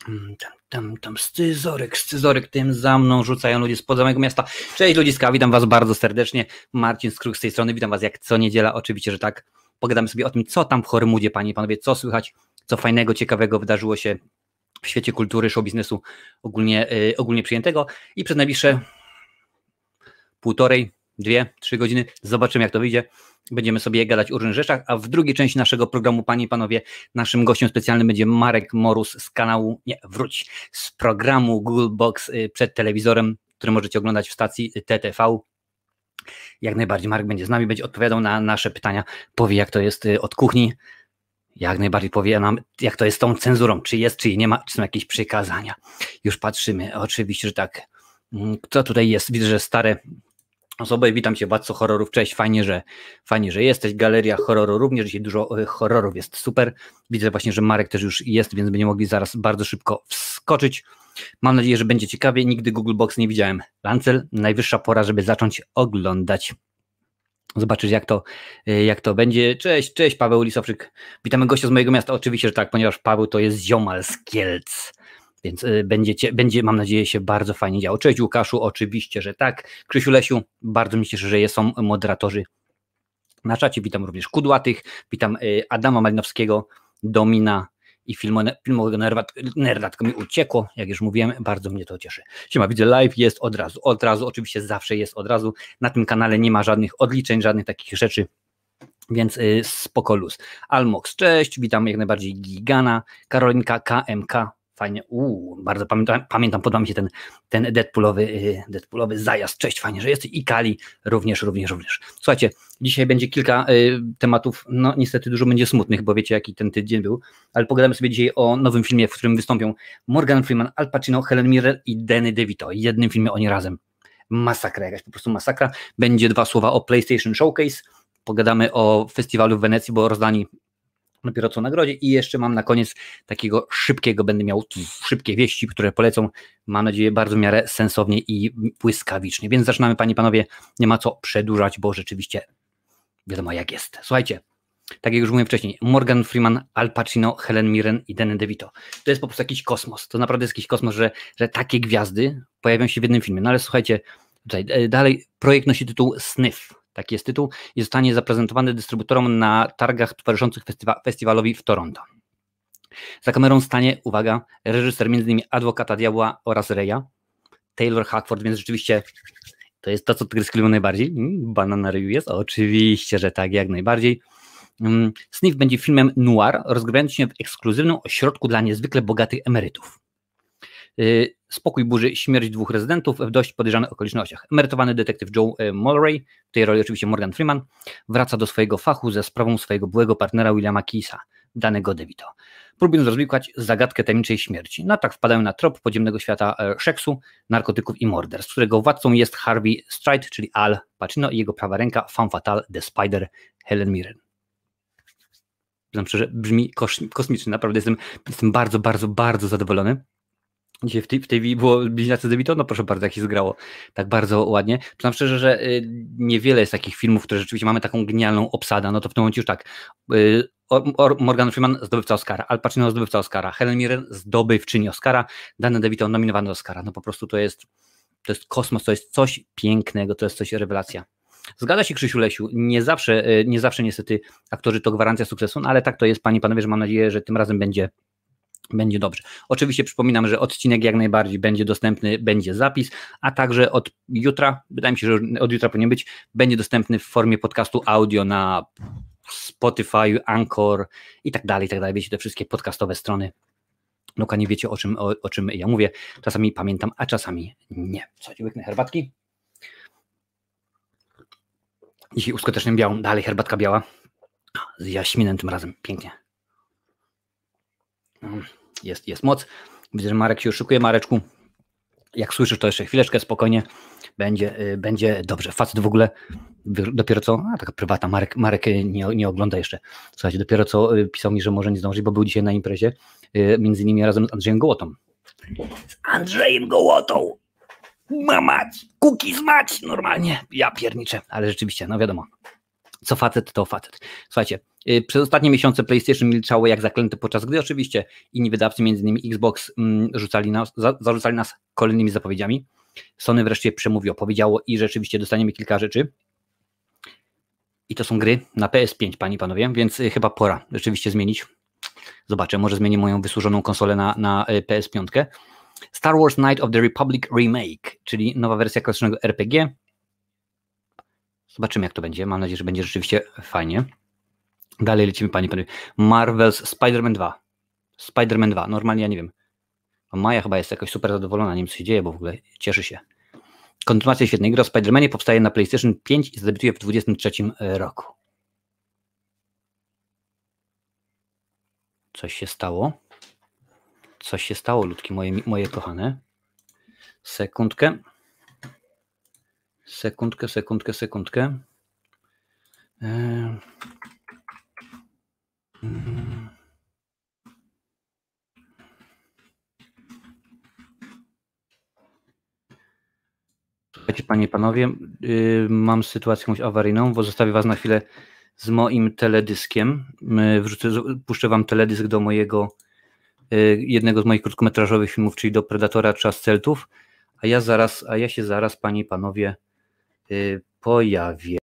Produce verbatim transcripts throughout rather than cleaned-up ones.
Tam, tam, tam, scyzoryk, scyzoryk, tym za mną rzucają ludzie spod mojego miasta. Cześć ludziska, witam was bardzo serdecznie. Marcin Skrók z tej strony, witam was jak co niedziela, oczywiście, że tak. Pogadamy sobie o tym, co tam w Hormudzie, panie i panowie, co słychać, co fajnego, ciekawego wydarzyło się w świecie kultury, show biznesu ogólnie, yy, ogólnie przyjętego i przez najbliższe półtorej, dwie, trzy godziny zobaczymy, jak to wyjdzie. Będziemy sobie gadać o różnych rzeczach, a w drugiej części naszego programu, panie i panowie, naszym gościem specjalnym będzie Marek Morus z kanału, nie, wróć, z programu Google Box przed telewizorem, który możecie oglądać w stacji T T V. Jak najbardziej Marek będzie z nami, będzie odpowiadał na nasze pytania, powie jak to jest od kuchni, jak najbardziej powie nam, jak to jest z tą cenzurą, czy jest, czy nie ma, czy są jakieś przykazania. Już patrzymy, oczywiście, że tak. Kto tutaj jest? Widzę, że stare osoby, witam cię, władco horrorów, cześć, fajnie, że fajnie, że jesteś, galeria horroru również, dzisiaj dużo horrorów, jest super, widzę właśnie, że Marek też już jest, więc będziemy mogli zaraz bardzo szybko wskoczyć, mam nadzieję, że będzie ciekawie, nigdy Google Box nie widziałem, Lancel, najwyższa pora, żeby zacząć oglądać, zobaczyć jak to, jak to będzie, cześć, cześć, Paweł Lisowczyk, witamy gościa z mojego miasta, oczywiście, że tak, ponieważ Paweł to jest ziomal z Kielc. Więc będziecie, będzie, mam nadzieję, się bardzo fajnie działo. Cześć Łukaszu, oczywiście, że tak. Krzysiu Lesiu, bardzo mi się cieszy, że są moderatorzy na czacie. Witam również Kudłatych, witam Adama Malinowskiego, Domina i filmowego nerda, tylko mi uciekło, jak już mówiłem, bardzo mnie to cieszy. Siema, widzę live, jest od razu, od razu, oczywiście zawsze jest od razu. Na tym kanale nie ma żadnych odliczeń, żadnych takich rzeczy, więc spoko luz. Almox, cześć, witam jak najbardziej Gigana, Karolinka K M K, fajnie, uuu, bardzo pamiętam, pamiętam, podoba mi się ten, ten Deadpoolowy, Deadpoolowy zajazd, cześć, fajnie, że jesteś i Kali również, również, również. Słuchajcie, dzisiaj będzie kilka y, tematów, no niestety dużo będzie smutnych, bo wiecie jaki ten tydzień był, ale pogadamy sobie dzisiaj o nowym filmie, w którym wystąpią Morgan Freeman, Al Pacino, Helen Mirren i Danny DeVito, jednym filmie oni razem, masakra jakaś, po prostu masakra, będzie dwa słowa o PlayStation Showcase, pogadamy o festiwalu w Wenecji, bo rozdani dopiero co nagrodzie i jeszcze mam na koniec takiego szybkiego, będę miał szybkie wieści, które polecą, mam nadzieję, bardzo w miarę sensownie i błyskawicznie, więc zaczynamy, panie i panowie, nie ma co przedłużać, bo rzeczywiście wiadomo jak jest. Słuchajcie, tak jak już mówiłem wcześniej, Morgan Freeman, Al Pacino, Helen Mirren i Danny DeVito, to jest po prostu jakiś kosmos, to naprawdę jest jakiś kosmos, że, że takie gwiazdy pojawią się w jednym filmie, no ale słuchajcie, tutaj dalej projekt nosi tytuł Sniff, taki jest tytuł i zostanie zaprezentowany dystrybutorom na targach towarzyszących festiwa- festiwalowi w Toronto. Za kamerą stanie, uwaga, reżyser między innymi Adwokata Diabła oraz Reya, Taylor Hackford, więc rzeczywiście to jest to, co Tygrys lubią najbardziej. Banan na ryju jest? Oczywiście, że tak, jak najbardziej. Sniff będzie filmem noir, rozgrywającym się w ekskluzywnym ośrodku dla niezwykle bogatych emerytów. Spokój burzy śmierć dwóch rezydentów w dość podejrzanych okolicznościach. Emerytowany detektyw Joe Mulray, w tej roli oczywiście Morgan Freeman, wraca do swojego fachu ze sprawą swojego byłego partnera Williama Keyesa, danego DeVito. Próbując rozwikłać zagadkę tajemniczej śmierci. No tak wpadają na trop podziemnego świata szeksu, narkotyków i morderstw, którego władcą jest Harvey Stride, czyli Al Pacino i jego prawa ręka femme fatale The Spider, Helen Mirren. Znaczy, że brzmi kosmicznie, naprawdę jestem, jestem bardzo, bardzo, bardzo zadowolony. Dzisiaj w tej, w tej było Bliźniacy DeVito, no proszę bardzo, jak się zgrało tak bardzo ładnie. Przyznam szczerze, że y, niewiele jest takich filmów, które rzeczywiście mamy taką genialną obsadę, no to w tym momencie już tak, y, Morgan Freeman zdobywca Oscara, Al Pacino zdobywca Oscara, Helen Mirren zdobywczyni Oscara, Danny DeVito nominowany do Oscara, no po prostu to jest, to jest kosmos, to jest coś pięknego, to jest coś rewelacja. Zgadza się Krzysiu Lesiu, nie zawsze, nie zawsze niestety aktorzy to gwarancja sukcesu, no ale tak to jest, panie i panowie, że mam nadzieję, że tym razem będzie Będzie dobrze. Oczywiście przypominam, że odcinek jak najbardziej będzie dostępny, będzie zapis, a także od jutra, wydaje mi się, że od jutra powinien być, będzie dostępny w formie podcastu audio na Spotify, Anchor i tak dalej, i tak dalej. Wiecie, te wszystkie podcastowe strony. Dokładnie wiecie, o czym, o, o czym ja mówię. Czasami pamiętam, a czasami nie. Słuchajcie, łyknę herbatki. Dzisiaj uskuteczniam białą, dalej herbatka biała. Z jaśminem tym razem, pięknie. Jest, jest moc. Widzę, że Marek się już szykuje. Mareczku, jak słyszysz, to jeszcze chwileczkę, spokojnie. Będzie, będzie dobrze. Facet w ogóle dopiero co, a taka prywatna, Marek, Marek nie, nie ogląda jeszcze. Słuchajcie, dopiero co pisał mi, że może nie zdąży, bo był dzisiaj na imprezie, między innymi razem z Andrzejem Gołotą. Z Andrzejem Gołotą! Mamać! Kuki zmać! Normalnie. Ja pierniczę, ale rzeczywiście, no wiadomo. Co facet, to facet. Słuchajcie, yy, przez ostatnie miesiące PlayStation milczało jak zaklęte, podczas gdy oczywiście inni wydawcy, między innymi Xbox, yy, rzucali nas, za, zarzucali nas kolejnymi zapowiedziami. Sony wreszcie przemówiło, powiedziało i rzeczywiście dostaniemy kilka rzeczy. I to są gry na P S pięć, panie i panowie, więc yy, chyba pora rzeczywiście zmienić. Zobaczę, może zmienię moją wysłużoną konsolę na, na yy, P S pięć. Star Wars Knights of the Republic Remake, czyli nowa wersja klasycznego R P G. Zobaczymy, jak to będzie. Mam nadzieję, że będzie rzeczywiście fajnie. Dalej lecimy, panie i panowie. Marvel's Spider-Man dwa. Spider-Man dwa. Normalnie ja nie wiem. Maja chyba jest jakoś super zadowolona, nie wiem, co się dzieje, bo w ogóle cieszy się. Kontynuacja świetnej gry o Spider-Manie powstaje na PlayStation pięć i zadebiutuje w dwudziestym trzecim roku. Coś się stało. Coś się stało, ludki moje, moje kochane. Sekundkę. Sekundkę, sekundkę, sekundkę. Eee. Hmm. Słuchajcie, panie i panowie, yy, mam sytuację jakąś awaryjną, bo zostawię was na chwilę z moim teledyskiem. Yy, wrzucę, puszczę wam teledysk do mojego yy, jednego z moich krótkometrażowych filmów, czyli do Predatora Czas Celtów, a ja zaraz, a ja się zaraz, panie i panowie, yy, pojawię.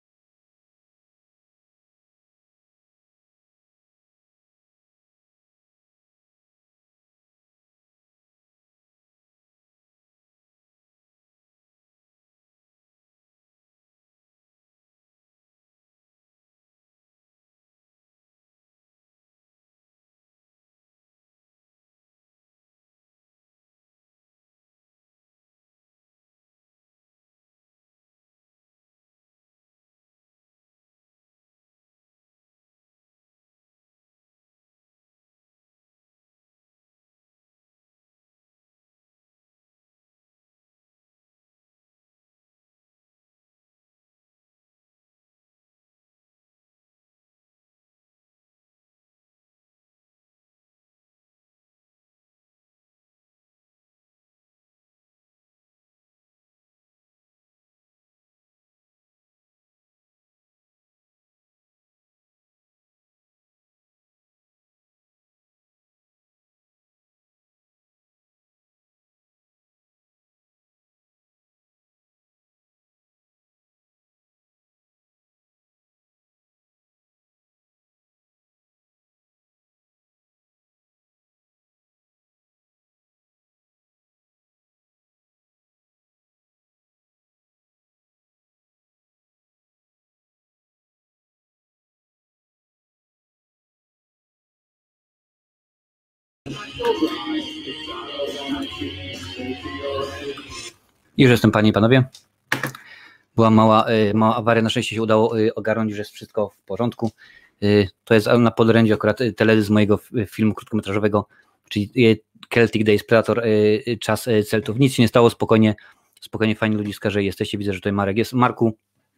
Już jestem, panie i panowie. Była mała, mała awaria, na szczęście się udało ogarnąć, że jest wszystko w porządku. To jest na podorędziu akurat teledysk z mojego filmu krótkometrażowego, czyli Celtic Days, Predator, Czas Celtów. Nic się nie stało, spokojnie, spokojnie, fajnie ludziska, że jesteście. Widzę, że tutaj Marek jest. Marku,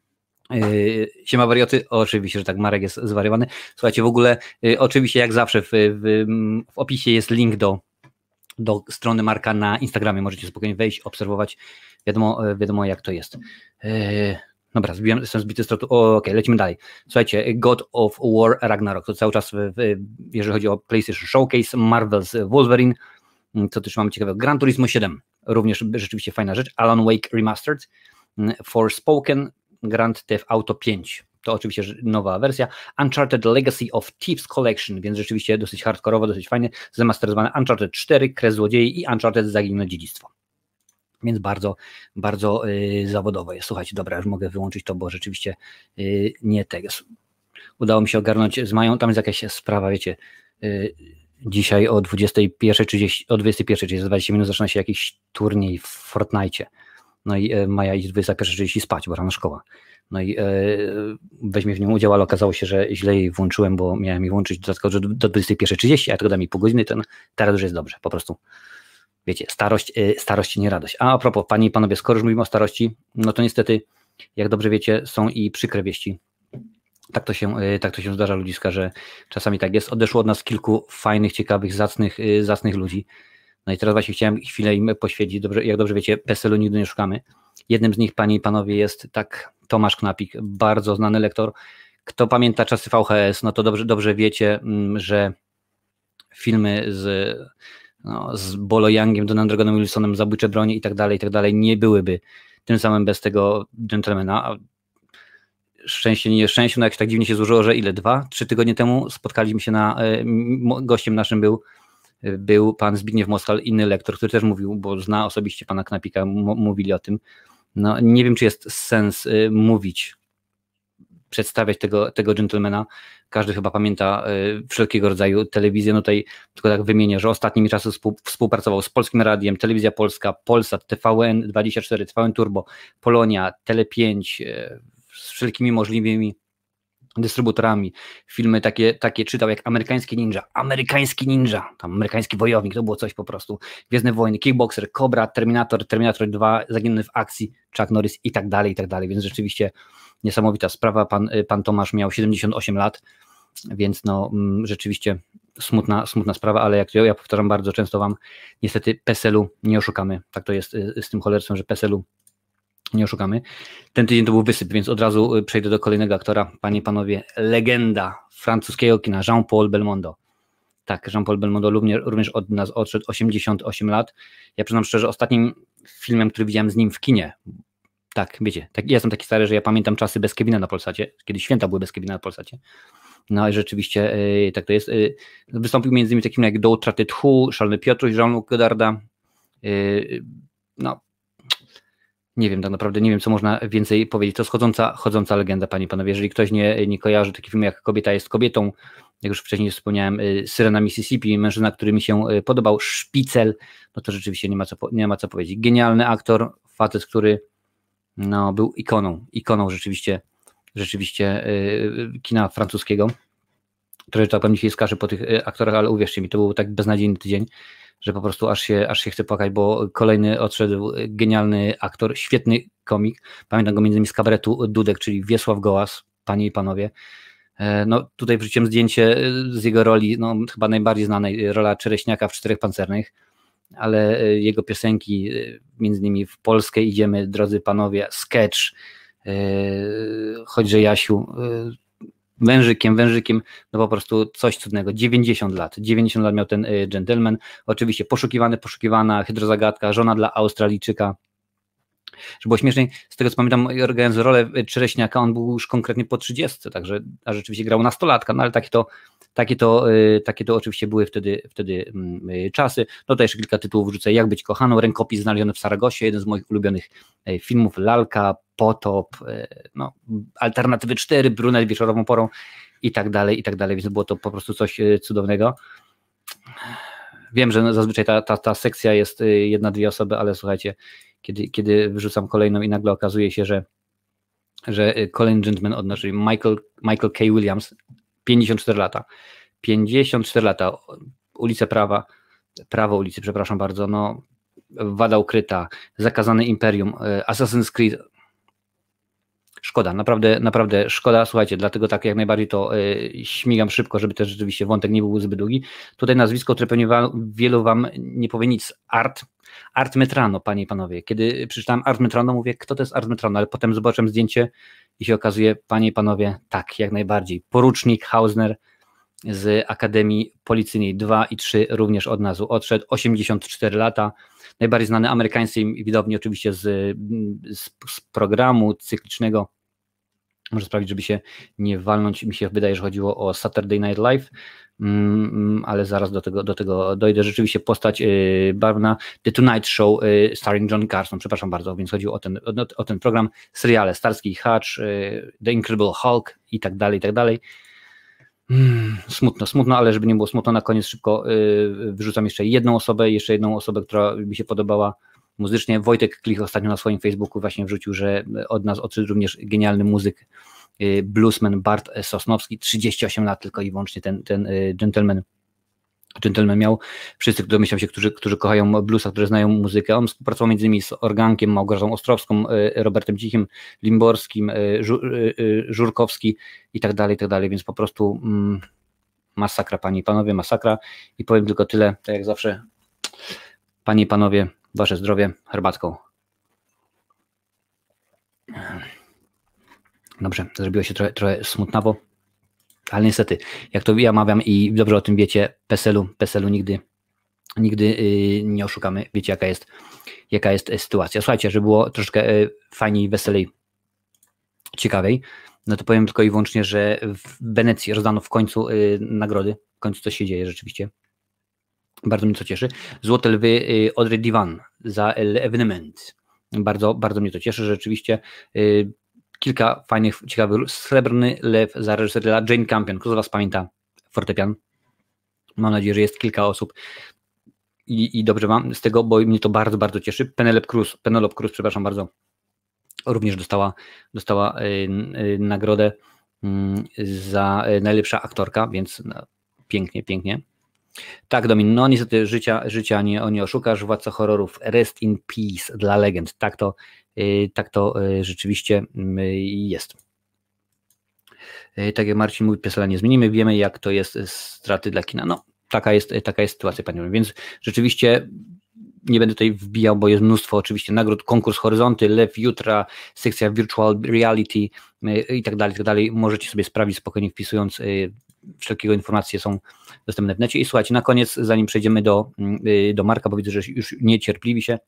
siema warioty, oczywiście, że tak, Marek jest zwariowany. Słuchajcie, w ogóle, oczywiście jak zawsze w, w, w opisie jest link do do strony Marka na Instagramie, możecie spokojnie wejść, obserwować, wiadomo, wiadomo jak to jest. Eee, dobra, zbiłem, jestem zbity z trotu, okej, okay, lecimy dalej. Słuchajcie, God of War Ragnarok, to cały czas, w, w, jeżeli chodzi o PlayStation Showcase, Marvel's Wolverine, co też mamy ciekawego, Gran Turismo siedem, również rzeczywiście fajna rzecz, Alan Wake Remastered, Forspoken, Grand Theft Auto pięć, to oczywiście nowa wersja, Uncharted Legacy of Thieves Collection, więc rzeczywiście dosyć hardkorowo, dosyć fajnie, zemasteryzowane, Uncharted cztery, Kres Złodziei i Uncharted Zaginione Dziedzictwo. Więc bardzo, bardzo yy, zawodowo jest. Słuchajcie, dobra, już mogę wyłączyć to, bo rzeczywiście yy, nie tego. Udało mi się ogarnąć z Mają, tam jest jakaś sprawa, wiecie, yy, dzisiaj o dwudziestej pierwszej trzydzieści, o dwudziestej pierwszej, czyli za dwadzieścia minut zaczyna się jakiś turniej w Fortnite. No i yy, Maja idzie dwudziesta pierwsza trzydzieści spać, bo rano szkoła. No i e, weźmie w nim udział, ale okazało się, że źle jej włączyłem, bo miałem jej włączyć dodatkowo do dwudziestej pierwszej trzydzieści, a tylko da mi pół godziny, to teraz już jest dobrze, po prostu. Wiecie, starość, e, starość nie radość. A a propos, panie i panowie, skoro już mówimy o starości, no to niestety, jak dobrze wiecie, są i przykre wieści. Tak to się, e, tak to się zdarza, ludziska, że czasami tak jest. Odeszło od nas kilku fajnych, ciekawych, zacnych, e, zacnych ludzi. No i teraz właśnie chciałem chwilę im poświęcić, dobrze, jak dobrze wiecie, P E S L u nigdy nie szukamy. Jednym z nich, panie i panowie, jest tak Tomasz Knapik, bardzo znany lektor, Kto pamięta czasy V H S, no to dobrze, dobrze wiecie, że filmy z, no, z Bolo Youngiem, Donem Dragonem Wilsonem, Zabójcze bronie i tak dalej, i tak dalej nie byłyby tym samym bez tego Gentlemana. Szczęście, nie szczęście, no jak tak dziwnie się złożyło, że ile, dwa, trzy tygodnie temu spotkaliśmy się na, gościem naszym był, był pan Zbigniew Moskal, inny lektor, który też mówił, bo zna osobiście pana Knapika, mówili o tym. No nie wiem, czy jest sens mówić, przedstawiać tego, tego Gentlemana. Każdy chyba pamięta y, wszelkiego rodzaju telewizję. No tutaj tylko tak wymienię, że ostatnimi czasy współ, współpracował z Polskim Radiem, Telewizja Polska, Polsat, T V N dwadzieścia cztery, T V N Turbo, Polonia, Tele pięć, y, z wszelkimi możliwymi dystrybutorami. Filmy takie, takie czytał jak Amerykański Ninja, Amerykański Ninja, tam Amerykański Wojownik, to było coś po prostu. Gwiezdne Wojny, Kickboxer, Cobra, Terminator, Terminator dwa, Zaginiony w akcji, Chuck Norris i tak dalej, i tak dalej, więc rzeczywiście niesamowita sprawa. Pan, pan Tomasz miał siedemdziesiąt osiem lat, więc no rzeczywiście smutna, smutna sprawa, ale jak ja powtarzam bardzo często wam, niestety P E S E L-u nie oszukamy. Tak to jest z tym cholerstwem, że P E S E L-u nie oszukamy. Ten tydzień to był wysyp, więc od razu przejdę do kolejnego aktora. Panie i panowie, legenda francuskiego kina, Jean-Paul Belmondo. Tak, Jean-Paul Belmondo również, również od nas odszedł, osiemdziesiąt osiem lat. Ja przyznam szczerze, ostatnim filmem, który widziałem z nim w kinie, tak, wiecie, tak, ja jestem taki stary, że ja pamiętam czasy bez Kevina na Polsacie, kiedy święta były bez Kevina na Polsacie. No i rzeczywiście yy, tak to jest. Yy, wystąpił między innymi takim jak Do Traty Tchu, Szalony Piotruś, Jean-Luc Godarda. Yy, no, nie wiem, tak naprawdę nie wiem, co można więcej powiedzieć. To jest chodząca, chodząca legenda, panie i panowie. Jeżeli ktoś nie, nie kojarzy taki film jak Kobieta jest kobietą, jak już wcześniej wspomniałem, yy, Syrena Mississippi, mężczyzna, który mi się yy, podobał, Szpicel, no to rzeczywiście nie ma co, nie ma co powiedzieć. Genialny aktor, facet, który no, był ikoną, ikoną rzeczywiście, rzeczywiście yy, kina francuskiego. Trochę tak pewnie się skaże po tych yy, aktorach, ale uwierzcie mi, to był tak beznadziejny tydzień, że po prostu aż się, aż się chce płakać, bo kolejny odszedł genialny aktor, świetny komik. Pamiętam go między innymi z kabaretu Dudek, czyli Wiesław Gołas, panie i panowie. Yy, no tutaj wrzuciłem zdjęcie z jego roli, no chyba najbardziej znanej, rola Czereśniaka w Czterech Pancernych, ale jego piosenki, między innymi W Polskę idziemy, drodzy panowie, sketch, yy, choćże Jasiu, yy, wężykiem, wężykiem, no po prostu coś cudnego, dziewięćdziesiąt lat, dziewięćdziesiąt lat miał ten yy, gentleman, oczywiście poszukiwany, poszukiwana, hydrozagadka, żona dla Australijczyka. Żeby było śmieszniej, z tego co pamiętam, grając rolę Czereśniaka, on był już konkretnie po trzydziestce, także, a rzeczywiście grał nastolatka, no ale takie to, takie to, takie to oczywiście były wtedy, wtedy czasy. No to jeszcze kilka tytułów wrzucę. Jak być kochaną, Rękopis znaleziony w Saragosie, jeden z moich ulubionych filmów, Lalka, Potop, no, Alternatywy cztery, Brunet wieczorową porą i tak dalej, i tak dalej, więc było to po prostu coś cudownego. Wiem, że zazwyczaj ta, ta, ta sekcja jest jedna, dwie osoby, ale słuchajcie, Kiedy, kiedy wyrzucam kolejną i nagle okazuje się, że, że kolejny gentleman od nas, czyli Michael, Michael K. Williams, pięćdziesiąt cztery lata. pięćdziesiąt cztery lata, ulice Prawa, Prawo ulicy, przepraszam bardzo, no, Wada ukryta, Zakazane Imperium, Assassin's Creed. Szkoda, naprawdę, naprawdę szkoda, słuchajcie, dlatego tak jak najbardziej to y, śmigam szybko, żeby też rzeczywiście wątek nie był zbyt długi. Tutaj nazwisko, które pewnie wa- wielu wam nie powie nic, Art, Art Metrano, panie i panowie. Kiedy przeczytałem Art Metrano, mówię, kto to jest Art Metrano, ale potem zobaczyłem zdjęcie i się okazuje, panie i panowie, tak, jak najbardziej. Porucznik Hausner z Akademii Policyjnej dwa i trzy również od nas odszedł, osiemdziesiąt cztery lata. Najbardziej znany amerykańskiej widowni oczywiście z, z, z programu cyklicznego. Może sprawić, żeby się nie walnąć. Mi się wydaje, że chodziło o Saturday Night Live, mm, ale zaraz do tego, do tego dojdę. Rzeczywiście postać yy, barwna. The Tonight Show yy, starring John Carson, przepraszam bardzo, więc chodziło o ten, o, o ten program. Seriale Starsky i Hutch, yy, The Incredible Hulk i tak dalej, i tak dalej. Hmm, smutno, smutno, ale żeby nie było smutno, na koniec szybko yy, wyrzucam jeszcze jedną osobę, jeszcze jedną osobę, która mi się podobała muzycznie. Wojtek Klich ostatnio na swoim Facebooku właśnie wrzucił, że od nas odszedł również genialny muzyk, yy, bluesman Bart Sosnowski, trzydzieści osiem lat tylko i wyłącznie ten, ten yy, gentleman. Gentleman miał, wszyscy, domyślam się, którzy, którzy kochają bluesa, którzy znają muzykę. On współpracował między innymi z Organkiem, Małgorzatą Ostrowską, Robertem Cichym, Limborskim, Żurkowski i tak dalej, i tak dalej, więc po prostu mm, masakra, panie i panowie, masakra. I powiem tylko tyle, tak jak zawsze, panie i panowie, wasze zdrowie herbatką. Dobrze, zrobiło się trochę, trochę smutnawo, ale niestety, jak to ja mawiam i dobrze o tym wiecie, PESEL-u, PESEL-u nigdy, nigdy yy, nie oszukamy. Wiecie, jaka jest, jaka jest sytuacja. Słuchajcie, żeby było troszkę yy, fajniej, weselej, ciekawej, no to powiem tylko i wyłącznie, że w Wenecji rozdano w końcu yy, nagrody, w końcu coś się dzieje rzeczywiście. Bardzo mnie to cieszy. Złote lwy yy, Audrey Diwan za Evenement. Bardzo, bardzo mnie to cieszy, że rzeczywiście yy, kilka fajnych, ciekawych. Srebrny lew za reżysera Jane Campion. Kto z was pamięta fortepian? Mam nadzieję, że jest kilka osób i, i dobrze mam z tego, bo mnie to bardzo, bardzo cieszy. Penelope Cruz, Penelope Cruz, przepraszam bardzo, również dostała, dostała y, y, nagrodę y, za y, najlepsza aktorka, więc no, pięknie, pięknie. Tak, Domin, no niestety życia, życia nie, nie oszukasz. Władca horrorów, rest in peace dla legend. Tak to, yy, tak to yy, rzeczywiście yy, jest. Yy, tak jak Marcin mówi, Pesela nie zmienimy, wiemy jak to jest straty dla kina. No, taka jest, taka jest sytuacja, panie. Więc rzeczywiście nie będę tutaj wbijał, bo jest mnóstwo oczywiście nagród, konkurs Horyzonty, Lew Jutra, sekcja Virtual Reality yy, i tak dalej, i tak dalej. Możecie sobie sprawdzić spokojnie wpisując yy, wszelkiego informacje są dostępne w necie. I słuchajcie, na koniec, zanim przejdziemy do, do Marka, bo widzę, że już niecierpliwi się,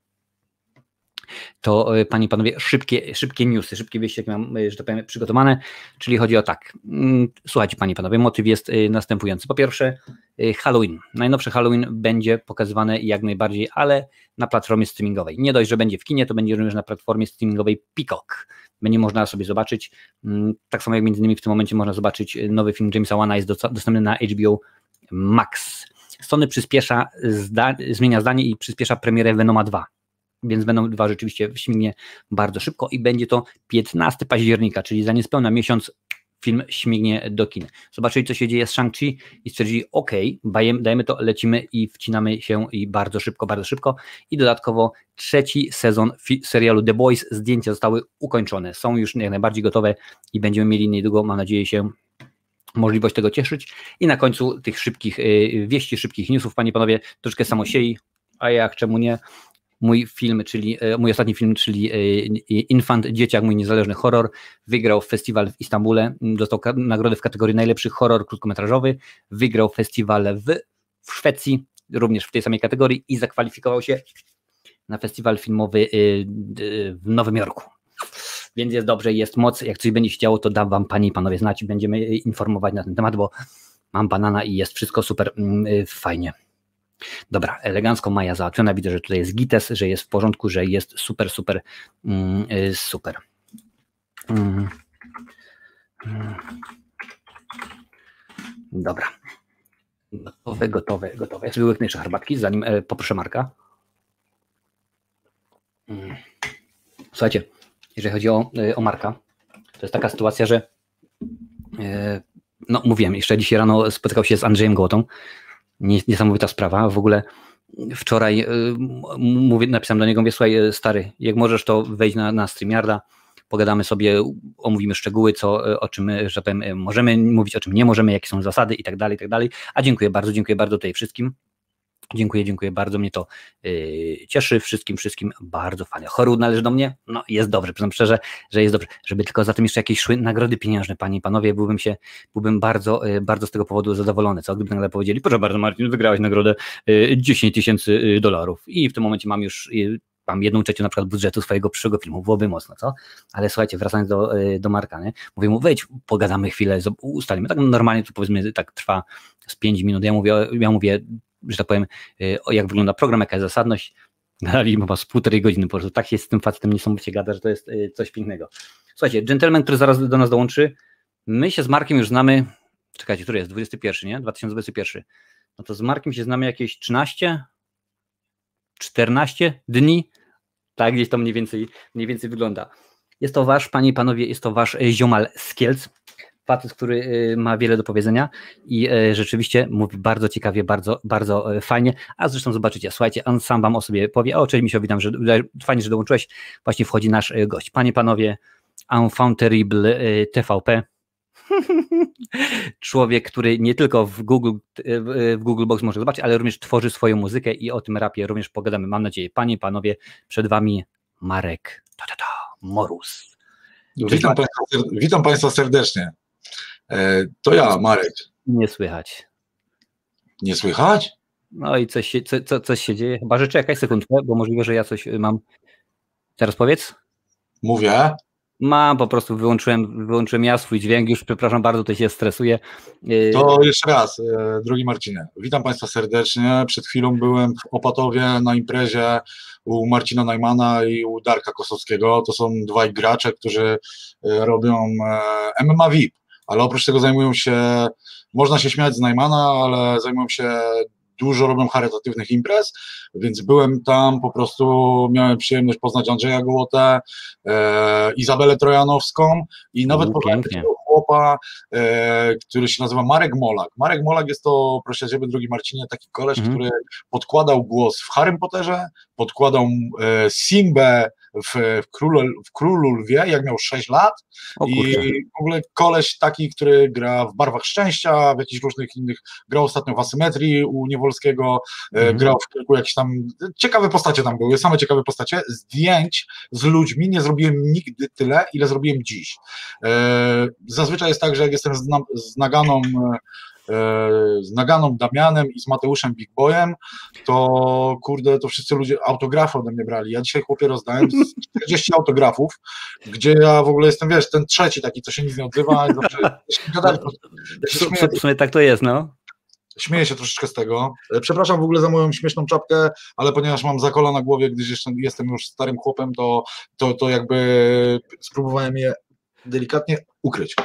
to panie i panowie, szybkie, szybkie newsy, szybkie wieści, jakie mam, że tak powiem, przygotowane, czyli chodzi o tak. Słuchajcie, panie i panowie, motyw jest następujący. Po pierwsze, Halloween. Najnowsze Halloween będzie pokazywane jak najbardziej, ale na platformie streamingowej. Nie dość, że będzie w kinie, to będzie również na platformie streamingowej Peacock. Będzie można sobie zobaczyć, tak samo jak między innymi w tym momencie można zobaczyć nowy film Jamesa Wana, jest dostępny na H B O Max. Sony przyspiesza, zda, zmienia zdanie i przyspiesza premierę Venoma dwa. Więc Venom dwa rzeczywiście śmignie bardzo szybko i będzie to piętnastego października, czyli za niespełna miesiąc film śmignie do kin. Zobaczyli, co się dzieje z Shang-Chi i stwierdzili, ok, dajemy to, lecimy i wcinamy się i bardzo szybko, bardzo szybko. I dodatkowo trzeci sezon serialu The Boys, zdjęcia zostały ukończone, są już jak najbardziej gotowe i będziemy mieli niedługo, mam nadzieję, się możliwość tego cieszyć. I na końcu tych szybkich yy, wieści, szybkich newsów, panie i panowie, troszkę samosiei, a jak, czemu nie? Mój film, czyli mój ostatni film, czyli Infant, Dzieciak, mój niezależny horror, wygrał festiwal w Istambule, dostał nagrodę w kategorii najlepszy horror krótkometrażowy, wygrał festiwal w, w Szwecji, również w tej samej kategorii i zakwalifikował się na festiwal filmowy w Nowym Jorku. Więc jest dobrze, jest moc, jak coś będzie się działo, to dam wam, panie i panowie, znać i będziemy informować na ten temat, bo mam banana i jest wszystko super fajnie. Dobra, elegancko Maja załatwiona, widzę, że tutaj jest gites, że jest w porządku, że jest super, super, mm, super. Mm. Dobra. Gotowe, gotowe, gotowe. Ja sobie łyknę jeszcze herbatki, zanim e, poproszę Marka. Mm. Słuchajcie, jeżeli chodzi o, o Marka, to jest taka sytuacja, że e, no mówiłem, jeszcze dzisiaj rano spotykał się z Andrzejem Gołotą. Niesamowita sprawa. W ogóle wczoraj y, mówię, napisałem do niego, mówię, słuchaj stary, jak możesz to wejść na, na StreamYarda, pogadamy sobie, omówimy szczegóły, co, o czym, że powiem, możemy mówić, o czym nie możemy, jakie są zasady i tak dalej, i tak dalej. A dziękuję bardzo, dziękuję bardzo tutaj wszystkim. Dziękuję, dziękuję bardzo, mnie to yy, cieszy, wszystkim, wszystkim bardzo fajnie. Horror należy do mnie? No jest dobrze, przyznam szczerze, że jest dobrze, żeby tylko za tym jeszcze jakieś szły nagrody pieniężne, panie i panowie, byłbym się, byłbym bardzo, yy, bardzo z tego powodu zadowolony, co gdyby nagle powiedzieli, proszę bardzo Marcin, wygrałeś nagrodę yy, dziesięć tysięcy dolarów i w tym momencie mam już, yy, mam jedną trzecią na przykład budżetu swojego przyszłego filmu, byłoby mocno, co? Ale słuchajcie, wracając do, yy, do Marka, nie? Mówię mu, wejdź, pogadamy chwilę, ustalimy, tak normalnie to powiedzmy tak trwa z pięć minut, ja mówię, ja mówię, że tak powiem, jak wygląda program, jaka jest zasadność. Gadali chyba z półtorej godziny, po prostu tak się z tym facetem niesamowicie gada, że to jest coś pięknego. Słuchajcie, gentleman, który zaraz do nas dołączy, my się z Markiem już znamy, czekajcie, który jest, dwudziesty pierwszy, nie? dwa tysiące dwudziesty pierwszy. No to z Markiem się znamy jakieś trzynaście, czternaście dni, tak gdzieś to mniej więcej, mniej więcej wygląda. Jest to wasz, panie i panowie, jest to wasz ziomal z Kielc, facet, który ma wiele do powiedzenia i rzeczywiście mówi bardzo ciekawie, bardzo, bardzo fajnie, a zresztą zobaczycie, słuchajcie, on sam wam o sobie powie. O, cześć Misio, witam, że fajnie, że dołączyłeś, właśnie wchodzi nasz gość. Panie, panowie, Enfant Terrible T V P, człowiek, który nie tylko w Google, w Google Box może zobaczyć, ale również tworzy swoją muzykę i o tym rapie również pogadamy, mam nadzieję. Panie, panowie, przed wami Marek ta, ta, ta, Morus. Witam państwa, witam państwa serdecznie. To ja, Marek. Nie słychać. Nie słychać? No i coś się, co, co, coś się dzieje. Chyba, że czekaj sekundkę, bo możliwe, że ja coś mam. Teraz powiedz. Mówię. Mam, po prostu wyłączyłem, wyłączyłem ja swój dźwięk, już przepraszam bardzo, to się stresuję. To jeszcze raz, drogi Marcinie, witam państwa serdecznie. Przed chwilą byłem w Opatowie na imprezie u Marcina Najmana i u Darka Kosowskiego. To są dwaj gracze, którzy robią M M A V I P, ale oprócz tego zajmują się, można się śmiać z Najmana, ale zajmują się, dużo robią charytatywnych imprez, więc byłem tam, po prostu miałem przyjemność poznać Andrzeja Gołotę, e, Izabelę Trojanowską i nawet poznałem takiego chłopa, e, który się nazywa Marek Molak. Marek Molak jest to, proszę ciebie, drogi Marcinie, taki koleś, mhm. który podkładał głos w Harrym Potterze, podkładał e, Simbę w, w, Królu, w Królu Lwie, jak miał sześć lat i w ogóle koleś taki, który gra w Barwach Szczęścia, w jakichś różnych innych, grał ostatnio w Asymetrii u Niewolskiego, mhm. grał w kilku jakichś tam, ciekawe postacie tam były, same ciekawe postacie, zdjęć z ludźmi nie zrobiłem nigdy tyle, ile zrobiłem dziś. Zazwyczaj jest tak, że jak jestem z, z Naganą z Naganą Damianem i z Mateuszem Big Boyem, to kurde, to wszyscy ludzie autografy ode mnie brali. Ja dzisiaj, chłopie, rozdałem czterdzieści autografów, gdzie ja w ogóle jestem, wiesz, ten trzeci taki, co się nic nie odzywa. Zawsze, gadali, ja w sumie tak to jest, no. Śmieję się troszeczkę z tego. Przepraszam w ogóle za moją śmieszną czapkę, ale ponieważ mam zakola na głowie, gdyż jeszcze jestem już starym chłopem, to, to, to jakby spróbowałem je delikatnie ukryć.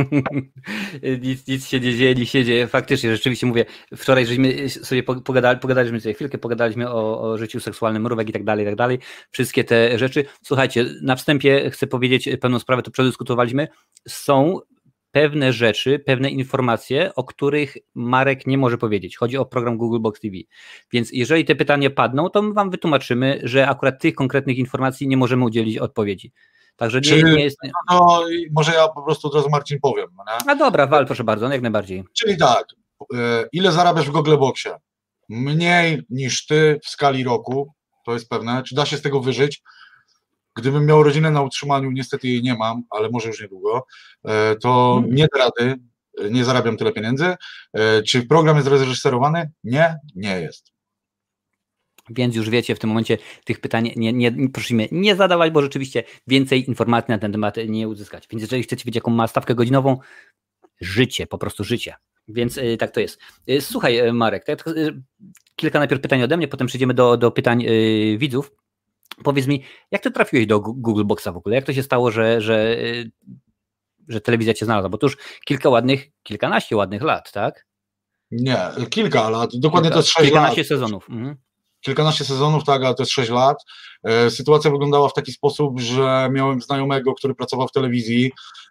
nic, nic się nie dzieje, nic się dzieje. Faktycznie, rzeczywiście mówię, wczoraj żeśmy sobie pogadali, pogadaliśmy sobie chwilkę, pogadaliśmy o, o życiu seksualnym mrówek i tak dalej, i tak dalej. Wszystkie te rzeczy. Słuchajcie, na wstępie chcę powiedzieć pewną sprawę, to przedyskutowaliśmy. Są pewne rzeczy, pewne informacje, o których Marek nie może powiedzieć. Chodzi o program Google Box T V. Więc jeżeli te pytania padną, to my wam wytłumaczymy, że akurat tych konkretnych informacji nie możemy udzielić odpowiedzi. Także nie, nie jest... No, może ja po prostu od razu, Marcin, powiem. Nie? A dobra, wal, proszę bardzo, jak najbardziej. Czyli tak, ile zarabiasz w Googleboxie? Mniej niż ty w skali roku, to jest pewne. Czy da się z tego wyżyć? Gdybym miał rodzinę na utrzymaniu, niestety jej nie mam, ale może już niedługo, to hmm. nie da rady, nie zarabiam tyle pieniędzy. Czy program jest reżyserowany? Nie, nie jest. Więc już wiecie, w tym momencie tych pytań nie, nie, prosimy nie zadawać, bo rzeczywiście więcej informacji na ten temat nie uzyskać. Więc jeżeli chcecie wiedzieć, jaką ma stawkę godzinową, życie, po prostu życie. Więc y, tak to jest. Y, słuchaj, Marek, tak, y, kilka najpierw pytań ode mnie, potem przejdziemy do, do pytań y, widzów. Powiedz mi, jak ty trafiłeś do Google Boxa w ogóle? Jak to się stało, że, że, y, że telewizja cię znalazła? Bo to już kilka ładnych, kilkanaście ładnych lat, tak? Nie, kilka lat, dokładnie kilka, to jest sześć lat. Kilkanaście sezonów. Mhm. Kilkanaście sezonów, tak, ale to jest sześć lat. Sytuacja wyglądała w taki sposób, że miałem znajomego, który pracował w telewizji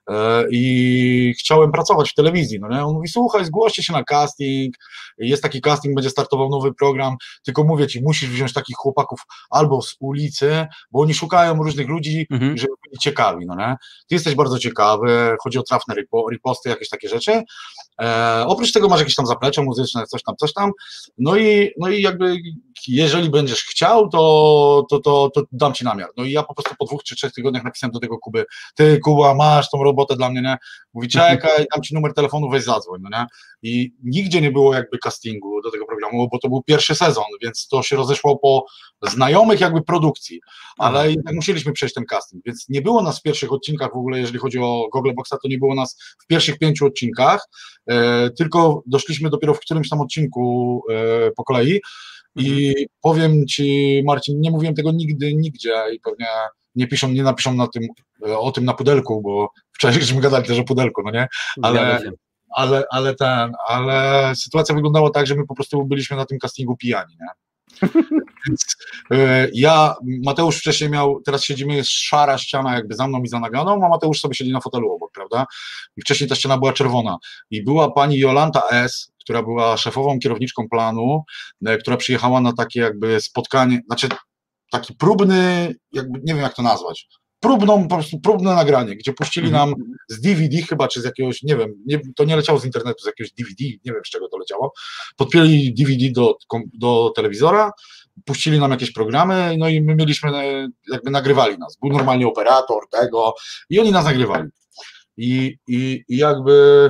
i chciałem pracować w telewizji. No nie? On mówi, słuchaj, zgłoście się na casting, jest taki casting, będzie startował nowy program, tylko mówię ci, musisz wziąć takich chłopaków albo z ulicy, bo oni szukają różnych ludzi, mhm. żeby byli ciekawi. No nie? Ty jesteś bardzo ciekawy, chodzi o trafne riposty, jakieś takie rzeczy. E, oprócz tego masz jakieś tam zaplecze muzyczne, coś tam, coś tam. No i, no i jakby jeżeli będziesz chciał, to, to, to, to dam ci namiar. No i ja po prostu po dwóch czy trzech tygodniach napisałem do tego Kuby, ty Kuba, masz tą robotę dla mnie, nie? Mówi, czekaj, dam ci numer telefonu, weź zadzwoń, no nie? I nigdzie nie było jakby castingu do tego programu, bo to był pierwszy sezon, więc to się rozeszło po znajomych jakby produkcji, ale jednak musieliśmy przejść ten casting, więc nie było nas w pierwszych odcinkach w ogóle, jeżeli chodzi o Googleboxa, to nie było nas w pierwszych pięciu odcinkach, e, tylko doszliśmy dopiero w którymś tam odcinku e, po kolei. I mhm. powiem ci, Marcin, nie mówiłem tego nigdy, nigdzie i pewnie nie piszą, nie napiszą na tym, o tym na pudelku, bo wczoraj żeśmy gadali też o pudelku, no nie? Ale, ale, ale ten, ale sytuacja wyglądała tak, że my po prostu byliśmy na tym castingu pijani, nie? Więc y, ja, Mateusz wcześniej miał, teraz siedzimy, jest szara ściana jakby za mną i za Naganą, a Mateusz sobie siedzi na fotelu obok, prawda? I wcześniej ta ściana była czerwona i była pani Jolanta S., która była szefową kierowniczką planu, y, która przyjechała na takie jakby spotkanie, znaczy taki próbny, jakby nie wiem jak to nazwać, próbną, po prostu próbne nagranie, gdzie puścili nam z D V D chyba, czy z jakiegoś, nie wiem, nie, to nie leciało z internetu, z jakiegoś D V D, nie wiem z czego to leciało, podpięli D V D do, do telewizora puścili nam jakieś programy, no i my mieliśmy, jakby nagrywali nas, był normalnie operator tego i oni nas nagrywali. I, i, i jakby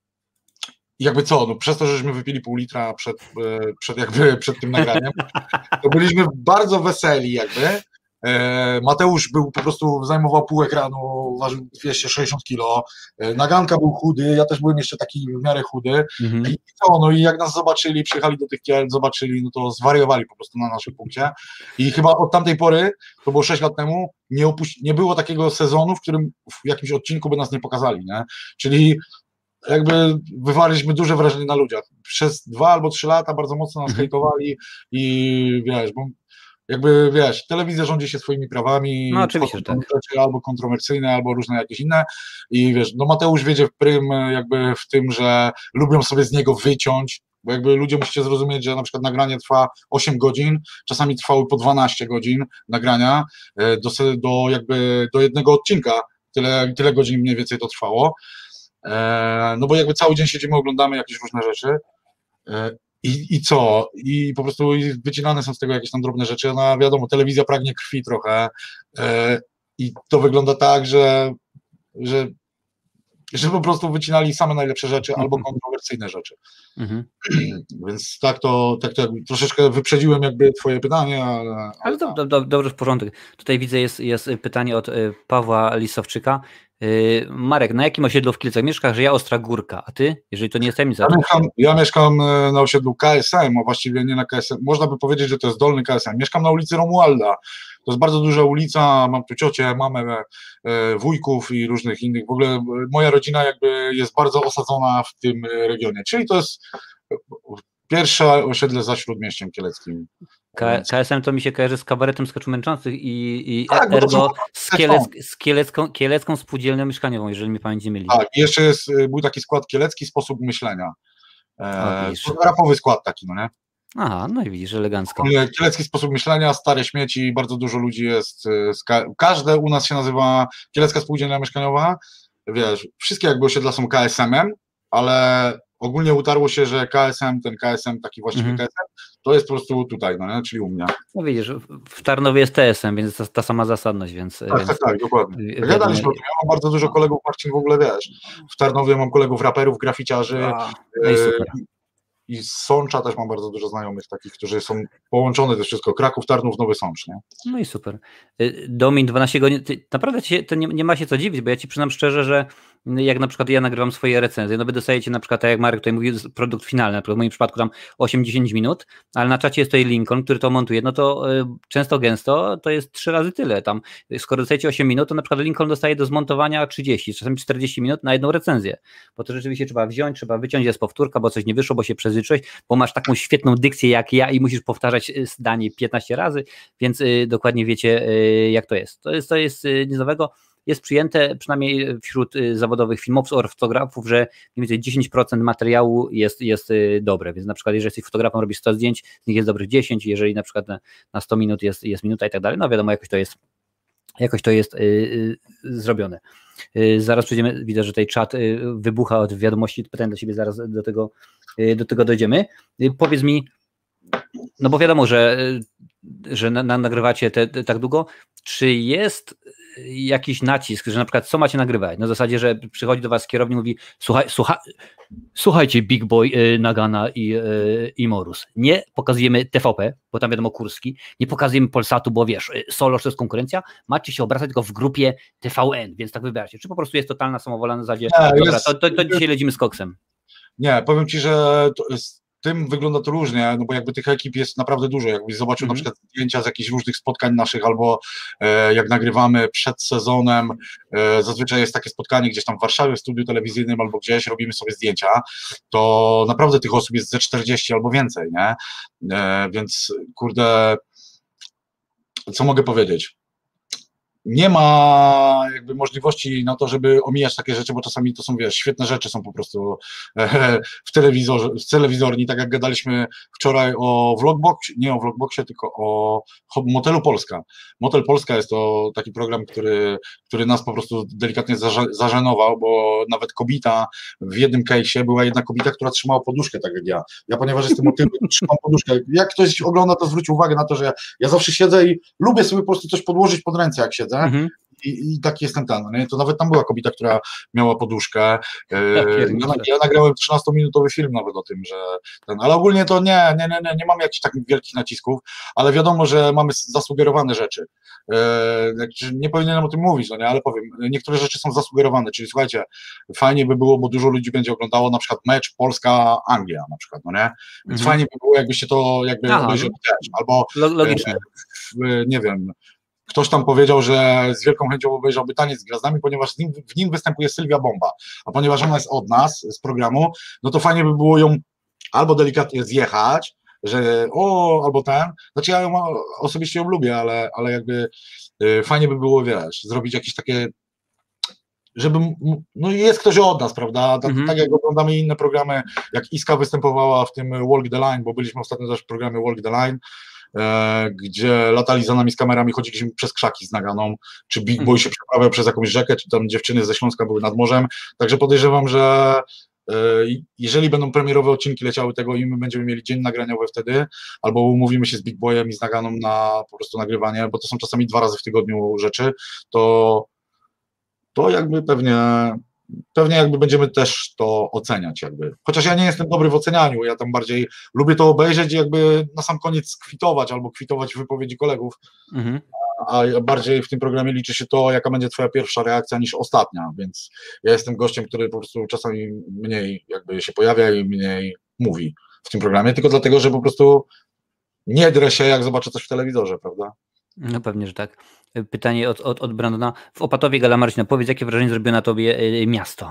jakby co, no przez to, żeśmy wypili pół litra przed, przed, jakby, przed tym nagraniem, to byliśmy bardzo weseli jakby. Mateusz był po prostu, zajmował pół ekranu, ważył dwieście sześćdziesiąt kilo, Naganka był chudy, ja też byłem jeszcze taki w miarę chudy. Mhm. I co, no i jak nas zobaczyli, przyjechali do tych Kielc, zobaczyli, no to zwariowali po prostu na naszym punkcie. I chyba od tamtej pory, to było sześć lat temu, nie, opuś- nie było takiego sezonu, w którym w jakimś odcinku by nas nie pokazali, nie? Czyli jakby wywarliśmy duże wrażenie na ludziach. Przez dwa albo trzy lata bardzo mocno nas hejtowali i wiesz, bo jakby wiesz, telewizja rządzi się swoimi prawami, no oczywiście, tak. Rzeczy albo kontrowersyjne, albo różne jakieś inne i wiesz, no Mateusz wiedzie w prym jakby w tym, że lubią sobie z niego wyciąć, bo jakby ludzie musicie zrozumieć, że na przykład nagranie trwa osiem godzin, czasami trwały po dwanaście godzin nagrania do, do jakby do jednego odcinka, tyle, tyle godzin mniej więcej to trwało. No bo jakby cały dzień siedzimy, oglądamy jakieś różne rzeczy i, i co? I po prostu wycinane są z tego jakieś tam drobne rzeczy, no wiadomo, telewizja pragnie krwi trochę i to wygląda tak, że, że, że po prostu wycinali same najlepsze rzeczy albo kontrowersyjne rzeczy. Mhm. Więc tak to, tak to jakby troszeczkę wyprzedziłem jakby twoje pytanie, ale... Ale do, do, do, dobrze, w porządku. Tutaj widzę, jest, jest pytanie od Pawła Lisowczyka. Marek, na jakim osiedlu w Kielcach mieszkasz? Że ja Ostra Górka, a ty? Jeżeli to nie jest tajemnica. Ja mieszkam, ja mieszkam na osiedlu K S M, a właściwie nie na K S M. Można by powiedzieć, że to jest dolny K S M. Mieszkam na ulicy Romualda. To jest bardzo duża ulica, mam tu ciocię, mamę, wujków i różnych innych. W ogóle moja rodzina jakby jest bardzo osadzona w tym regionie. Czyli to jest pierwsze osiedle za Śródmieściem Kieleckim. K S M to mi się kojarzy z kabaretem skoczu męczących i, i tak, ergo z, Kielec, z kielecką, kielecką spółdzielnią mieszkaniową, jeżeli mi pamięć nie myli. Tak, i jeszcze jest, był taki skład kielecki sposób myślenia. E, rapowy skład taki, no nie? Aha, no i widzisz, elegancko. Kielecki sposób myślenia, stare śmieci, bardzo dużo ludzi jest, każde u nas się nazywa Kielecka Spółdzielnia Mieszkaniowa, wiesz, wszystkie jakby osiedla są K S M-em, ale ogólnie utarło się, że K S M, ten K S M, taki właściwy mhm. K S M, to jest po prostu tutaj, no nie? Czyli u mnie. No widzisz, w Tarnowie jest T S M, więc ta, ta sama zasadność, więc... Tak, więc tak, tak, dokładnie. Gadaliśmy o tym, ja mam bardzo dużo kolegów, Marcin, w ogóle wiesz, w Tarnowie mam kolegów raperów, graficiarzy, A, no i super. I z Sącza też mam bardzo dużo znajomych takich, którzy są połączone to wszystko, Kraków, Tarnów, Nowy Sącz, nie? No i super. Domin dwanaście godzin, ty, naprawdę się, to nie, nie ma się co dziwić, bo ja ci przyznam szczerze, że jak na przykład ja nagrywam swoje recenzje, no wy dostajecie na przykład, tak jak Marek tutaj mówił, produkt finalny, na przykład w moim przypadku tam osiem dziesięć minut, ale na czacie jest tutaj Lincoln, który to montuje, no to y, często gęsto to jest trzy razy tyle, tam skoro dostajecie osiem minut, to na przykład Lincoln dostaje do zmontowania trzydzieści, czasami czterdzieści minut na jedną recenzję, bo to rzeczywiście trzeba wziąć, trzeba wyciąć, jest powtórka, bo coś nie wyszło, bo się przezwyczyłeś, bo masz taką świetną dykcję jak ja i musisz powtarzać zdanie piętnaście razy, więc y, dokładnie wiecie y, jak to jest. To jest, to jest y, nic nowego. Jest przyjęte przynajmniej wśród zawodowych filmowców oraz fotografów, że mniej więcej dziesięć procent materiału jest, jest dobre, więc na przykład jeżeli jesteś fotografem, robisz sto zdjęć, z nich jest dobrych dziesięć, jeżeli na przykład na, na sto minut jest, jest minuta i tak dalej, no wiadomo, jakoś to jest, jakoś to jest yy, yy, zrobione. Yy, zaraz przejdziemy, widzę, że tutaj czat yy, wybucha od wiadomości, pytań do siebie, zaraz do tego, yy, do tego dojdziemy. Yy, powiedz mi, no bo wiadomo, że, że na, na, nagrywacie te, te, tak długo, czy jest jakiś nacisk, że na przykład co macie nagrywać? Na zasadzie, że przychodzi do was kierownik i mówi, słuchaj, słuchaj, słuchajcie Big Boy, y, Nagana i, y, i Morus, nie pokazujemy T V P, bo tam wiadomo Kurski, nie pokazujemy Polsatu, bo wiesz, Solosz to jest konkurencja, macie się obracać tylko w grupie T V N, więc tak wybieracie. Czy po prostu jest totalna samowola na zasadzie, nie, dobra, jest, to, to, to dzisiaj lecimy z koksem? Nie, powiem ci, że to jest tym wygląda to różnie, no bo jakby tych ekip jest naprawdę dużo, jakbyś zobaczył mm. na przykład zdjęcia z jakichś różnych spotkań naszych, albo e, jak nagrywamy przed sezonem, e, zazwyczaj jest takie spotkanie gdzieś tam w Warszawie w studiu telewizyjnym albo gdzieś, robimy sobie zdjęcia, to naprawdę tych osób jest ze czterdzieści albo więcej, nie? E, więc kurde, co mogę powiedzieć? nie ma jakby możliwości na to, żeby omijać takie rzeczy, bo czasami to są, wiesz, świetne rzeczy są po prostu w telewizorze, w telewizorni, tak jak gadaliśmy wczoraj o Vlogboxie, nie o Vlogboxie, tylko o Motelu Polska. Motel Polska jest to taki program, który, który nas po prostu delikatnie zażenował, bo nawet kobieta w jednym case'ie była jedna kobieta, która trzymała poduszkę, tak jak ja. Ja, ponieważ jestem o tym, trzymam poduszkę. Jak ktoś ogląda, to zwróci uwagę na to, że ja, ja zawsze siedzę i lubię sobie po prostu coś podłożyć pod ręce, jak siedzę. Mhm. I, I taki jestem ten, nie? To nawet tam była kobieta, która miała poduszkę. Ja, ja nagrałem trzynastominutowy film nawet o tym, że ten, ale ogólnie to nie, nie, nie, nie, nie mamy jakichś takich wielkich nacisków, ale wiadomo, że mamy zasugerowane rzeczy. Nie powinienem o tym mówić, no nie, ale powiem, niektóre rzeczy są zasugerowane, czyli słuchajcie, fajnie by było, bo dużo ludzi będzie oglądało na przykład mecz Polska-Anglia na przykład, no nie? Więc mhm. fajnie by było, jakbyście to jakby Aha, obejrzeli też, albo logiczne. nie wiem, ktoś tam powiedział, że z wielką chęcią obejrzałby Taniec z Gwiazdami, ponieważ w nim, w nim występuje Sylwia Bomba, a ponieważ ona jest od nas, z programu, no to fajnie by było ją albo delikatnie zjechać, że o, albo ten, znaczy ja ją osobiście ją lubię, ale, ale jakby y, fajnie by było, wiesz, zrobić jakieś takie, żeby, no jest ktoś od nas, prawda, tak, mhm. tak jak oglądamy inne programy, jak Iska występowała w tym Walk the Line, bo byliśmy ostatnio też w programie Walk the Line, gdzie latali za nami z kamerami, chodziliśmy przez krzaki z naganą, czy Big Boy się przeprawiał przez jakąś rzekę, czy tam dziewczyny ze Śląska były nad morzem, także podejrzewam, że jeżeli będą premierowe odcinki leciały tego i my będziemy mieli dzień nagraniowy wtedy, albo umówimy się z Big Boyem i z naganą na po prostu nagrywanie, bo to są czasami dwa razy w tygodniu rzeczy, to, to jakby pewnie Pewnie jakby będziemy też to oceniać jakby, chociaż ja nie jestem dobry w ocenianiu, ja tam bardziej lubię to obejrzeć i jakby na sam koniec skwitować albo kwitować wypowiedzi kolegów, mhm. a, a bardziej w tym programie liczy się to, jaka będzie twoja pierwsza reakcja niż ostatnia, więc ja jestem gościem, który po prostu czasami mniej jakby się pojawia i mniej mówi w tym programie, tylko dlatego, że po prostu nie drę się, jak zobaczę coś w telewizorze, prawda? No pewnie, że tak. Pytanie od, od, od Brandona. W Opatowie Gala Marcina, powiedz, jakie wrażenie zrobiło na tobie y, miasto?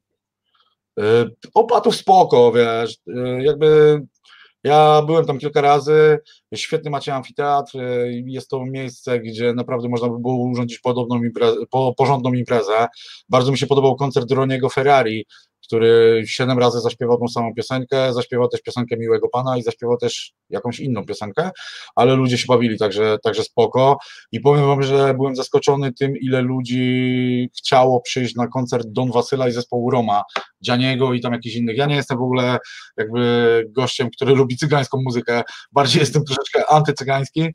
Y, Opatów spoko, wiesz, y, jakby ja byłem tam kilka razy, świetny macie amfiteatr, y, jest to miejsce, gdzie naprawdę można by było urządzić podobną imprezę, po, porządną imprezę. Bardzo mi się podobał koncert Roniego Ferrari, który siedem razy zaśpiewał tą samą piosenkę, zaśpiewał też piosenkę Miłego Pana i zaśpiewał też jakąś inną piosenkę, ale ludzie się bawili, także, także spoko. I powiem wam, że byłem zaskoczony tym, ile ludzi chciało przyjść na koncert Don Wasyla i zespołu Roma, Dzianiego i tam jakichś innych. Ja nie jestem w ogóle jakby gościem, który lubi cygańską muzykę, bardziej jestem troszeczkę antycygański.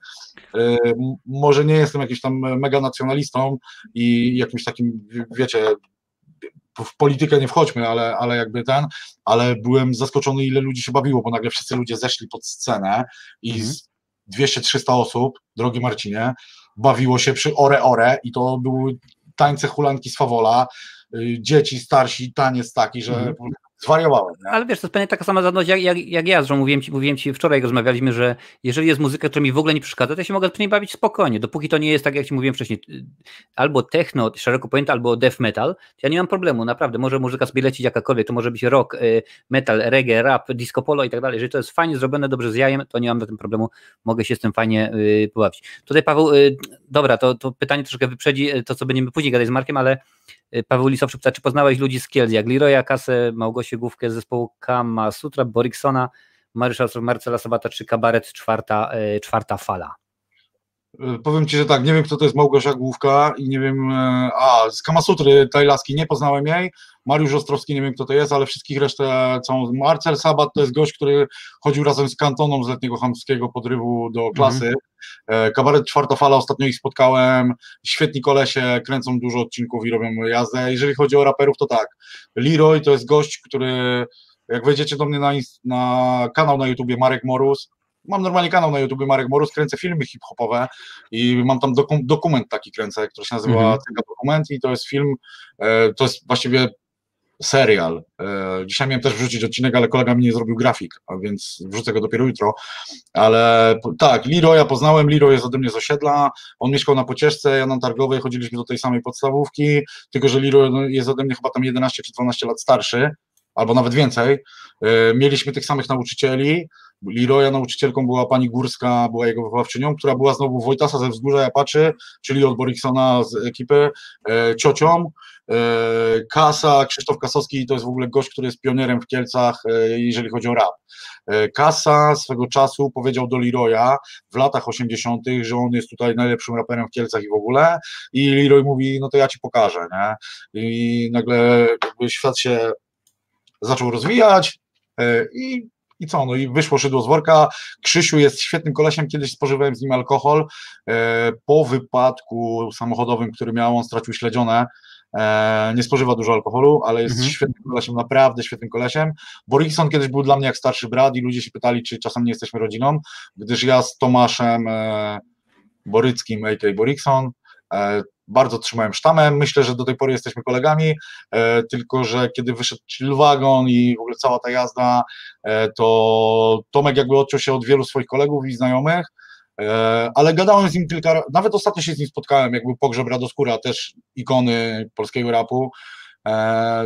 Może nie jestem jakimś tam mega nacjonalistą i jakimś takim, wiecie, w politykę nie wchodźmy, ale, ale jakby ten, ale byłem zaskoczony, ile ludzi się bawiło, bo nagle wszyscy ludzie zeszli pod scenę i mhm. dwieście trzysta osób, drogi Marcinie, bawiło się przy Ore Ore i to były tańce hulanki z Fawola, dzieci, starsi, taniec taki, że mhm. zwariowałem. Nie? Ale wiesz, to jest pewnie taka sama zadność jak, jak, jak ja, zresztą mówiłem ci, mówiłem ci wczoraj, rozmawialiśmy, że jeżeli jest muzyka, która mi w ogóle nie przeszkadza, to ja się mogę przy niej bawić spokojnie, dopóki to nie jest tak, jak ci mówiłem wcześniej, albo techno, szeroko pojęte, albo death metal, to ja nie mam problemu, naprawdę, może muzyka sobie lecieć jakakolwiek, to może być rock, metal, reggae, rap, disco polo i tak dalej, jeżeli to jest fajnie zrobione, dobrze z jajem, to nie mam na tym problemu, mogę się z tym fajnie y, pobawić. Tutaj Paweł, y, dobra, to, to pytanie troszkę wyprzedzi to, co będziemy później gadać z Markiem, ale Paweł Lisowczyk pyta, czy poznałeś ludzi z Kielc, jak Leroya Kasę, Małgosię Główkę z zespołu Kama Sutra, Boriksona, Mariusza Marcela Sabata, czy kabaret czwarta, czwarta fala? Powiem ci, że tak, nie wiem, kto to jest Małgosia Główka i nie wiem, a z Kamasutry Tajlaski nie poznałem jej, Mariusz Ostrowski nie wiem, kto to jest, ale wszystkich resztę całą, Marcel Sabat to jest gość, który chodził razem z Kantoną z letniego chamskiego podrywu do klasy, mm. Kabaret czwarta fala, ostatnio ich spotkałem, świetni kolesie, kręcą dużo odcinków i robią jazdę, jeżeli chodzi o raperów, to tak, Leroy to jest gość, który, jak wejdziecie do mnie na, na kanał na YouTubie Marek Morus, mam normalnie kanał na YouTube Marek Morus, kręcę filmy hip-hopowe i mam tam doku dokument taki kręcę, który się nazywa mm-hmm. Cyga Dokument i to jest film, e, to jest właściwie serial. E, dzisiaj miałem też wrzucić odcinek, ale kolega mi nie zrobił grafik, a więc wrzucę go dopiero jutro, ale tak, Leroya poznałem, Leroy jest ode mnie z osiedla, on mieszkał na Pocieszce, ja na Targowej, chodziliśmy do tej samej podstawówki, tylko że Leroy jest ode mnie chyba tam jedenaście czy dwanaście lat starszy, albo nawet więcej, mieliśmy tych samych nauczycieli Leroya nauczycielką była pani Górska, była jego wychowawczynią, która była znowu Wojtasa ze Wzgórza Japaczy, czyli od Boriksona z ekipy, e, ciocią. e, Kasa, Krzysztof Kasowski to jest w ogóle gość, który jest pionierem w Kielcach, e, jeżeli chodzi o rap. E, Kasa swego czasu powiedział do Leroya w latach osiemdziesiątych, że on jest tutaj najlepszym raperem w Kielcach i w ogóle, i Leroy mówi, no to ja ci pokażę, nie? I nagle jakby świat się zaczął rozwijać e, i I co, no i wyszło szydło z worka. Krzysiu jest świetnym kolesiem, kiedyś spożywałem z nim alkohol, e, po wypadku samochodowym, który miał, on stracił śledzione, e, nie spożywa dużo alkoholu, ale jest mhm. świetnym kolesiem, naprawdę świetnym kolesiem. Borikson kiedyś był dla mnie jak starszy brat i ludzie się pytali, czy czasem nie jesteśmy rodziną, gdyż ja z Tomaszem e, Boryckim, a k a. Borikson, e, bardzo trzymałem sztamę, myślę, że do tej pory jesteśmy kolegami, e, tylko że kiedy wyszedł Chillwagon i w ogóle cała ta jazda, e, to Tomek jakby odciął się od wielu swoich kolegów i znajomych, e, ale gadałem z nim kilka razy, nawet ostatnio się z nim spotkałem, jak był pogrzeb Radoskóra, też ikony polskiego rapu, e,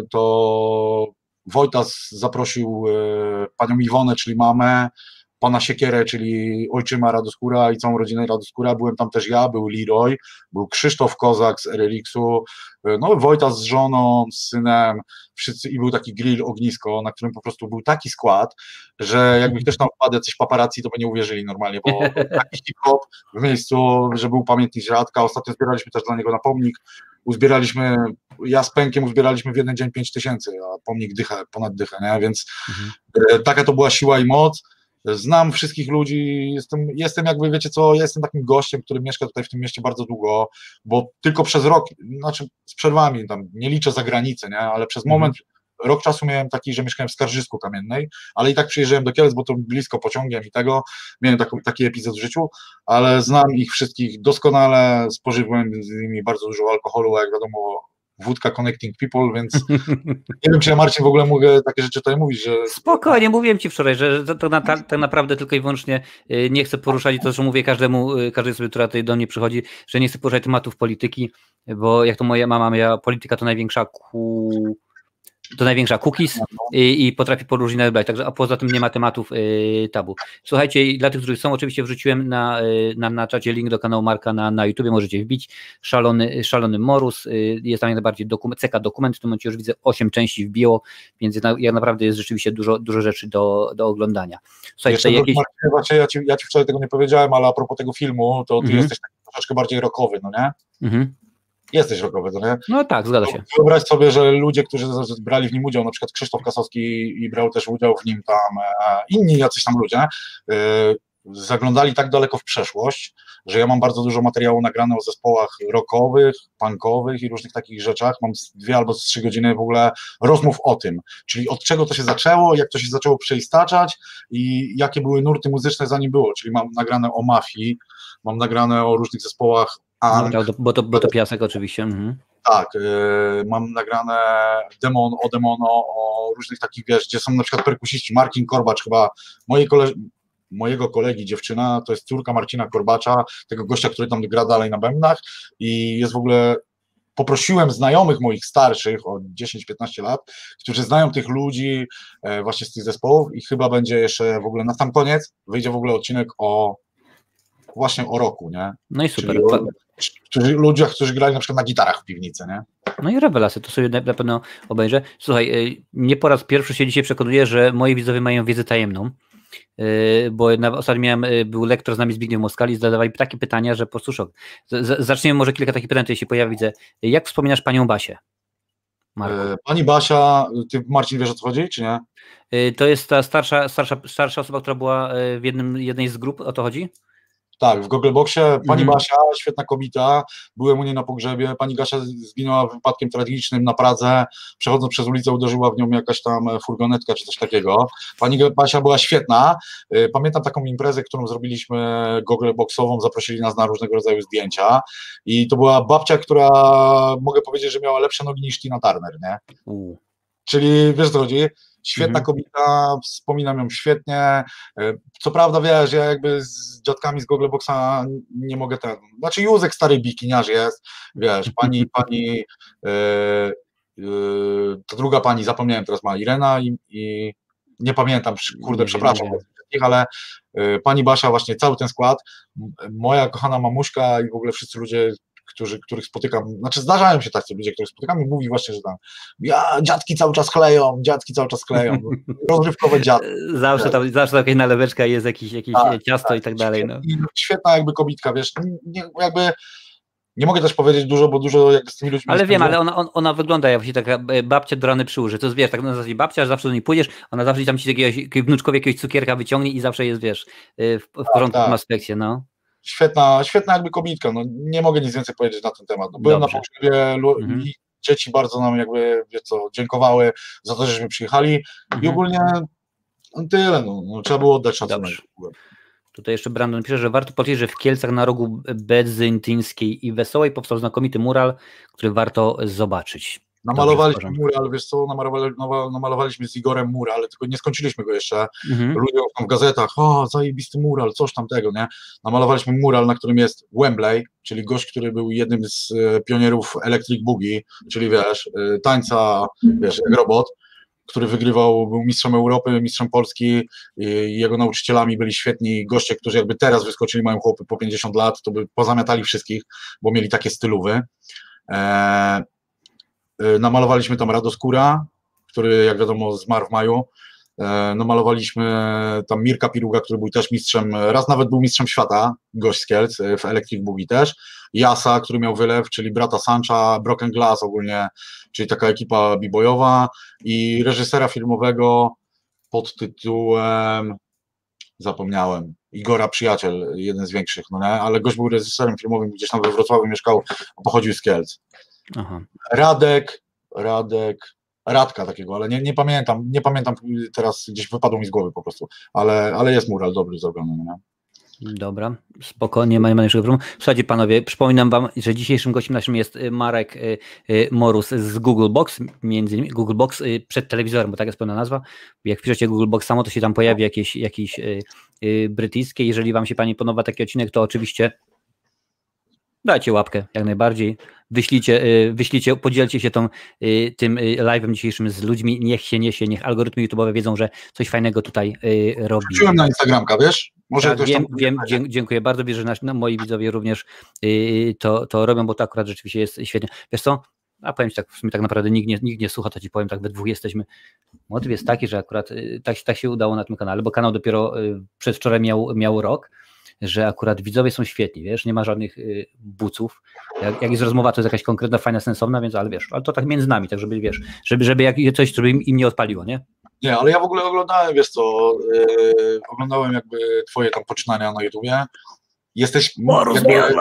to Wojtas zaprosił e, panią Iwonę, czyli mamę, pana Siekierę, czyli ojczyma Radoskóra i całą rodzinę Radoskóra, byłem tam też ja, był Leroy, był Krzysztof Kozak z R L X-u, no Wojtas z żoną, z synem, wszyscy, i był taki grill, ognisko, na którym po prostu był taki skład, że jakby ktoś tam wpadł, jacyś paparazzi, to by nie uwierzyli normalnie, bo taki hip-hop w miejscu, że był pamiętnik Radka, ostatnio zbieraliśmy też dla niego na pomnik, uzbieraliśmy, ja z Pękiem uzbieraliśmy w jeden dzień pięć tysięcy, a pomnik dychę, ponad dychę, nie? Więc mhm. taka to była siła i moc. Znam wszystkich ludzi, jestem, jestem jakby, wiecie co, ja jestem takim gościem, który mieszka tutaj w tym mieście bardzo długo, bo tylko przez rok, znaczy z przerwami, tam nie liczę za granicę, nie, ale przez moment, mm. rok czasu miałem taki, że mieszkałem w Skarżysku Kamiennej, ale i tak przyjeżdżałem do Kielc, bo to blisko pociągiem i tego, miałem taki, taki epizod w życiu, ale znam ich wszystkich doskonale, spożywałem z nimi bardzo dużo alkoholu, a jak wiadomo, wódka connecting people, więc nie wiem, czy ja, Marcin, w ogóle mogę takie rzeczy tutaj mówić, że... Spokojnie, mówiłem ci wczoraj, że to, to, na, tak naprawdę tylko i wyłącznie nie chcę poruszać, to że mówię każdemu, każdej sobie, która tutaj do mnie przychodzi, że nie chcę poruszać tematów polityki, bo jak to moja mama miała, polityka to największa ku... to największa cookies i, i potrafi podróżnie nabrać, także a poza tym nie ma tematów y, tabu. Słuchajcie, dla tych, którzy są, oczywiście wrzuciłem na, na, na czacie link do kanału Marka na, na YouTubie, możecie wbić, Szalony, Szalony Morus, y, jest tam jak najbardziej dokument, C K dokument, w tym momencie już widzę osiem części wbiło, więc na, jak naprawdę jest rzeczywiście dużo, dużo rzeczy do, do oglądania. Słuchajcie, jakieś... Marcin, ja, ci, ja ci wczoraj tego nie powiedziałem, ale a propos tego filmu, to ty mm-hmm. jesteś taki troszeczkę bardziej rockowy, no nie? Mhm. Jesteś rockowy, to nie? No tak, zgadza się. Wyobraź sobie, że ludzie, którzy brali w nim udział, na przykład Krzysztof Kasowski i brał też udział w nim tam, inni jacyś tam ludzie, yy, zaglądali tak daleko w przeszłość, że ja mam bardzo dużo materiału nagrane o zespołach rockowych, punkowych i różnych takich rzeczach. Mam dwie albo trzy godziny w ogóle rozmów o tym, czyli od czego to się zaczęło, jak to się zaczęło przeistaczać i jakie były nurty muzyczne zanim było, czyli mam nagrane o mafii, mam nagrane o różnych zespołach. No, bo, to, bo to Piasek oczywiście. Mhm. Tak, yy, mam nagrane demon, o demono, o różnych takich, wiesz, gdzie są na przykład perkusiści, Marcin Korbacz chyba, mojej kole, mojego kolegi dziewczyna, to jest córka Marcina Korbacza, tego gościa, który tam gra dalej na bębnach i jest w ogóle, poprosiłem znajomych moich starszych o dziesięć piętnaście lat, którzy znają tych ludzi e, właśnie z tych zespołów i chyba będzie jeszcze w ogóle na sam koniec, wyjdzie w ogóle odcinek o właśnie o roku, nie? No i super. Czyli o ludziach, którzy grali na przykład na gitarach w piwnicy, nie? No i rewelacje, to sobie na, na pewno obejrzę. Słuchaj, nie po raz pierwszy się dzisiaj przekonuję, że moi widzowie mają wiedzę tajemną, bo na, ostatnio miałem, był lektor z nami Zbigniew Moskali, zadawali takie pytania, że po prostu szok. Zaczniemy może kilka takich pytań, tutaj się pojawia, widzę. Jak wspominasz panią Basię? Marku? Pani Basia, ty, Marcin, wiesz, o co chodzi, czy nie? To jest ta starsza, starsza, starsza osoba, która była w jednym, jednej z grup, o to chodzi? Tak, w Googleboxie pani mm. Basia, świetna kobieta, byłem u niej na pogrzebie, pani Basia zginęła wypadkiem tragicznym na Pradze, przechodząc przez ulicę uderzyła w nią jakaś tam furgonetka czy coś takiego. Pani Basia była świetna, pamiętam taką imprezę, którą zrobiliśmy Googleboxową, zaprosili nas na różnego rodzaju zdjęcia i to była babcia, która mogę powiedzieć, że miała lepsze nogi niż Tina Turner, nie? Mm. Czyli wiesz, co chodzi? Świetna mhm. kobieta, wspominam ją świetnie, co prawda wiesz, ja jakby z dziadkami z Googleboxa nie mogę ten, znaczy Józek stary bikiniarz jest, wiesz, pani, pani, yy, yy, ta druga pani, zapomniałem teraz, ma Irena i, i nie pamiętam, kurde, Nie przepraszam, wiem, nie ale y, pani Basia, właśnie cały ten skład, moja kochana mamuszka i w ogóle wszyscy ludzie, którzy, których spotykam, znaczy zdarzają się tacy ludzie, których spotykam i mówi właśnie, że tam ja, dziadki cały czas kleją, dziadki cały czas kleją, rozrywkowe dziadki. Zawsze tam, zawsze jakaś naleweczka jest, jakieś, jakieś tak, ciasto tak, i tak dalej. No. Świetna jakby kobitka, wiesz, nie, jakby nie mogę też powiedzieć dużo, bo dużo jakby z tymi ludźmi... Ale wiem, ale ona, on, ona wygląda jak właśnie taka babcia do rany przyłóży, to jest, wiesz, tak na zasadzie babcia, że zawsze do niej pójdziesz, ona zawsze tam ci jakiegoś wnuczkowi jakiegoś cukierka wyciągnie i zawsze jest, wiesz, w, w porządku tak, tak. w tym aspekcie, no. Świetna, świetna jakby kobitka, no nie mogę nic więcej powiedzieć na ten temat. No, byłem Dobrze. na pogrzebie mhm. i dzieci bardzo nam jakby, wie co, dziękowały za to, żeśmy przyjechali mhm. i ogólnie no, tyle, no, no, trzeba było oddać szacunek. Tutaj jeszcze Brandon pisze, że warto powiedzieć, że w Kielcach na rogu Bedzyńtyńskiej i Wesołej powstał znakomity mural, który warto zobaczyć. Namalowaliśmy mural, wiesz co, namalowali, namalowaliśmy z Igorem mural, tylko nie skończyliśmy go jeszcze. Mhm. Ludzie w gazetach, o, zajebisty mural, coś tamtego, nie? Namalowaliśmy mural, na którym jest Wembley, czyli gość, który był jednym z pionierów Electric Boogie, czyli wiesz, tańca, wiesz, jak robot, który wygrywał, był mistrzem Europy, mistrzem Polski i jego nauczycielami byli świetni goście, którzy jakby teraz wyskoczyli, mają chłopy po pięćdziesiąt lat, to by pozamiatali wszystkich, bo mieli takie stylowy. Eee, namalowaliśmy tam Radoskóra, który jak wiadomo zmarł w maju. Eee, namalowaliśmy tam Mirka Piruga, który był też mistrzem, raz nawet był mistrzem świata, gość z Kielc, w Electric Boogie też. Jasa, który miał wylew, czyli brata Sancha, Broken Glass ogólnie, czyli taka ekipa b-boyowa i reżysera filmowego pod tytułem, zapomniałem, Igora Przyjaciel, jeden z większych, no nie, ale gość był reżyserem filmowym, gdzieś tam we Wrocławiu mieszkał, pochodził z Kielc. Aha. Radek, Radek, Radka takiego, ale nie, nie pamiętam, nie pamiętam teraz, gdzieś wypadło mi z głowy po prostu, ale, ale jest mural dobry zrobiony, no nie. Dobra, spokojnie, nie ma najmniejszego problemu. Słuchajcie panowie, przypominam wam, że dzisiejszym gościem naszym jest Marek y, y, Morus z Google Box, między innymi Google Box y, przed telewizorem, bo tak jest pełna nazwa. Jak wpiszecie Google Box samo, to się tam pojawi jakieś, jakieś y, y, brytyjskie. Jeżeli wam się pani podoba taki odcinek, to oczywiście dajcie łapkę, jak najbardziej. Wyślijcie, wyślijcie, podzielcie się tą, tym live'em dzisiejszym z ludźmi, niech się niesie, niech algorytmy YouTube'owe wiedzą, że coś fajnego tutaj robi. Wróciłem na Instagramka, wiesz? Może tak, ktoś wiem, tam... wiem, dziękuję bardzo, wierzę, że no, moi widzowie również to, to robią, bo to akurat rzeczywiście jest świetnie. Wiesz co, a powiem ci tak, w sumie tak naprawdę nikt nie, nikt nie słucha, to ci powiem, tak we dwóch jesteśmy. Motyw jest taki, że akurat tak, tak się udało na tym kanale, bo kanał dopiero przedwczoraj miał, miał rok, że akurat widzowie są świetni, wiesz, nie ma żadnych y, buców. Jak, jak jest rozmowa, to jest jakaś konkretna, fajna, sensowna, więc ale wiesz, ale to tak między nami, tak żeby wiesz, żeby, żeby jak coś, żeby im, im nie odpaliło, nie? Nie, ale ja w ogóle oglądałem, wiesz co, yy, oglądałem jakby twoje tam poczynania na YouTubie. Jesteś... Jakby,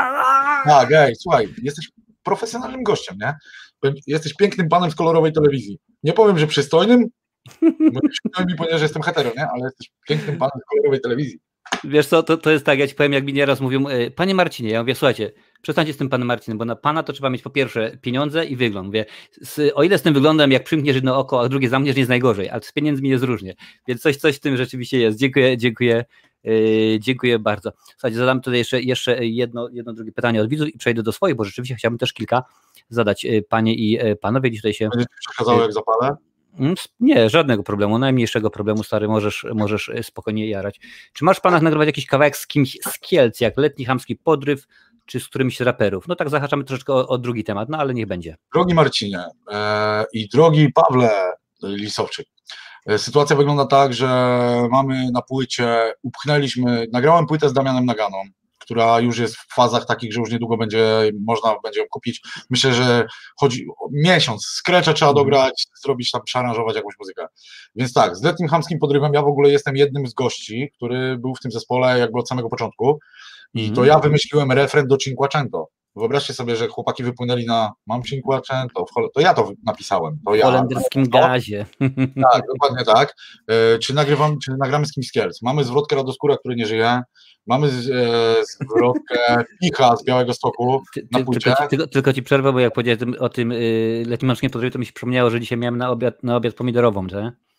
tak, ej, słuchaj, jesteś profesjonalnym gościem, nie? Jesteś pięknym panem z kolorowej telewizji. Nie powiem, że przystojnym, bo nie mi powiedzieć, że jestem hetero, nie? Ale jesteś pięknym panem z kolorowej telewizji. Wiesz co, to, to jest tak, ja ci powiem, jak mi nieraz mówią, panie Marcinie, ja mówię, słuchajcie, przestańcie z tym panem Marcinem, bo na pana to trzeba mieć po pierwsze pieniądze i wygląd. Mówię, z, o ile z tym wyglądem, jak przymkniesz jedno oko, a drugie zamkniesz, nie jest najgorzej, ale z pieniędzmi jest różnie, więc coś, coś w tym rzeczywiście jest. Dziękuję, dziękuję, yy, dziękuję bardzo. Słuchajcie, zadam tutaj jeszcze, jeszcze jedno, jedno, drugie pytanie od widzów i przejdę do swoich, bo rzeczywiście chciałbym też kilka zadać panie i panowie. Dzisiaj się... Będzie ci przeszkadzało, jak zapalę? Nie, żadnego problemu, najmniejszego problemu, stary, możesz, możesz spokojnie jarać. Czy masz w planach nagrywać jakiś kawałek z kimś z Kielc, jak letni chamski podryw, czy z którymś z raperów? No tak zahaczamy troszeczkę o, o drugi temat, no ale niech będzie. Drogi Marcinie e, i drogi Pawle Lisowczyk, e, sytuacja wygląda tak, że mamy na płycie, upchnęliśmy, nagrałem płytę z Damianem Naganą, która już jest w fazach takich, że już niedługo będzie można będzie ją kupić. Myślę, że chodzi o miesiąc, skrecze trzeba dograć, zrobić tam, przearanżować jakąś muzykę. Więc tak, z letnim chamskim podrywem ja w ogóle jestem jednym z gości, który był w tym zespole jakby od samego początku i mm. to ja wymyśliłem refren do Cinquecento. Wyobraźcie sobie, że chłopaki wypłynęli na mam Cinquecento, to ja to napisałem. To w ja, holenderskim to, gazie. Tak, dokładnie tak. E, czy, nagrywam, czy nagramy z kimś z Kielc? Mamy zwrotkę Radoskóra, który nie żyje. Mamy z, e, zwrotkę Picha z Białegostoku na płycie. Tylko ci, tylko, tylko ci przerwę, bo jak powiedziałem o tym y, letnim chamskim podrywiu, to mi się przypomniało, że dzisiaj miałem na obiad, na obiad pomidorową, że?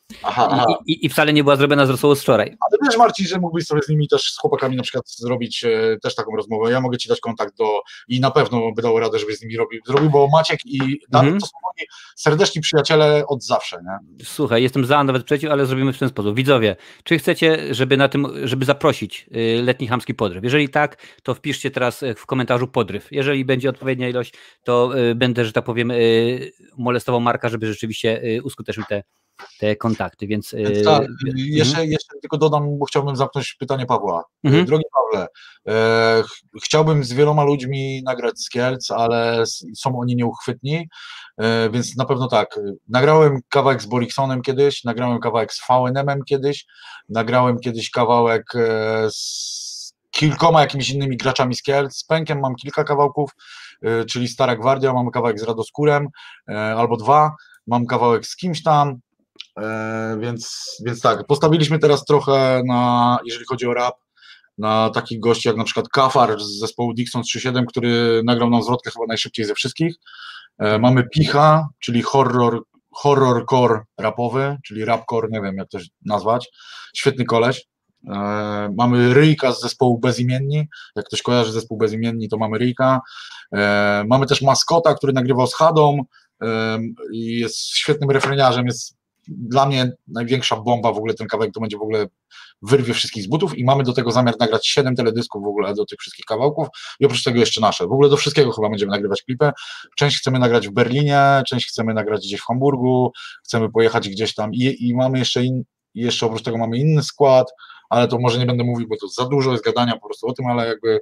Aha, aha. I, i, I wcale nie była zrobiona z rosołu z wczoraj. Ale wiesz, Marcin, że mógłbyś sobie z nimi też, z chłopakami na przykład zrobić e, też taką rozmowę. Ja mogę ci dać kontakt do i na pewno by dało radę, żebyś z nimi robił, zrobił, bo Maciek i Dawid Mhm. to są moi serdeczni przyjaciele od zawsze, nie? Słuchaj, jestem za, nawet przeciw, ale zrobimy w ten sposób. Widzowie, czy chcecie, żeby na tym, żeby zaprosić y, letni chamski podryw? Jeżeli tak, to wpiszcie teraz y, w komentarzu podryw. Jeżeli będzie odpowiednia ilość, to y, będę, że tak powiem, y, molestował Marka, żeby rzeczywiście y, uskutecznił te, te kontakty, więc... Więc y, tak, y, jeszcze, mhm. jeszcze tylko dodam, bo chciałbym zamknąć pytanie Pawła. Mhm. Drogi Pawle, e, ch- chciałbym z wieloma ludźmi nagrać z Kielc, ale s- są oni nieuchwytni, e, więc na pewno tak, nagrałem kawałek z Boriksonem kiedyś, nagrałem kawałek z V N M-em kiedyś, nagrałem kiedyś kawałek e, z kilkoma jakimiś innymi graczami z Kielc, z Pękiem mam kilka kawałków, e, czyli Stara Gwardia, mam kawałek z Radoskórem, e, albo dwa, mam kawałek z kimś tam, E, więc, więc tak, postawiliśmy teraz trochę na, jeżeli chodzi o rap, na takich gości jak na przykład Kafar z zespołu Dixon trzydzieści siedem, który nagrał nam zwrotkę chyba najszybciej ze wszystkich. E, mamy Picha, czyli horror, horrorcore rapowy, czyli rapcore, nie wiem jak to nazwać, świetny koleś. E, mamy Ryjka z zespołu Bezimienni, jak ktoś kojarzy zespół Bezimienni, to mamy Ryjka. E, mamy też Maskota, który nagrywał z Hadą e, i jest świetnym refreniarzem, jest dla mnie największa bomba w ogóle, ten kawałek to będzie w ogóle wyrwie wszystkich z butów i mamy do tego zamiar nagrać siedem teledysków w ogóle do tych wszystkich kawałków i oprócz tego jeszcze nasze. W ogóle do wszystkiego chyba będziemy nagrywać klipy. Część chcemy nagrać w Berlinie, część chcemy nagrać gdzieś w Hamburgu, chcemy pojechać gdzieś tam i, i mamy jeszcze, in, jeszcze oprócz tego mamy inny skład, ale to może nie będę mówił, bo to za dużo jest gadania po prostu o tym, ale jakby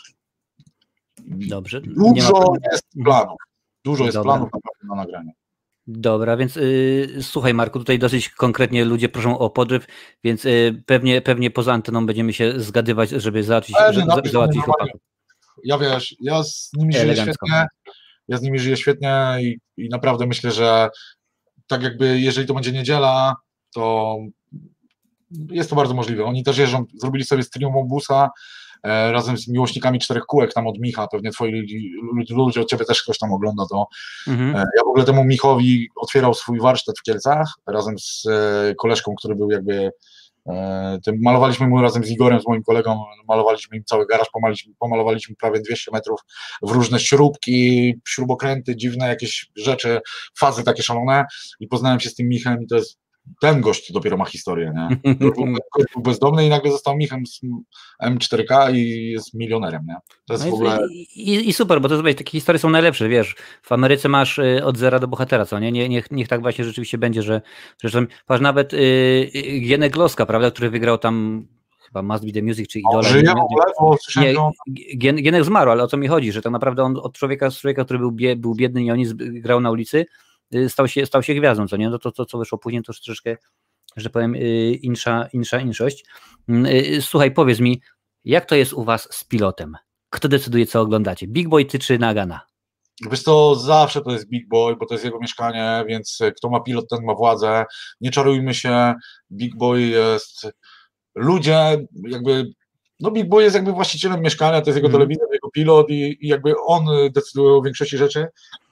Dobrze. dużo ma... jest planów. Dużo jest Dobra. planów naprawdę na nagranie. Dobra, więc y, słuchaj Marku, tutaj dosyć konkretnie ludzie proszą o podryw, więc y, pewnie, pewnie poza anteną będziemy się zgadywać, żeby załatwić, Ale żeby, napisz do załatwić mnie chłopaków. Ja wiesz, ja z nimi żyję Elegancko. świetnie, ja z nimi żyję świetnie i, i naprawdę myślę, że tak jakby jeżeli to będzie niedziela, to jest to bardzo możliwe. Oni też jeżdżą, zrobili sobie streamową busa e, razem z miłośnikami czterech kółek tam od Micha, pewnie twoi ludzie, ludzie od ciebie też ktoś tam ogląda to. Mhm. E, ja w ogóle temu Michowi otwierał swój warsztat w Kielcach razem z e, koleżką, który był jakby e, tym, malowaliśmy mu razem z Igorem, z moim kolegą, malowaliśmy im cały garaż, pomaliliśmy, pomalowaliśmy prawie dwieście metrów w różne śrubki, śrubokręty, dziwne jakieś rzeczy, fazy takie szalone i poznałem się z tym Michem i to jest ten gość dopiero ma historię, nie? Gość był bezdomny i nagle został Michem z M cztery K i jest milionerem, nie? To jest No w ogóle... i, i, I super, bo to zobacz, takie historie są najlepsze, wiesz, w Ameryce masz y, od zera do bohatera, co nie? nie niech, niech tak właśnie rzeczywiście będzie, że, że tam, patrz, nawet y, y, Gienek Gloska, prawda, który wygrał tam chyba Must Be The Music, czy Idola. On żyje w ogóle, bo nie, to... Gien, Gienek zmarł, ale o co mi chodzi, że tak naprawdę on od człowieka, z człowieka, który był, bie, był biedny i on grał na ulicy, y, stał się, stał się gwiazdą, co nie? No to, to co wyszło później, to już troszeczkę, że powiem, y, insza, insza inszość. Y, słuchaj, powiedz mi, jak to jest u was z pilotem? Kto decyduje, co oglądacie? Big Boy, ty czy Nagana? Wiesz to zawsze to jest Big Boy, bo to jest jego mieszkanie, więc kto ma pilot, ten ma władzę. Nie czarujmy się, Big Boy jest... Ludzie jakby... No Big Boy jest jakby właścicielem mieszkania, to jest jego Mhm. telewizor, jego pilot i, i jakby on decyduje o większości rzeczy.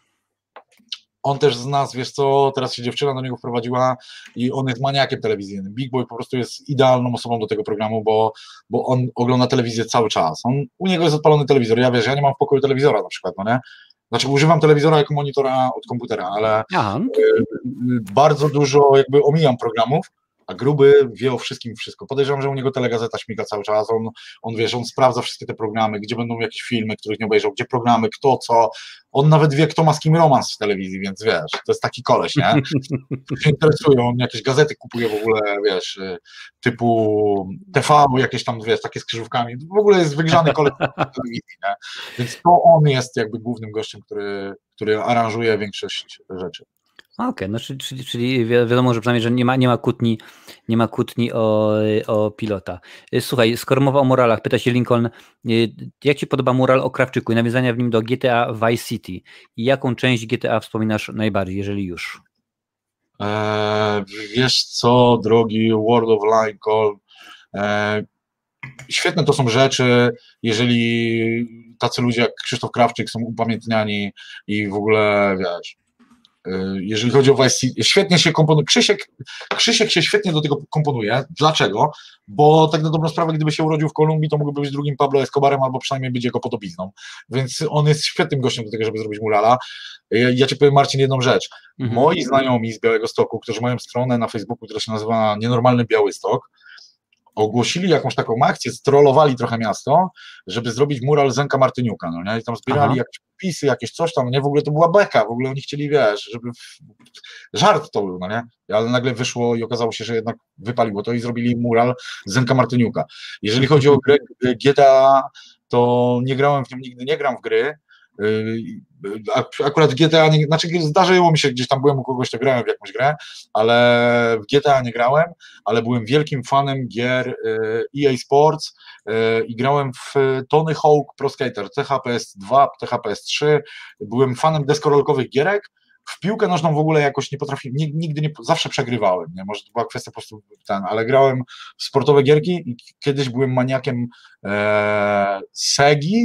On też z nas, wiesz co, teraz się dziewczyna do niego wprowadziła i on jest maniakiem telewizyjnym. Big Boy po prostu jest idealną osobą do tego programu, bo, bo on ogląda telewizję cały czas. On, u niego jest odpalony telewizor. Ja wiesz, ja nie mam w pokoju telewizora na przykład, no nie? Znaczy używam telewizora jako monitora od komputera, ale Aha. y, bardzo dużo jakby omijam programów, a Gruby wie o wszystkim wszystko. Podejrzewam, że u niego telegazeta śmiga cały czas, on, on wiesz, on sprawdza wszystkie te programy, gdzie będą jakieś filmy, których nie obejrzał, gdzie programy, kto co, on nawet wie, kto ma z kim romans w telewizji, więc wiesz, to jest taki koleś, nie? się interesuje, on jakieś gazety kupuje w ogóle, wiesz, typu T V, jakieś tam, wiesz, takie z krzyżówkami, w ogóle jest wygrzany koleś w telewizji, nie? Więc to on jest jakby głównym gościem, który, który aranżuje większość rzeczy. Okej, okay, no czyli, czyli, czyli wiadomo, że przynajmniej, że nie ma, nie ma kłótni, nie ma kłótni o, o pilota. Słuchaj, skoro mowa o muralach, pyta się Lincoln, jak ci podoba mural o Krawczyku i nawiązania w nim do G T A Vice City? I jaką część G T A wspominasz najbardziej, jeżeli już? Eee, wiesz co, drogi World of Lincoln, eee, świetne to są rzeczy, jeżeli tacy ludzie jak Krzysztof Krawczyk są upamiętniani i w ogóle, wiesz, jeżeli chodzi o Vice City, świetnie się komponuje, Krzysiek, Krzysiek się świetnie do tego komponuje. Dlaczego? Bo tak na dobrą sprawę, gdyby się urodził w Kolumbii, to mógłby być drugim Pablo Escobarem, albo przynajmniej być jego podobizną, więc on jest świetnym gościem do tego, żeby zrobić murala. Ja ci powiem, Marcin, jedną rzecz. Mhm. Moi znajomi z Białegostoku, którzy mają stronę na Facebooku, która się nazywa Nienormalny Białystok, ogłosili jakąś taką akcję, strollowali trochę miasto, żeby zrobić mural Zenka Martyniuka, no nie? I tam zbierali Aha. jakieś pisy, jakieś coś tam, nie? W ogóle to była beka, w ogóle oni chcieli, wiesz, żeby w... żart to był, no nie? Ale nagle wyszło i okazało się, że jednak wypaliło to i zrobili mural Zenka Martyniuka. Jeżeli chodzi o grę G T A, to nie grałem w nią, nigdy nie gram w gry. Akurat w G T A, nie, znaczy zdarzyło mi się, gdzieś tam byłem u kogoś, to grałem w jakąś grę, ale w G T A nie grałem, ale byłem wielkim fanem gier E A Sports i grałem w Tony Hawk Pro Skater, T H P S dwa, T H P S trzy, byłem fanem deskorolkowych gierek. W piłkę nożną w ogóle jakoś nie potrafiłem, nigdy nie, zawsze przegrywałem, nie? Może to była kwestia po prostu ten, ale grałem w sportowe gierki i kiedyś byłem maniakiem e, Segi,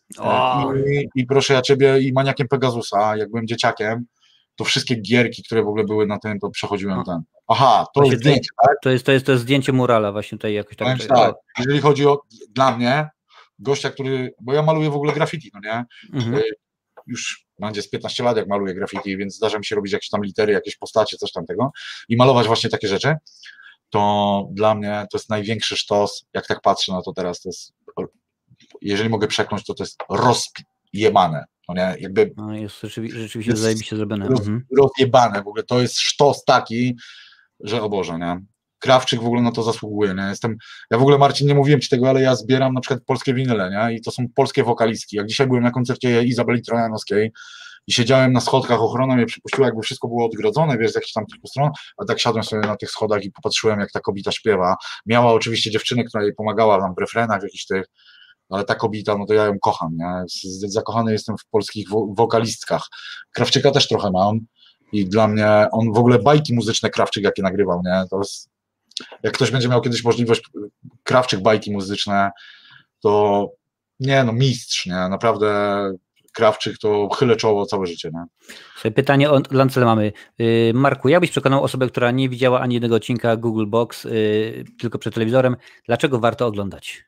I, I proszę ja ciebie, i maniakiem Pegasusa, jak byłem dzieciakiem, to wszystkie gierki, które w ogóle były na tym, to przechodziłem ten. Aha, to jest zdjęcie, tak? To jest, to jest to jest zdjęcie murala właśnie tutaj jakoś tak. tak. Jeżeli chodzi o, dla mnie, gościa, który, bo ja maluję w ogóle graffiti, no nie? Mhm. Już będzie z piętnaście lat, jak maluję graffiti, więc zdarza mi się robić jakieś tam litery, jakieś postacie, coś tamtego i malować właśnie takie rzeczy, to dla mnie to jest największy sztos, jak tak patrzę na to teraz, to jest, jeżeli mogę przekląć, to to jest rozjebane, no nie, jakby... No jest rzeczywiście, rzeczywiście jest zajebiście zrobione. Roz, mhm. Rozjebane, w ogóle to jest sztos taki, że o Boże, nie? Krawczyk w ogóle na to zasługuje, nie? Jestem, ja w ogóle, Marcin, nie mówiłem ci tego, ale ja zbieram na przykład polskie winyle, nie? I to są polskie wokalistki. Jak dzisiaj byłem na koncercie Izabeli Trojanowskiej i siedziałem na schodkach, ochrona mnie przypuściła, jakby wszystko było odgrodzone, wiesz, z jakichś tam kilku stron, a tak siadłem sobie na tych schodach i popatrzyłem, jak ta kobieta śpiewa. Miała oczywiście dziewczynę, która jej pomagała nam w refrenach, w jakichś tych, ale ta kobieta, no to ja ją kocham, nie? Zakochany jestem w polskich wo wokalistkach. Krawczyka też trochę mam i dla mnie, on w ogóle bajki muzyczne Krawczyk, jakie nagrywał, nie? To jest, jak ktoś będzie miał kiedyś możliwość, Krawczyk, bajki muzyczne, to nie, no mistrz, nie? Naprawdę Krawczyk to chylę czoło całe życie, nie? Słuchaj, pytanie o Lancel mamy. Marku, jak byś przekonał osobę, która nie widziała ani jednego odcinka Google Box, yy, tylko przed telewizorem, dlaczego warto oglądać?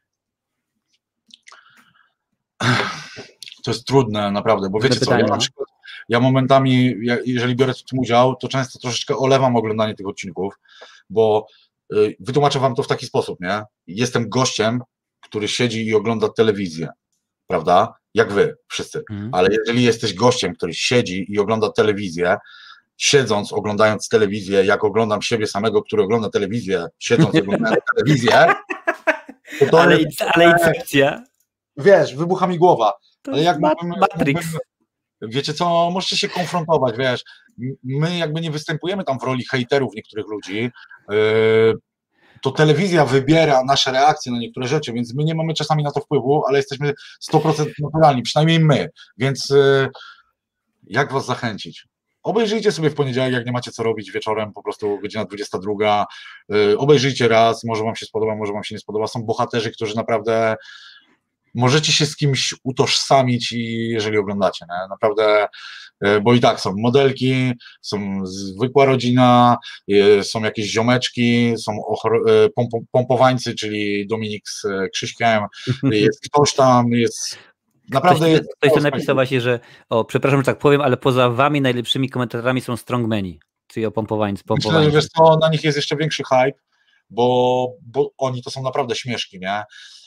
To jest trudne, naprawdę, bo wiecie pytanie, co, ja, na przykład, ja momentami, ja, jeżeli biorę w tym udział, to często troszeczkę olewam oglądanie tych odcinków, bo y, wytłumaczę wam to w taki sposób, nie? Jestem gościem, który siedzi i ogląda telewizję, prawda? Jak wy, wszyscy, mhm. ale jeżeli jesteś gościem, który siedzi i ogląda telewizję, siedząc, oglądając telewizję, jak oglądam siebie samego, który ogląda telewizję, siedząc, oglądając telewizję, to to ale, jest, ale infekcja. Wiesz, wybucha mi głowa. To ale jak mógłbym, Matrix. Mógłbym, wiecie co, możecie się konfrontować, wiesz, my jakby nie występujemy tam w roli hejterów niektórych ludzi, yy, to telewizja wybiera nasze reakcje na niektóre rzeczy, więc my nie mamy czasami na to wpływu, ale jesteśmy sto procent naturalni, przynajmniej my, więc yy, jak was zachęcić? Obejrzyjcie sobie w poniedziałek, jak nie macie co robić wieczorem, po prostu godzina dwudziesta druga, yy, obejrzyjcie raz, może wam się spodoba, może wam się nie spodoba, są bohaterzy, którzy naprawdę możecie się z kimś utożsamić, i jeżeli oglądacie, nie? Naprawdę, bo i tak są modelki, są zwykła rodzina, są jakieś ziomeczki, są pomp pompowańcy, czyli Dominik z Krzyśkiem, jest ktoś tam, jest naprawdę... Ktoś, jest, ktoś to napisał właśnie, że, o, przepraszam, że tak powiem, ale poza wami najlepszymi komentatorami są strongmeni, czyli o pompowańcy. Myślę, że wiesz co, na nich jest jeszcze większy hype, bo, bo oni to są naprawdę śmieszki, nie?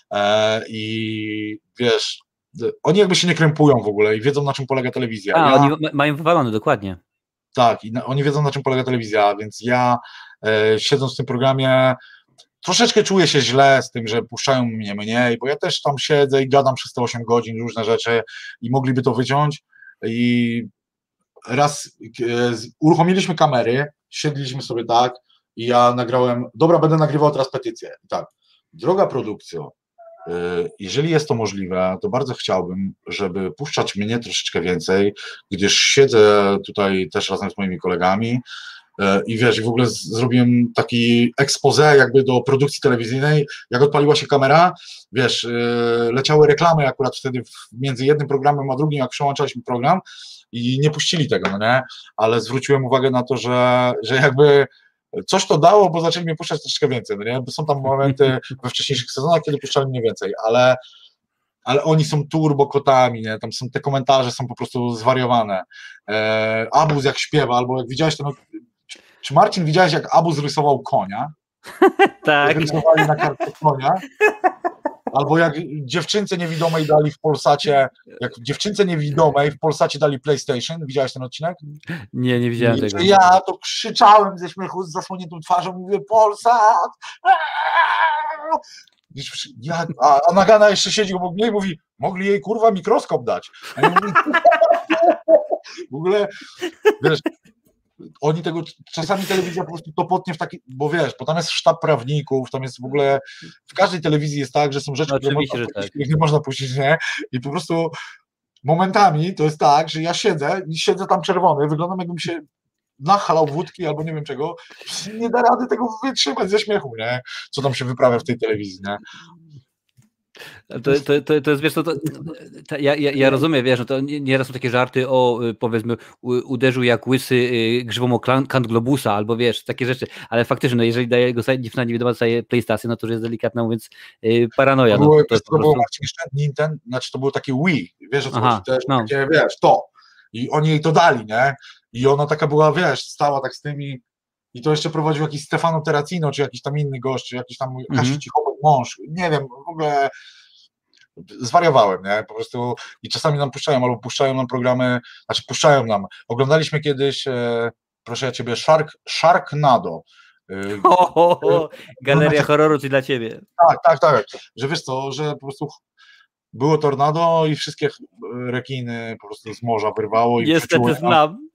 I wiesz, oni jakby się nie krępują w ogóle i wiedzą, na czym polega telewizja. A, ja, oni mają wywalone, dokładnie. Tak, i na, oni wiedzą, na czym polega telewizja, więc ja e, siedząc w tym programie troszeczkę czuję się źle z tym, że puszczają mnie mniej, bo ja też tam siedzę i gadam przez te osiem godzin różne rzeczy i mogliby to wyciąć i raz e, uruchomiliśmy kamery, siedliśmy sobie tak i ja nagrałem, dobra, będę nagrywał teraz petycję. I tak, droga produkcjo, jeżeli jest to możliwe, to bardzo chciałbym, żeby puszczać mnie troszeczkę więcej, gdyż siedzę tutaj też razem z moimi kolegami i wiesz, w ogóle zrobiłem taki expose jakby do produkcji telewizyjnej, jak odpaliła się kamera, wiesz, leciały reklamy akurat wtedy między jednym programem a drugim, jak przełączaliśmy program i nie puścili tego, no nie, ale zwróciłem uwagę na to, że, że jakby coś to dało, bo zaczęli mnie puszczać troszkę więcej, no nie, bo są tam momenty we wcześniejszych sezonach, kiedy puszczali mnie więcej, ale ale oni są turbokotami, nie? Tam są te komentarze, są po prostu zwariowane. E, Abuz jak śpiewa, albo jak widziałeś to, no, czy, czy Marcin widziałeś, jak Abuz rysował konia? Tak. Rysowali na kartce konia. Albo jak dziewczynce niewidomej dali w Polsacie, jak dziewczynce niewidomej w Polsacie dali PlayStation, widziałeś ten odcinek? Nie, nie widziałem I tego. Ja to krzyczałem ze śmiechu z zasłoniętą twarzą, mówię Polsat! Ja, a, a Nagana jeszcze siedzi obok mnie i mówi, mogli jej kurwa mikroskop dać. A ja mówię, w ogóle, wiesz, oni tego, czasami telewizja po prostu to potnie w taki, bo wiesz, bo tam jest sztab prawników, tam jest w ogóle, w każdej telewizji jest tak, że są rzeczy, no, które można że puścić, tak. których nie można puścić, nie? I po prostu momentami to jest tak, że ja siedzę i siedzę tam czerwony, wyglądam jakbym się nachalał wódki albo nie wiem czego, nie da rady tego wytrzymać ze śmiechu, nie? Co tam się wyprawia w tej telewizji, nie? To, to, to, to jest, wiesz, to, to, to ja, ja, ja rozumiem, wiesz, no to nieraz są takie żarty o, powiedzmy, uderzył jak łysy grzywą o kant globusa, albo wiesz, takie rzeczy, ale faktycznie, no jeżeli daje go dziewczyna niewidoma, dostaje PlayStation, no to już jest delikatnie mówiąc paranoja. To, było, no, to, to, to było Marcin Nintendo, znaczy to było takie Wii, wiesz o co Aha, chodzi, też no. takie, wiesz, to. I oni jej to dali, nie? I ona taka była, wiesz, stała tak z tymi, i to jeszcze prowadził jakiś Stefano Terracino, czy jakiś tam inny gość, czy jakiś tam mm-hmm. Kasi Cichowek mąż, nie wiem, w ogóle zwariowałem, nie, po prostu i czasami nam puszczają, albo puszczają nam programy, znaczy puszczają nam, oglądaliśmy kiedyś, e, proszę ja ciebie, Shark, Sharknado. E, ho, ho, ho. Galeria no, horroru czy dla ciebie. Tak, tak, tak, że wiesz co, że po prostu było tornado i wszystkie rekiny po prostu z morza wyrwało. I niestety znam.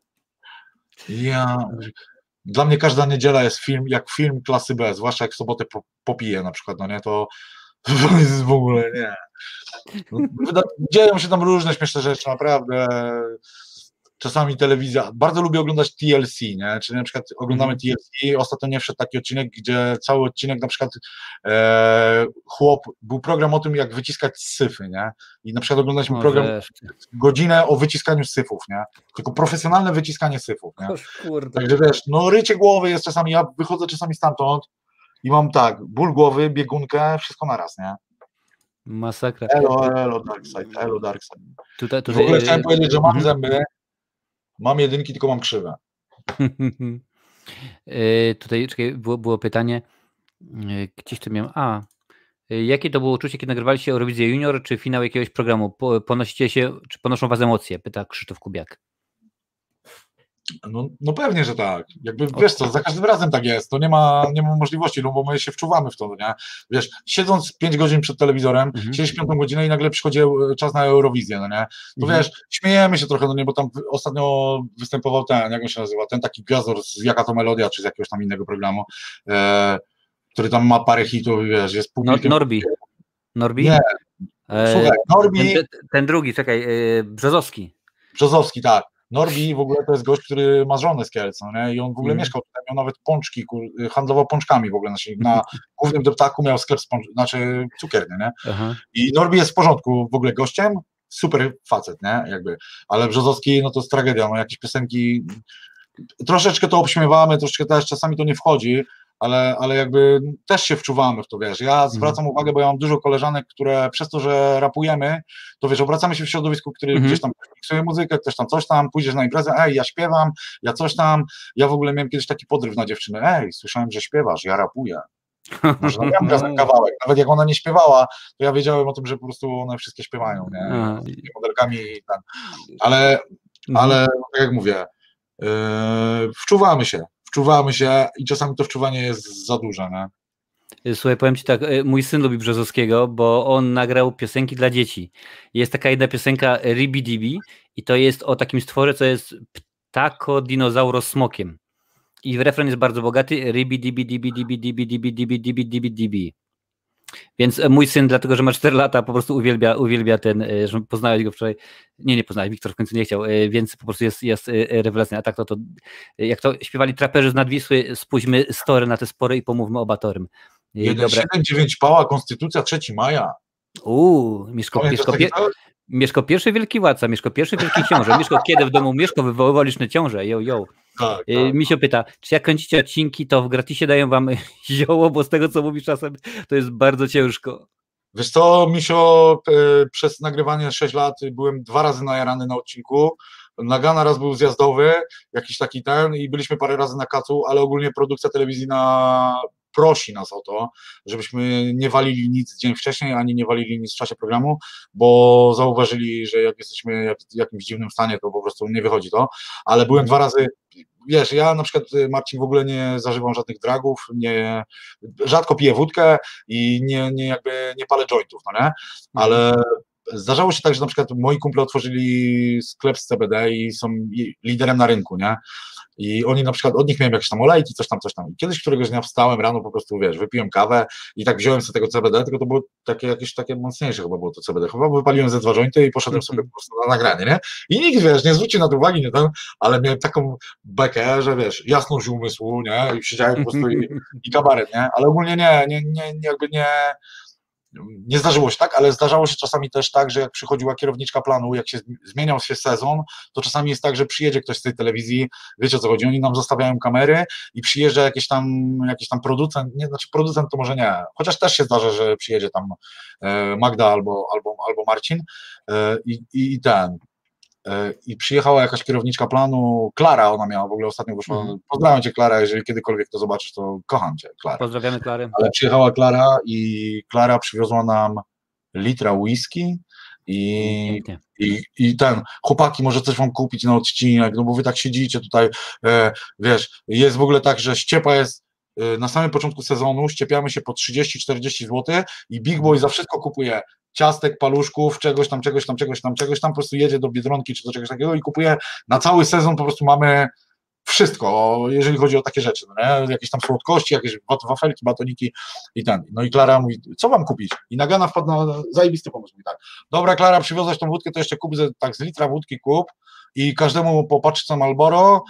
Ja... Dla mnie każda niedziela jest film, jak film klasy B, zwłaszcza jak w sobotę popiję na przykład, no nie, to, to jest w ogóle, nie. No, dzieją się tam różne śmieszne rzeczy, naprawdę. Czasami telewizja, bardzo lubię oglądać T L C, nie, czyli na przykład oglądamy mm. T L C, ostatnio nie wszedł taki odcinek, gdzie cały odcinek na przykład e, chłop, był program o tym, jak wyciskać syfy, nie, i na przykład oglądaliśmy no, program, wiesz. godzinę o wyciskaniu syfów, nie, tylko profesjonalne wyciskanie syfów, nie, także wiesz, no rycie głowy jest czasami, ja wychodzę czasami stamtąd i mam tak, ból głowy, biegunkę, wszystko naraz, nie. Masakra. Elo, elo, Darkside, elo, Darkside. Tutaj, tutaj, w ogóle chciałem powiedzieć, że mam zęby, mam jedynki, tylko mam krzywe. Tutaj czekaj, było, było pytanie, gdzieś to miałem, a, jakie to było uczucie, kiedy nagrywaliście Eurowizję Junior, czy finał jakiegoś programu? Ponosicie się, czy ponoszą was emocje? Pyta Krzysztof Kubiak. No, no pewnie, że tak. Jakby, wiesz co, za każdym razem tak jest, to nie ma, nie ma możliwości, no bo my się wczuwamy w to, nie? Wiesz, siedząc pięć godzin przed telewizorem, mhm. siedzisz piątą godzinę i nagle przychodzi czas na Eurowizję, no nie? To mhm. wiesz, śmiejemy się trochę, no nie, bo tam ostatnio występował ten, jak on się nazywa, ten taki gwiazdor z Jaka to Melodia, czy z jakiegoś tam innego programu, e, który tam ma parę hitów, wiesz, jest publikiem. Norbi. Norbi? Nie, słuchaj, Norbi. Ten, ten drugi, czekaj, Brzozowski. Brzozowski, tak. Norbi w ogóle to jest gość, który ma żonę z Kielc, no nie? I on w ogóle mm. mieszkał tutaj, miał nawet pączki, handlował pączkami w ogóle, znaczy na głównym deptaku miał sklep z pącz... znaczy cukiernię, nie? Aha. I Norbi jest w porządku w ogóle gościem, super facet, nie? Jakby, ale Brzozowski, no to jest tragedia, no jakieś piosenki, troszeczkę to obśmiewamy, troszeczkę też czasami to nie wchodzi, ale, ale jakby też się wczuwamy w to, wiesz, ja zwracam mm. uwagę, bo ja mam dużo koleżanek, które przez to, że rapujemy, to wiesz, obracamy się w środowisku, który mm. gdzieś tam miksuje muzykę, ktoś tam coś tam, pójdziesz na imprezę, ej, ja śpiewam, ja coś tam, ja w ogóle miałem kiedyś taki podryw na dziewczynę, ej, słyszałem, że śpiewasz, ja rapuję, może nagram razem kawałek, nawet jak ona nie śpiewała, to ja wiedziałem o tym, że po prostu one wszystkie śpiewają, nie, z modelkami i tam, ale, ale tak jak mówię, yy, wczuwamy się, wczuwamy się i czasami to wczuwanie jest za duże, nie? Słuchaj, powiem ci tak, mój syn lubi Brzozowskiego, bo on nagrał piosenki dla dzieci. Jest taka jedna piosenka Ribi Dibi i to jest o takim stworze, co jest ptako dinozauro smokiem. I refren jest bardzo bogaty, Ribi Dibi Dibi Dibi Dibi Dibi Dibi Dibi Dibi Dibi. Więc mój syn, dlatego że ma cztery lata, po prostu uwielbia, uwielbia ten, że poznałeś go wczoraj, nie, nie poznałeś, Wiktor w końcu nie chciał, więc po prostu jest, jest rewelacyjny. A tak to, to, jak to śpiewali traperzy z Nadwisły, spójrzmy story na te spory i pomówmy o Batorym. jeden siedem dziewięć Pała, Konstytucja trzeciego maja. Uuu, Mieszko, Mieszko, pie, Mieszko pierwszy wielki władca, Mieszko pierwszy wielki książę, Mieszko kiedy w domu Mieszko wywoływał liczne ciąże, yo, yo. Tak, tak. Misio pyta, czy jak kręcicie odcinki, to w gratisie dają wam zioło, bo z tego co mówisz czasem, to jest bardzo ciężko. Wiesz co, Misio, przez nagrywanie sześć lat byłem dwa razy najarany na odcinku. Nagana raz był zjazdowy, jakiś taki ten i byliśmy parę razy na kacu, ale ogólnie produkcja telewizyjna prosi nas o to, żebyśmy nie walili nic dzień wcześniej, ani nie walili nic w czasie programu, bo zauważyli, że jak jesteśmy w jakimś dziwnym stanie, to po prostu nie wychodzi to, ale byłem dwa razy, wiesz, ja na przykład, Marcin, w ogóle nie zażywam żadnych dragów, nie, rzadko piję wódkę i nie, nie jakby nie palę jointów, no nie, ale zdarzało się tak, że na przykład moi kumple otworzyli sklep z C B D i są liderem na rynku, nie? I oni na przykład, od nich miałem jakieś tam olejki, coś tam, coś tam. I kiedyś któregoś dnia wstałem rano, po prostu, wiesz, wypiłem kawę i tak wziąłem sobie tego C B D, tylko to było takie jakieś takie mocniejsze chyba było to C B D. Chyba wypaliłem ze dwa jointy i poszedłem sobie po prostu na nagranie, nie? I nikt, wiesz, nie zwrócił na to uwagi, nie ten, ale miałem taką bekę, że wiesz, jasność umysłu, nie? I siedziałem po prostu i, i kabaret, nie? Ale ogólnie nie, nie, nie, jakby nie... Nie zdarzyło się tak, ale zdarzało się czasami też tak, że jak przychodziła kierowniczka planu, jak się zmieniał się sezon, to czasami jest tak, że przyjedzie ktoś z tej telewizji, wiecie o co chodzi, oni nam zostawiają kamery i przyjeżdża jakiś tam, jakiś tam producent, nie, znaczy producent to może nie, chociaż też się zdarza, że przyjedzie tam Magda albo, albo, albo Marcin i, i, i ten. I przyjechała jakaś kierowniczka planu, Klara, ona miała w ogóle ostatnio wyszła, mm. pozdrawiam cię Klara, jeżeli kiedykolwiek to zobaczysz, to kocham cię, Klara. Pozdrawiamy Klarę. Ale przyjechała Klara i Klara przywiozła nam litra whisky i, i, i ten, chłopaki, może coś wam kupić na odcinek, no bo wy tak siedzicie tutaj, e, wiesz, jest w ogóle tak, że ściepa jest e, na samym początku sezonu, ściepiamy się po trzydzieści czterdzieści złotych i Big Boy za wszystko kupuje ciastek, paluszków, czegoś tam, czegoś tam, czegoś tam, czegoś tam, po prostu jedzie do Biedronki czy do czegoś takiego i kupuje na cały sezon, po prostu mamy wszystko, jeżeli chodzi o takie rzeczy, no nie? Jakieś tam słodkości, jakieś wafelki, batoniki i ten. No i Klara mówi, co wam kupić? I Nagana wpadł na zajebisty pomysł, mówi tak, dobra Klara, przywiozłaś tą wódkę, to jeszcze kup, tak z litra wódki kup i każdemu po paczce Marlboro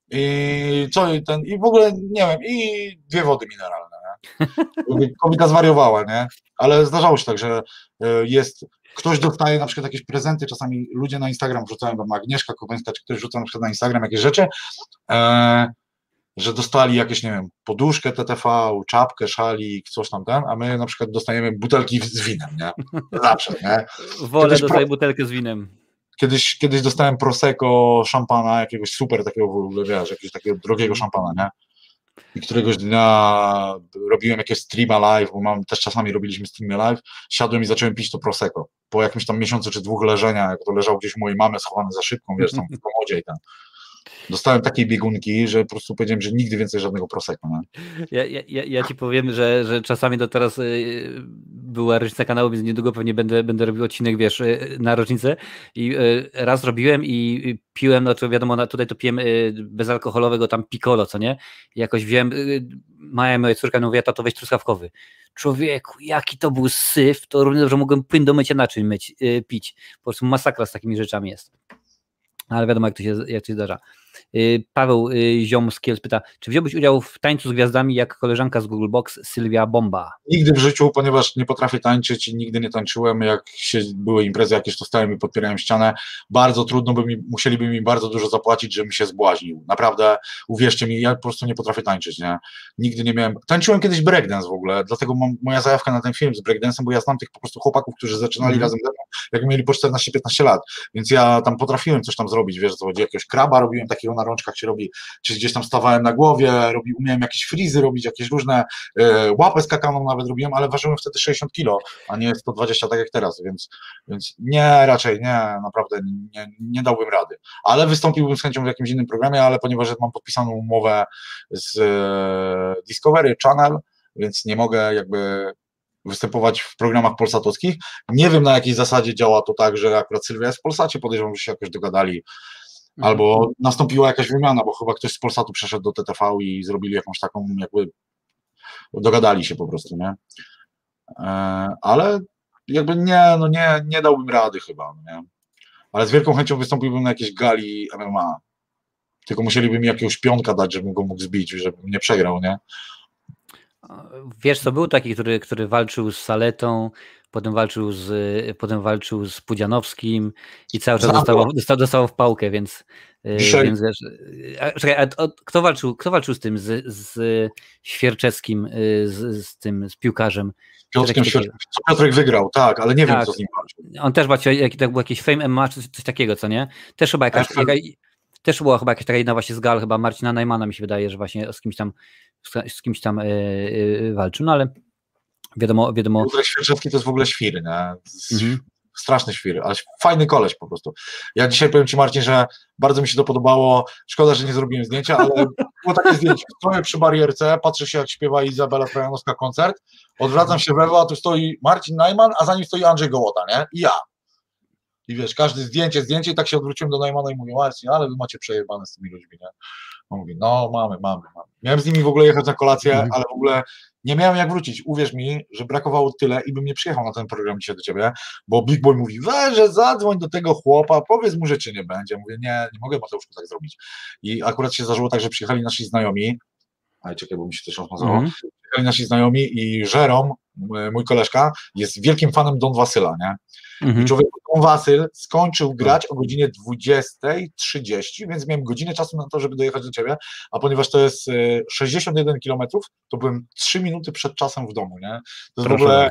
i co, i ten, i w ogóle, nie wiem, i dwie wody mineralne, nie? Kobieta zwariowała, nie? Ale zdarzało się tak, że jest, ktoś dostaje na przykład jakieś prezenty, czasami ludzie na Instagram wrzucają, tam Agnieszka Kowańska, czy ktoś rzuca na przykład na Instagram jakieś rzeczy, e, że dostali jakieś, nie wiem, poduszkę T T V, czapkę, szalik, coś tam ten, a my na przykład dostajemy butelki z winem, nie? Zawsze, nie? Wolę kiedyś dostaję pro... butelkę z winem. Kiedyś, kiedyś dostałem Prosecco, szampana, jakiegoś super takiego w ogóle, wiesz, jakiegoś takiego drogiego szampana, nie? I któregoś dnia robiłem jakieś streama live, bo mam, też czasami robiliśmy streamy live, siadłem i zacząłem pić to Prosecco. Po jakimś tam miesiącu czy dwóch leżenia, jak to leżał gdzieś u mojej mamy schowany za szybką, wiesz, tam w komodzie i tam. Dostałem takiej biegunki, że po prostu powiedziałem, że nigdy więcej żadnego Prosecco. Nie? Ja, ja, ja ci powiem, że, że czasami do teraz yy, była rocznica kanału, więc niedługo pewnie będę, będę robił odcinek, wiesz, yy, na rocznicę i yy, raz robiłem i piłem, no to wiadomo, na, tutaj to piłem yy, bezalkoholowego tam Piccolo, co nie? I jakoś wziąłem, yy, Maja, moja córka, no mówiła, tato, weź truskawkowy. Człowieku, jaki to był syf, to równie dobrze mogłem płyn do mycia naczyń myć, yy, pić. Po prostu masakra z takimi rzeczami jest. Ale wiadomo, jak to się, jak to się zdarza. Paweł Ziom z Kielc pyta, czy wziąłbyś udział w Tańcu z Gwiazdami jak koleżanka z Google Box Sylwia Bomba? Nigdy w życiu, ponieważ nie potrafię tańczyć i nigdy nie tańczyłem, jak się były imprezy jakieś, to stałem i podpierałem ścianę, bardzo trudno by mi, musieliby mi bardzo dużo zapłacić, żebym się zbłaźnił. Naprawdę, uwierzcie mi, ja po prostu nie potrafię tańczyć, nie? Nigdy nie miałem, tańczyłem kiedyś breakdance w ogóle, dlatego mam moja zajawka na ten film z breakdance'em, bo ja znam tych po prostu chłopaków, którzy zaczynali mm. razem ze mną, jak mieli po czternaście piętnaście lat, więc ja tam potrafiłem coś tam zrobić, wiesz co chodzi, jakiegoś kraba robiłem, takiego na rączkach się robi, czy gdzieś tam stawałem na głowie, robi, umiałem jakieś frizy robić, jakieś różne, e, łapę skakaną nawet robiłem, ale ważyłem wtedy sześćdziesiąt kilo, a nie sto dwadzieścia tak jak teraz, więc, więc nie, raczej nie, naprawdę nie, nie dałbym rady, ale wystąpiłbym z chęcią w jakimś innym programie, ale ponieważ mam podpisaną umowę z e, Discovery Channel, więc nie mogę jakby występować w programach polsatowskich. Nie wiem, na jakiej zasadzie działa to tak, że akurat Sylwia jest w Polsacie, podejrzewam, że się jakoś dogadali, albo nastąpiła jakaś wymiana, bo chyba ktoś z Polsatu przeszedł do T T V i zrobili jakąś taką, jakby dogadali się po prostu, nie? ale jakby nie, no nie, nie dałbym rady chyba, nie? Ale z wielką chęcią wystąpiłbym na jakiejś gali M M A, tylko musieliby mi jakiegoś pionka dać, żebym go mógł zbić, żebym nie przegrał, nie? Wiesz co, był taki, który, który walczył z Saletą, potem walczył z, potem walczył z Pudzianowskim i cały czas dostawał, dostawał, dostawał w pałkę, więc, Dzisiaj... więc wiesz, a, czekaj, a, a, kto, walczył, kto walczył z tym, z, z Świerczewskim, z, z tym, z piłkarzem? Piotrkiem Świerczewskim, co Piotrek wygrał, tak, ale nie tak. wiem, co z nim walczył. On też walczył, jak, to był jakiś Fame M M A, czy coś takiego, co nie? Też chyba jakaś, jaka, też była chyba jakaś taka jedna właśnie z gal, chyba Marcina Najmana mi się wydaje, że właśnie z kimś tam z kimś tam yy, yy, walczył, no ale wiadomo, wiadomo. Piotrek Świerczewski to jest w ogóle świr, nie? Mhm. Straszny świr, ale fajny koleś po prostu. Ja dzisiaj powiem Ci, Marcin, że bardzo mi się to podobało, szkoda, że nie zrobiłem zdjęcia, ale było takie zdjęcie, stoję przy barierce, patrzę się jak śpiewa Izabela Trojanowska koncert, odwracam się w lewo, a tu stoi Marcin Najman, a za nim stoi Andrzej Gołota, nie? I ja. I wiesz, każde zdjęcie, zdjęcie i tak się odwróciłem do Najmana i mówię, Marcin, ale wy macie przejebane z tymi ludźmi, nie? On mówi, no mamy, mamy, mamy. Miałem z nimi w ogóle jechać na kolację, mhm. ale w ogóle nie miałem jak wrócić. Uwierz mi, że brakowało tyle i bym nie przyjechał na ten program dzisiaj do ciebie, bo Big Boy mówi, weź, że zadzwoń do tego chłopa, powiedz mu, że cię nie będzie. Mówię, nie, nie mogę Mateuszku tak zrobić. I akurat się zdarzyło tak, że przyjechali nasi znajomi, ale czekaj, bo mi się też rozmazało, mhm. przyjechali nasi znajomi i Żerom, mój koleżka, jest wielkim fanem Don Wasyla, nie? Mhm. I człowiek Don Wasyl skończył grać o godzinie dwudziestej trzydzieści, więc miałem godzinę czasu na to, żeby dojechać do ciebie, a ponieważ to jest sześćdziesiąt jeden kilometrów, to byłem trzy minuty przed czasem w domu, nie? To jest w ogóle...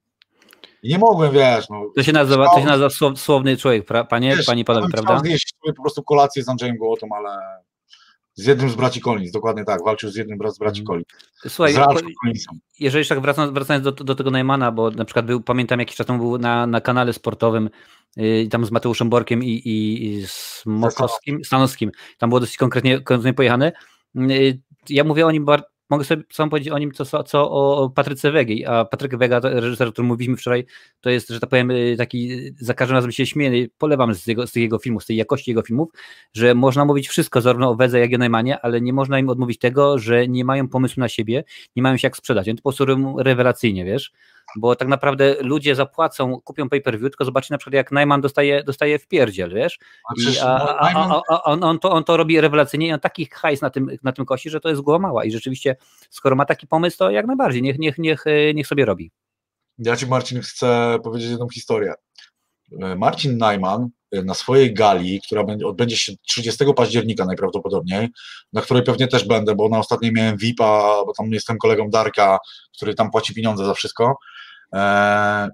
I nie mogłem, wiesz, no... To się nazywa, to się nazywa słowny człowiek, pra, panie, wiesz, panie, panowie, prawda? Chciałem zjeść sobie po prostu kolację z Andrzejem Gołotą, ale... Z jednym z braci Collins, dokładnie tak, walczył z jednym z braci Collins. Słuchaj, jeżeli tak wracając, wracając do, do tego Najmana, bo na przykład był, pamiętam jakiś czas temu był na, na kanale sportowym, yy, tam z Mateuszem Borkiem i, i, i z Mokowskim, Stanowskim, tam było dosyć konkretnie, konkretnie pojechane. Yy, ja mówię o nim, bar, mogę sobie sam powiedzieć o nim, co, co o Patryce Wegi, a Patryk Wega, reżyser, o którym mówiliśmy wczoraj, to jest, że tak powiem, taki, za każdym razem się śmieję, polewam z jego, z tych jego filmów, z tej jakości jego filmów, że można mówić wszystko zarówno o Wedze, jak i o Najmanie, ale nie można im odmówić tego, że nie mają pomysłu na siebie, nie mają się jak sprzedać. Oni to po prostu robią rewelacyjnie, wiesz, bo tak naprawdę ludzie zapłacą, kupią pay-per-view, tylko zobaczcie na przykład jak Najman dostaje, dostaje w pierdziel, wiesz, I, a, a, a, a on, on, to, on to robi rewelacyjnie i on taki hajs na tym, na tym kości, że to jest głowa mała i rzeczywiście skoro ma taki pomysł, to jak najbardziej, niech, niech, niech, niech sobie robi. Ja Ci, Marcin, chcę powiedzieć jedną historię. Marcin Najman na swojej gali, która odbędzie się trzydziestego października najprawdopodobniej, na której pewnie też będę, bo na ostatniej miałem V I P-a, bo tam jestem kolegą Darka, który tam płaci pieniądze za wszystko. E,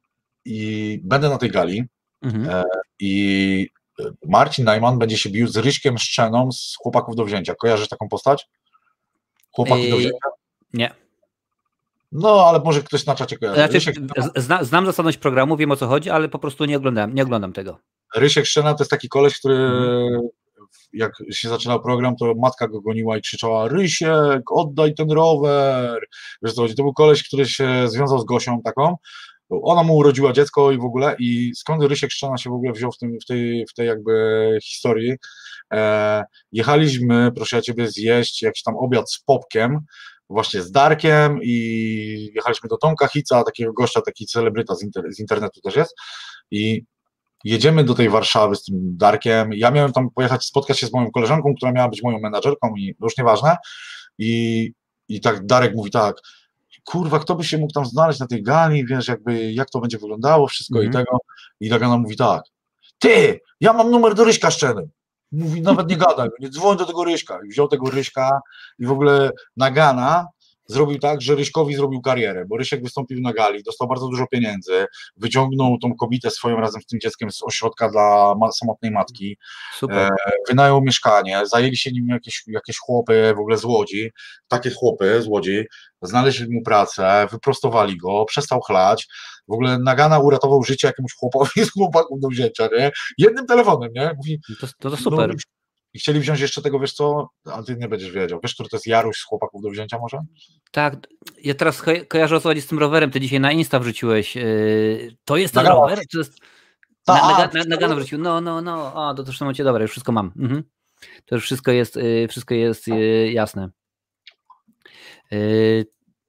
I będę na tej gali mhm. e, i Marcin Najman będzie się bił z Ryśkiem Szczeną z Chłopaków do wzięcia. Kojarzysz taką postać? Chłopaków Ej, do wzięcia? Nie. No, ale może ktoś na czacie kojarzy. Znaczy, Rysiek... zna, znam zasadność programu, wiem o co chodzi, ale po prostu nie oglądam, nie oglądam tego. Rysiek Szczena to jest taki koleś, który hmm. jak się zaczynał program, to matka go goniła i krzyczała: Rysiek, oddaj ten rower. Wiesz co chodzi? To był koleś, który się związał z Gosią taką. Ona mu urodziła dziecko i w ogóle, i skąd Rysiek Szczena się w ogóle wziął w, tym, w, tej, w tej jakby historii. E, jechaliśmy, proszę ja Ciebie, zjeść jakiś tam obiad z Popkiem, właśnie z Darkiem, i jechaliśmy do Tomka Hica, takiego gościa, taki celebryta z, inter, z internetu też jest, i jedziemy do tej Warszawy z tym Darkiem. Ja miałem tam pojechać, spotkać się z moją koleżanką, która miała być moją menadżerką, i już nieważne, i, i tak Darek mówi tak: kurwa, kto by się mógł tam znaleźć na tej gali, wiesz, jakby, jak to będzie wyglądało, wszystko mm-hmm. i tego, i Dagana mówi tak: ty, ja mam numer do Ryśka Szczeny. Mówi, nawet nie gadaj, nie dzwoń do tego Ryśka. I wziął tego Ryśka i w ogóle Nagana zrobił tak, że Ryśkowi zrobił karierę, bo Rysiek wystąpił na gali, dostał bardzo dużo pieniędzy, wyciągnął tą kobietę swoją razem z tym dzieckiem z ośrodka dla ma- samotnej matki, e, wynajął mieszkanie, zajęli się nim jakieś, jakieś chłopy w ogóle z Łodzi, takie chłopy z Łodzi, znaleźli mu pracę, wyprostowali go, przestał chlać, w ogóle Nagana uratował życie jakiemuś chłopowi z Chłopaków do wzięcia, nie? Jednym telefonem, nie? Mówi, to, to, to super. No, i chcieli wziąć jeszcze tego, wiesz co, a ty nie będziesz wiedział. Wiesz, który to jest Jaruś z Chłopaków do wzięcia może? Tak, ja teraz ko- kojarzę o co chodzi z tym rowerem, ty dzisiaj na Insta wrzuciłeś. Yy, to jest ten Nagana. rower? To jest... Ta, na, na, na, Nagana wrzucił, no, no, no, a, to też momencie, dobra, już wszystko mam. Mhm. To już wszystko jest, yy, wszystko jest yy, jasne. Yy,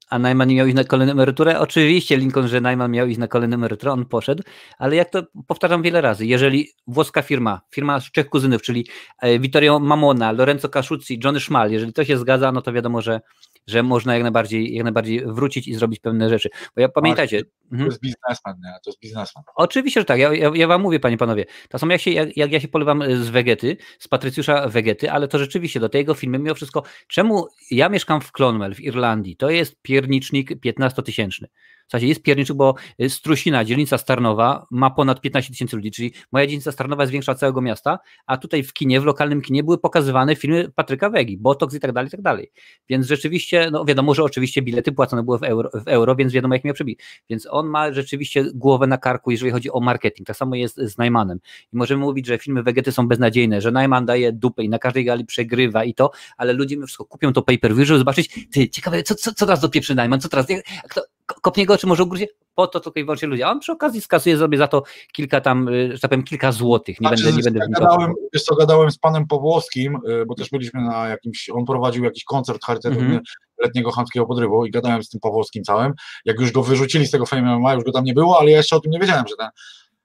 A Najman miał iść na kolejną emeryturę? Oczywiście, Lincoln, że Najman miał iść na kolejną emeryturę, on poszedł, ale jak to powtarzam wiele razy, jeżeli włoska firma, firma z trzech kuzynów, czyli Vittorio Mamona, Lorenzo Casciuzzi, Johnny Szmal, jeżeli to się zgadza, no to wiadomo, że, że można jak najbardziej, jak najbardziej wrócić i zrobić pewne rzeczy. Bo ja pamiętajcie. To mhm. jest biznesmen, nie? To jest biznesmen. Oczywiście, że tak. Ja, ja, ja wam mówię, panie panowie. To samo jak, się, jak, jak ja się polewam z Wegety, z Patrycjusza Wegety, ale to rzeczywiście do tego filmu mimo wszystko. Czemu ja mieszkam w Clonmel w Irlandii? To jest piernicznik piętnastotysięczny. W sensie jest piernicznik, bo Strusina, dzielnica Starnowa, ma ponad piętnaście tysięcy ludzi, czyli moja dzielnica Starnowa jest większa od całego miasta, a tutaj w kinie, w lokalnym kinie były pokazywane filmy Patryka Wegi, Botox i tak dalej, i tak dalej. Więc rzeczywiście, no wiadomo, że oczywiście bilety płacone były w euro, w euro, więc wiadomo jak miał przebić. Więc on ma rzeczywiście głowę na karku, jeżeli chodzi o marketing. Tak samo jest z Najmanem. I możemy mówić, że filmy Wegety są beznadziejne, że Najman daje dupę i na każdej gali przegrywa i to, ale ludzie mi wszystko kupią to pay-per-view, żeby zobaczyć, ty, ciekawe, co, co, co teraz dopieprzy Najman, co teraz, kto, kopnie go, czy może ugryzie, po to tylko i wyłącznie ludzie. A on przy okazji skasuje sobie za to kilka tam, że tak powiem, kilka złotych. Nie znaczy, będę, nie będę ja gadałem, wiesz co, gadałem z panem Pawłowskim, bo też byliśmy na jakimś, on prowadził jakiś koncert charytatywny mm-hmm. letniego chamskiego podrywu i gadałem z tym Pawłowskim całym. Jak już go wyrzucili z tego Fame M M A, już go tam nie było, ale ja jeszcze o tym nie wiedziałem, że ten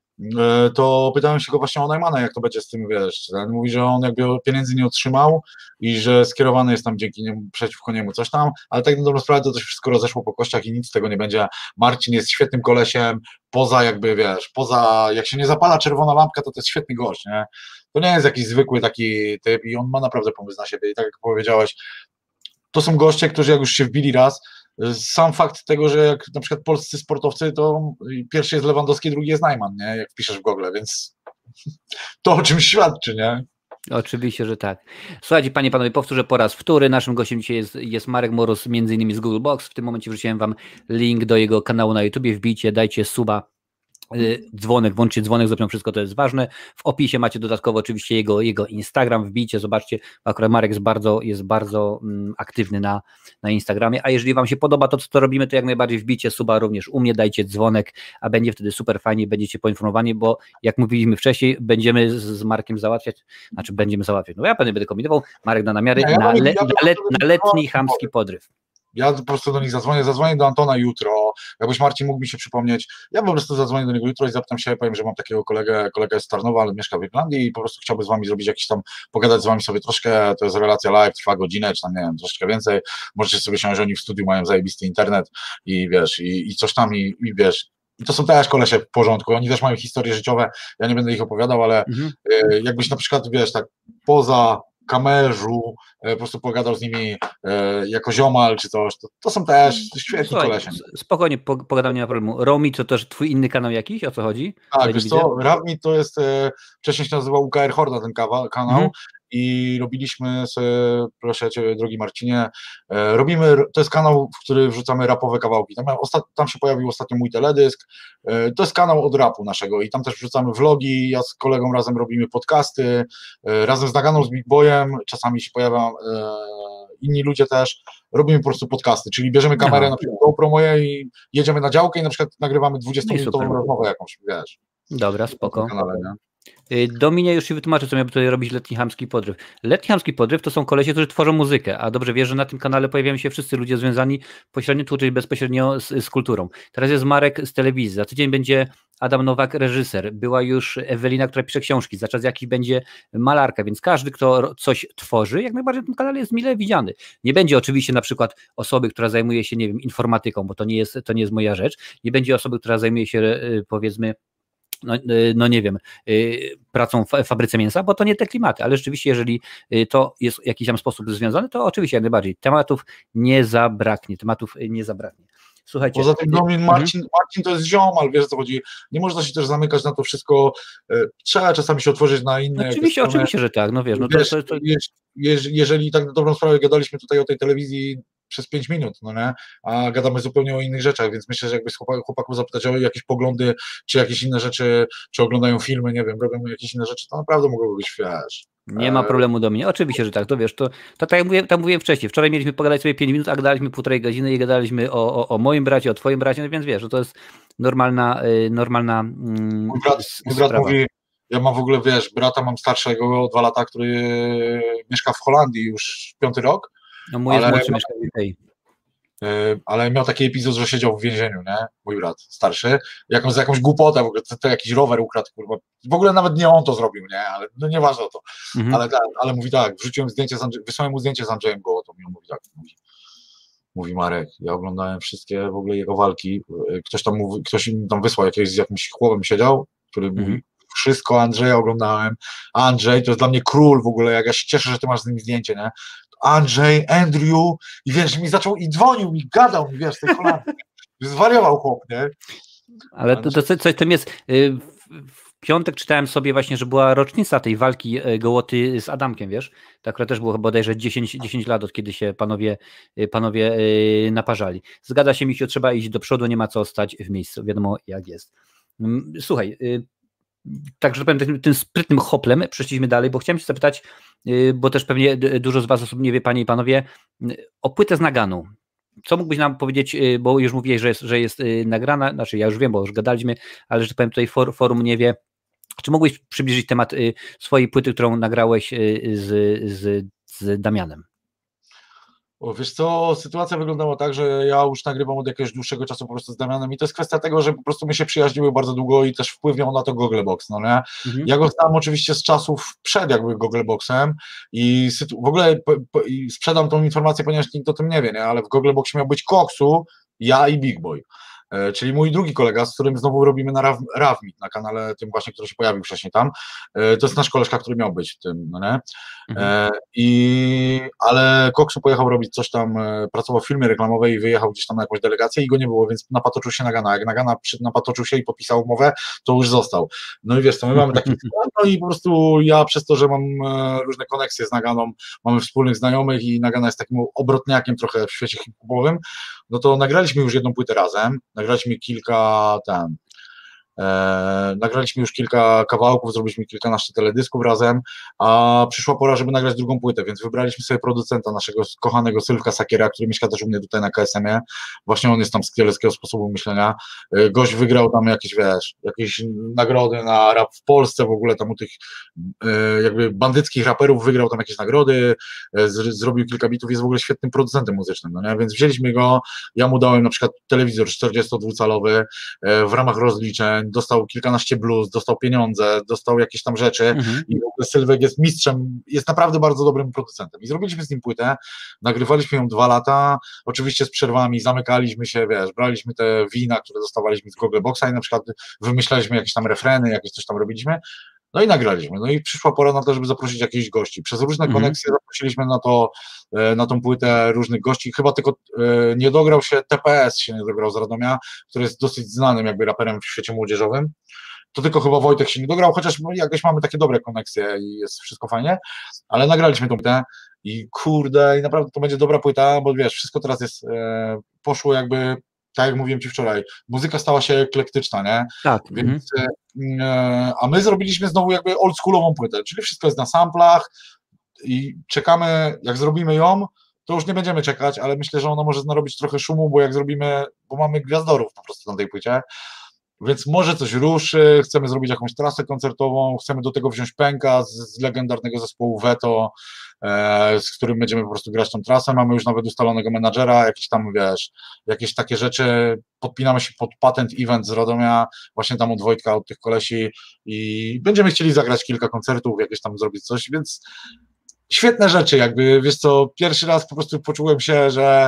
to pytałem się go właśnie o Najmana, jak to będzie z tym, wiesz, ten mówi, że on jakby pieniędzy nie otrzymał i że skierowany jest tam dzięki niemu, przeciwko niemu coś tam, ale tak na dobrą sprawę to też wszystko rozeszło po kościach i nic z tego nie będzie. Marcin jest świetnym kolesiem, poza jakby, wiesz, poza, jak się nie zapala czerwona lampka, to to jest świetny gość, nie? To nie jest jakiś zwykły taki typ i on ma naprawdę pomysł na siebie i tak jak powiedziałeś, to są goście, którzy jak już się wbili raz, sam fakt tego, że jak na przykład polscy sportowcy, to pierwszy jest Lewandowski, drugi jest Najman, nie? Jak wpiszesz w Google, więc to o czymś świadczy, nie? Oczywiście, że tak. Słuchajcie, panie, panowie, powtórzę po raz wtóry. Naszym gościem dzisiaj jest, jest Marek Morus, między innymi z Google Box. W tym momencie wrzuciłem wam link do jego kanału na YouTubie. Wbijcie, dajcie suba. Dzwonek, włączcie dzwonek, zrobią wszystko, to jest ważne. W opisie macie dodatkowo oczywiście jego, jego Instagram, wbijcie, zobaczcie, akurat Marek jest bardzo, jest bardzo mm, aktywny na, na Instagramie, a jeżeli wam się podoba to, co to robimy, to jak najbardziej wbijcie suba również u mnie, dajcie dzwonek, a będzie wtedy super fajnie, będziecie poinformowani, bo jak mówiliśmy wcześniej, będziemy z, z Markiem załatwiać, znaczy będziemy załatwiać, no ja pewnie będę kombinował, Marek da namiary, ja na, le, ja na, let, na letni chamski podryw. Ja po prostu do nich zadzwonię, zadzwonię do Antona jutro, jakbyś Marcin mógł mi się przypomnieć, ja po prostu zadzwonię do niego jutro i zapytam się, powiem, że mam takiego kolegę, kolega jest z Tarnowa, ale mieszka w Irlandii i po prostu chciałby z wami zrobić jakiś tam, pogadać z wami sobie troszkę, to jest relacja live, trwa godzinę, czy tam nie wiem, troszkę więcej, możecie sobie siąść, że oni w studiu mają zajebisty internet i wiesz, i, i coś tam i, i wiesz, i to są też kolesie w porządku, oni też mają historie życiowe, ja nie będę ich opowiadał, ale mhm. y, jakbyś na przykład, wiesz, tak poza kamerzu, po prostu pogadał z nimi e, jako ziomal czy coś, to, to są też świetni kolesie. Spokojnie, pogadam, nie ma problemu. Romi to też twój inny kanał jakiś, o co chodzi? Tak, wiesz co, Rawmi to jest, e, wcześniej się nazywał U K R Horda ten kawa, kanał mhm. i robiliśmy sobie, proszę cię drogi Marcinie, e, robimy, to jest kanał, w który wrzucamy rapowe kawałki, tam, ostat, tam się pojawił ostatnio mój teledysk, e, to jest kanał od rapu naszego i tam też wrzucamy vlogi, ja z kolegą razem robimy podcasty, e, razem z Naganą, z Big Boyem, czasami się pojawiają e, inni ludzie też, robimy po prostu podcasty, czyli bierzemy kamerę, no. na przykład GoPro moje i jedziemy na działkę i na przykład nagrywamy dwudziestominutową rozmowę jakąś, wiesz. Dobra, spoko. Kanale, Dominie już się wytłumaczy, co miałby tutaj robić letni chamski podryw. Letni chamski podryw to są kolesie, którzy tworzą muzykę, a dobrze wiesz, że na tym kanale pojawiają się wszyscy ludzie związani pośrednio czy bezpośrednio z, z kulturą. Teraz jest Marek z telewizji, za tydzień będzie Adam Nowak, reżyser, była już Ewelina, która pisze książki, za czas jakiś będzie malarka, więc każdy, kto coś tworzy, jak najbardziej na tym kanale jest mile widziany. Nie będzie oczywiście na przykład osoby, która zajmuje się, nie wiem, informatyką, bo to nie jest, to nie jest moja rzecz, nie będzie osoby, która zajmuje się, powiedzmy, No, no nie wiem, pracą w fabryce mięsa, bo to nie te klimaty, ale rzeczywiście jeżeli to jest w jakiś tam sposób związane, to oczywiście jak najbardziej tematów nie zabraknie, tematów nie zabraknie. Słuchajcie. Poza tym no, Marcin, Marcin to jest ziomal, wiesz o co chodzi, nie można się też zamykać na to wszystko, trzeba czasami się otworzyć na inne. Oczywiście, oczywiście, że tak, no wiesz, no to, wiesz, to, to... jeżeli tak na dobrą sprawę gadaliśmy tutaj o tej telewizji przez pięć minut, no nie? A gadamy zupełnie o innych rzeczach, więc myślę, że jakbyś chłopaków zapytać o jakieś poglądy, czy jakieś inne rzeczy, czy oglądają filmy, nie wiem, robią jakieś inne rzeczy, to naprawdę mogłoby być, wiesz. Nie ma problemu do mnie. Oczywiście, że tak, to wiesz, to, to tak jak mówiłem, tam mówiłem wcześniej, wczoraj mieliśmy pogadać sobie pięć minut, a gadaliśmy półtorej godziny i gadaliśmy o, o, o moim bracie, o twoim bracie, no więc wiesz, że to jest normalna, normalna mm, mój brat, mój brat mówi, ja mam w ogóle, wiesz, brata mam starszego o dwa lata, który mieszka w Holandii już piąty rok. No mój jest młodszy, mieszka w U K. ale miał taki epizod, że siedział w więzieniu, nie? Mój brat starszy, jakąś, za jakąś głupotę, w ogóle to, to jakiś rower ukradł, kurwa. W ogóle nawet nie on to zrobił, nie? Ale no nieważne o to. Mhm. Ale, ale mówi tak, wrzuciłem zdjęcie z Andrzejem, wysłałem mu zdjęcie z Andrzejem Gołotą i on mówi tak, mówi, mówi Marek, ja oglądałem wszystkie w ogóle jego walki, ktoś tam mówi, ktoś im tam wysłał, jakiegoś, z jakimś chłopem siedział, który mhm. mówi, wszystko Andrzeja oglądałem, Andrzej to jest dla mnie król w ogóle, jak ja się cieszę, że ty masz z nim zdjęcie, nie? Andrzej, Andrew i wiesz, mi zaczął i dzwonił mi, gadał mi, wiesz, tej kolany. Zwariował chłop, nie? Ale to, to coś tym jest. W piątek czytałem sobie właśnie, że była rocznica tej walki Gołoty z Adamkiem, wiesz? Tak, która też było bodajże dziesięć, dziesięć lat, od kiedy się panowie, panowie naparzali. Zgadza się, Misiu, trzeba iść do przodu, nie ma co stać w miejscu, wiadomo jak jest. Słuchaj, tak, że powiem, tym, tym sprytnym hoplem przeszliśmy dalej, bo chciałem się zapytać, bo też pewnie dużo z was osób nie wie, panie i panowie, o płytę z Naganu. Co mógłbyś nam powiedzieć, bo już mówiłeś, że jest, że jest nagrana, znaczy ja już wiem, bo już gadaliśmy, ale że tak powiem, tutaj for, forum nie wie. Czy mógłbyś przybliżyć temat swojej płyty, którą nagrałeś z, z, z Damianem? O, wiesz co, sytuacja wyglądała tak, że ja już nagrywam od jakiegoś dłuższego czasu po prostu z Damianem i to jest kwestia tego, że po prostu my się przyjaźniły bardzo długo i też wpływ miał na to Googlebox, no nie? Mhm. Ja go znam oczywiście z czasów przed jakby Googleboxem i w ogóle po, po, i sprzedam tą informację, ponieważ nikt o tym nie wie, nie? Ale w Googleboxie miał być Koksu, ja i Big Boy. Czyli mój drugi kolega, z którym znowu robimy na Rav, Ravmeet, na kanale tym właśnie, który się pojawił wcześniej tam. To jest nasz koleżka, który miał być w tym, no nie? Mhm. I, ale Koksu pojechał robić coś tam, pracował w firmie reklamowej i wyjechał gdzieś tam na jakąś delegację i go nie było, więc napatoczył się Nagana. Jak Nagana napatoczył się i podpisał umowę, to już został. No i wiesz co, my mamy taki skład, no i po prostu ja przez to, że mam różne koneksje z Naganą, mamy wspólnych znajomych i Nagana jest takim obrotniakiem trochę w świecie hip-hopowym, no to nagraliśmy już jedną płytę razem, nagraliśmy kilka tam, e, nagraliśmy już kilka kawałków, zrobiliśmy kilkanaście teledysków razem, a przyszła pora, żeby nagrać drugą płytę, więc wybraliśmy sobie producenta naszego kochanego Sylwka Sakiera, który mieszka też u mnie tutaj na K S M ie, właśnie on jest tam z kieleckiego sposobu myślenia, e, gość wygrał tam jakieś, wiesz, jakieś nagrody na rap w Polsce, w ogóle tam u tych e, jakby bandyckich raperów wygrał tam jakieś nagrody, e, z, zrobił kilka bitów, jest w ogóle świetnym producentem muzycznym, no nie? Więc wzięliśmy go, ja mu dałem na przykład telewizor czterdziestodwucalowy e, w ramach rozliczeń, dostał kilkanaście blues, dostał pieniądze, dostał jakieś tam rzeczy mhm. i w ogóle Sylwek jest mistrzem, jest naprawdę bardzo dobrym producentem i zrobiliśmy z nim płytę, nagrywaliśmy ją dwa lata, oczywiście z przerwami, zamykaliśmy się, wiesz, braliśmy te wina, które dostawaliśmy z Googleboxa i na przykład wymyślaliśmy jakieś tam refreny, jakieś coś tam robiliśmy, no i nagraliśmy, no i przyszła pora na to, żeby zaprosić jakichś gości, przez różne mhm. koneksje zaprosiliśmy na to, na tą płytę różnych gości, chyba tylko nie dograł się, T P S się nie dograł z Radomia, który jest dosyć znanym jakby raperem w świecie młodzieżowym, to tylko chyba Wojtek się nie dograł, chociaż jakieś mamy takie dobre koneksje i jest wszystko fajnie, ale nagraliśmy tą płytę i kurde, i naprawdę to będzie dobra płyta, bo wiesz, wszystko teraz jest, e, poszło jakby, tak jak mówiłem Ci wczoraj, muzyka stała się eklektyczna, nie? Tak. Więc, mhm. e, a my zrobiliśmy znowu jakby oldschoolową płytę, czyli wszystko jest na samplach i czekamy, jak zrobimy ją, to już nie będziemy czekać, ale myślę, że ona może narobić trochę szumu, bo jak zrobimy, bo mamy gwiazdorów po prostu na tej płycie, więc może coś ruszy, chcemy zrobić jakąś trasę koncertową, chcemy do tego wziąć Pęka z, z legendarnego zespołu Veto, e, z którym będziemy po prostu grać tą trasę, mamy już nawet ustalonego menadżera, jakieś tam, wiesz, jakieś takie rzeczy, podpinamy się pod patent event z Radomia, właśnie tam od Wojtka, od tych kolesi i będziemy chcieli zagrać kilka koncertów, jakieś tam zrobić coś, więc świetne rzeczy, jakby, wiesz co, pierwszy raz po prostu poczułem się, że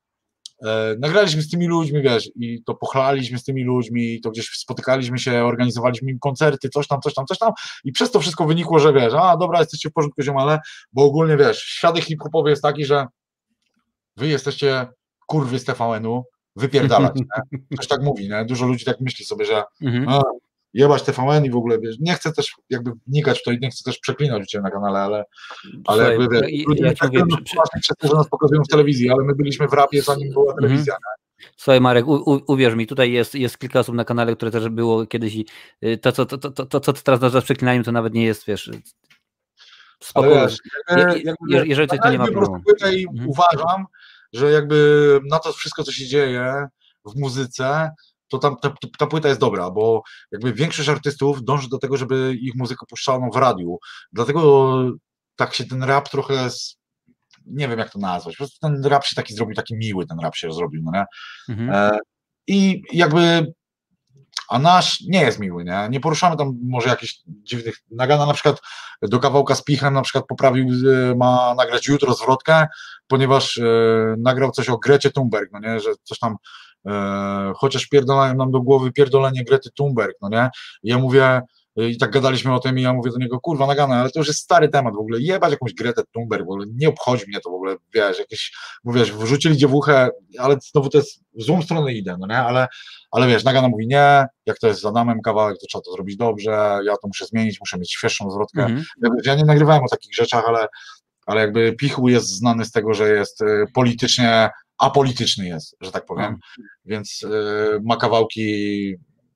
e, nagraliśmy z tymi ludźmi, wiesz, i to pochlaliśmy z tymi ludźmi, i to gdzieś spotykaliśmy się, organizowaliśmy im koncerty, coś tam, coś tam, coś tam i przez to wszystko wynikło, że wiesz, a dobra, jesteście w porządku, ziomale, bo ogólnie, wiesz, świat hip-hopowy jest taki, że wy jesteście kurwy z T V N-u, wypierdalać, nie? Ktoś tak mówi, nie? Dużo ludzi tak myśli sobie, że mhm. a, jebać T V N i w ogóle, wiesz, nie chcę też jakby wnikać w to i nie chcę też przeklinać u Ciebie na kanale, ale, ale Słuchaj, jakby, wiesz, ludzie ja tak mówię, przy, przez to, że nas pokazują w telewizji, ale my byliśmy w rapie, zanim była telewizja, mhm. Słuchaj Marek, u, u, uwierz mi, tutaj jest, jest kilka osób na kanale, które też było kiedyś i to, co to, to, to, to, co teraz nas przeklinają, to nawet nie jest, wiesz, spokojnie. Ale wiesz, jakby, jakby, jeżeli coś, to nie ma problemu. Tutaj mhm. uważam, że jakby na to wszystko, co się dzieje w muzyce, to tam ta, ta płyta jest dobra, bo jakby większość artystów dąży do tego, żeby ich muzykę puszczano w radiu, dlatego tak się ten rap trochę nie wiem jak to nazwać, po prostu ten rap się taki zrobił, taki miły ten rap się zrobił, no nie? Mhm. E, I jakby, a nasz nie jest miły, nie? Nie poruszamy tam może jakichś dziwnych, Nagana na przykład do kawałka z Pichem na przykład poprawił, e, ma nagrać jutro zwrotkę, ponieważ e, nagrał coś o Grecie Thunberg, no nie, że coś tam, e, chociaż pierdolają nam do głowy pierdolenie Grety Thunberg, no nie? I ja mówię, i tak gadaliśmy o tym i ja mówię do niego, kurwa Nagana, ale to już jest stary temat w ogóle, jebać jakąś Gretę Thunberg, w ogóle nie obchodzi mnie to w ogóle, wiesz, jakieś, bo wiesz, wrzucili dziewuchę, ale znowu to jest, w złą stronę idę, no nie, ale, ale wiesz, Nagana mówi nie, jak to jest z Adamem kawałek, to trzeba to zrobić dobrze, ja to muszę zmienić, muszę mieć świeższą zwrotkę, Mhm. ja, ja nie nagrywałem o takich rzeczach, ale, ale jakby Pichu jest znany z tego, że jest y, politycznie, apolityczny jest, że tak powiem, O. więc y, ma kawałki,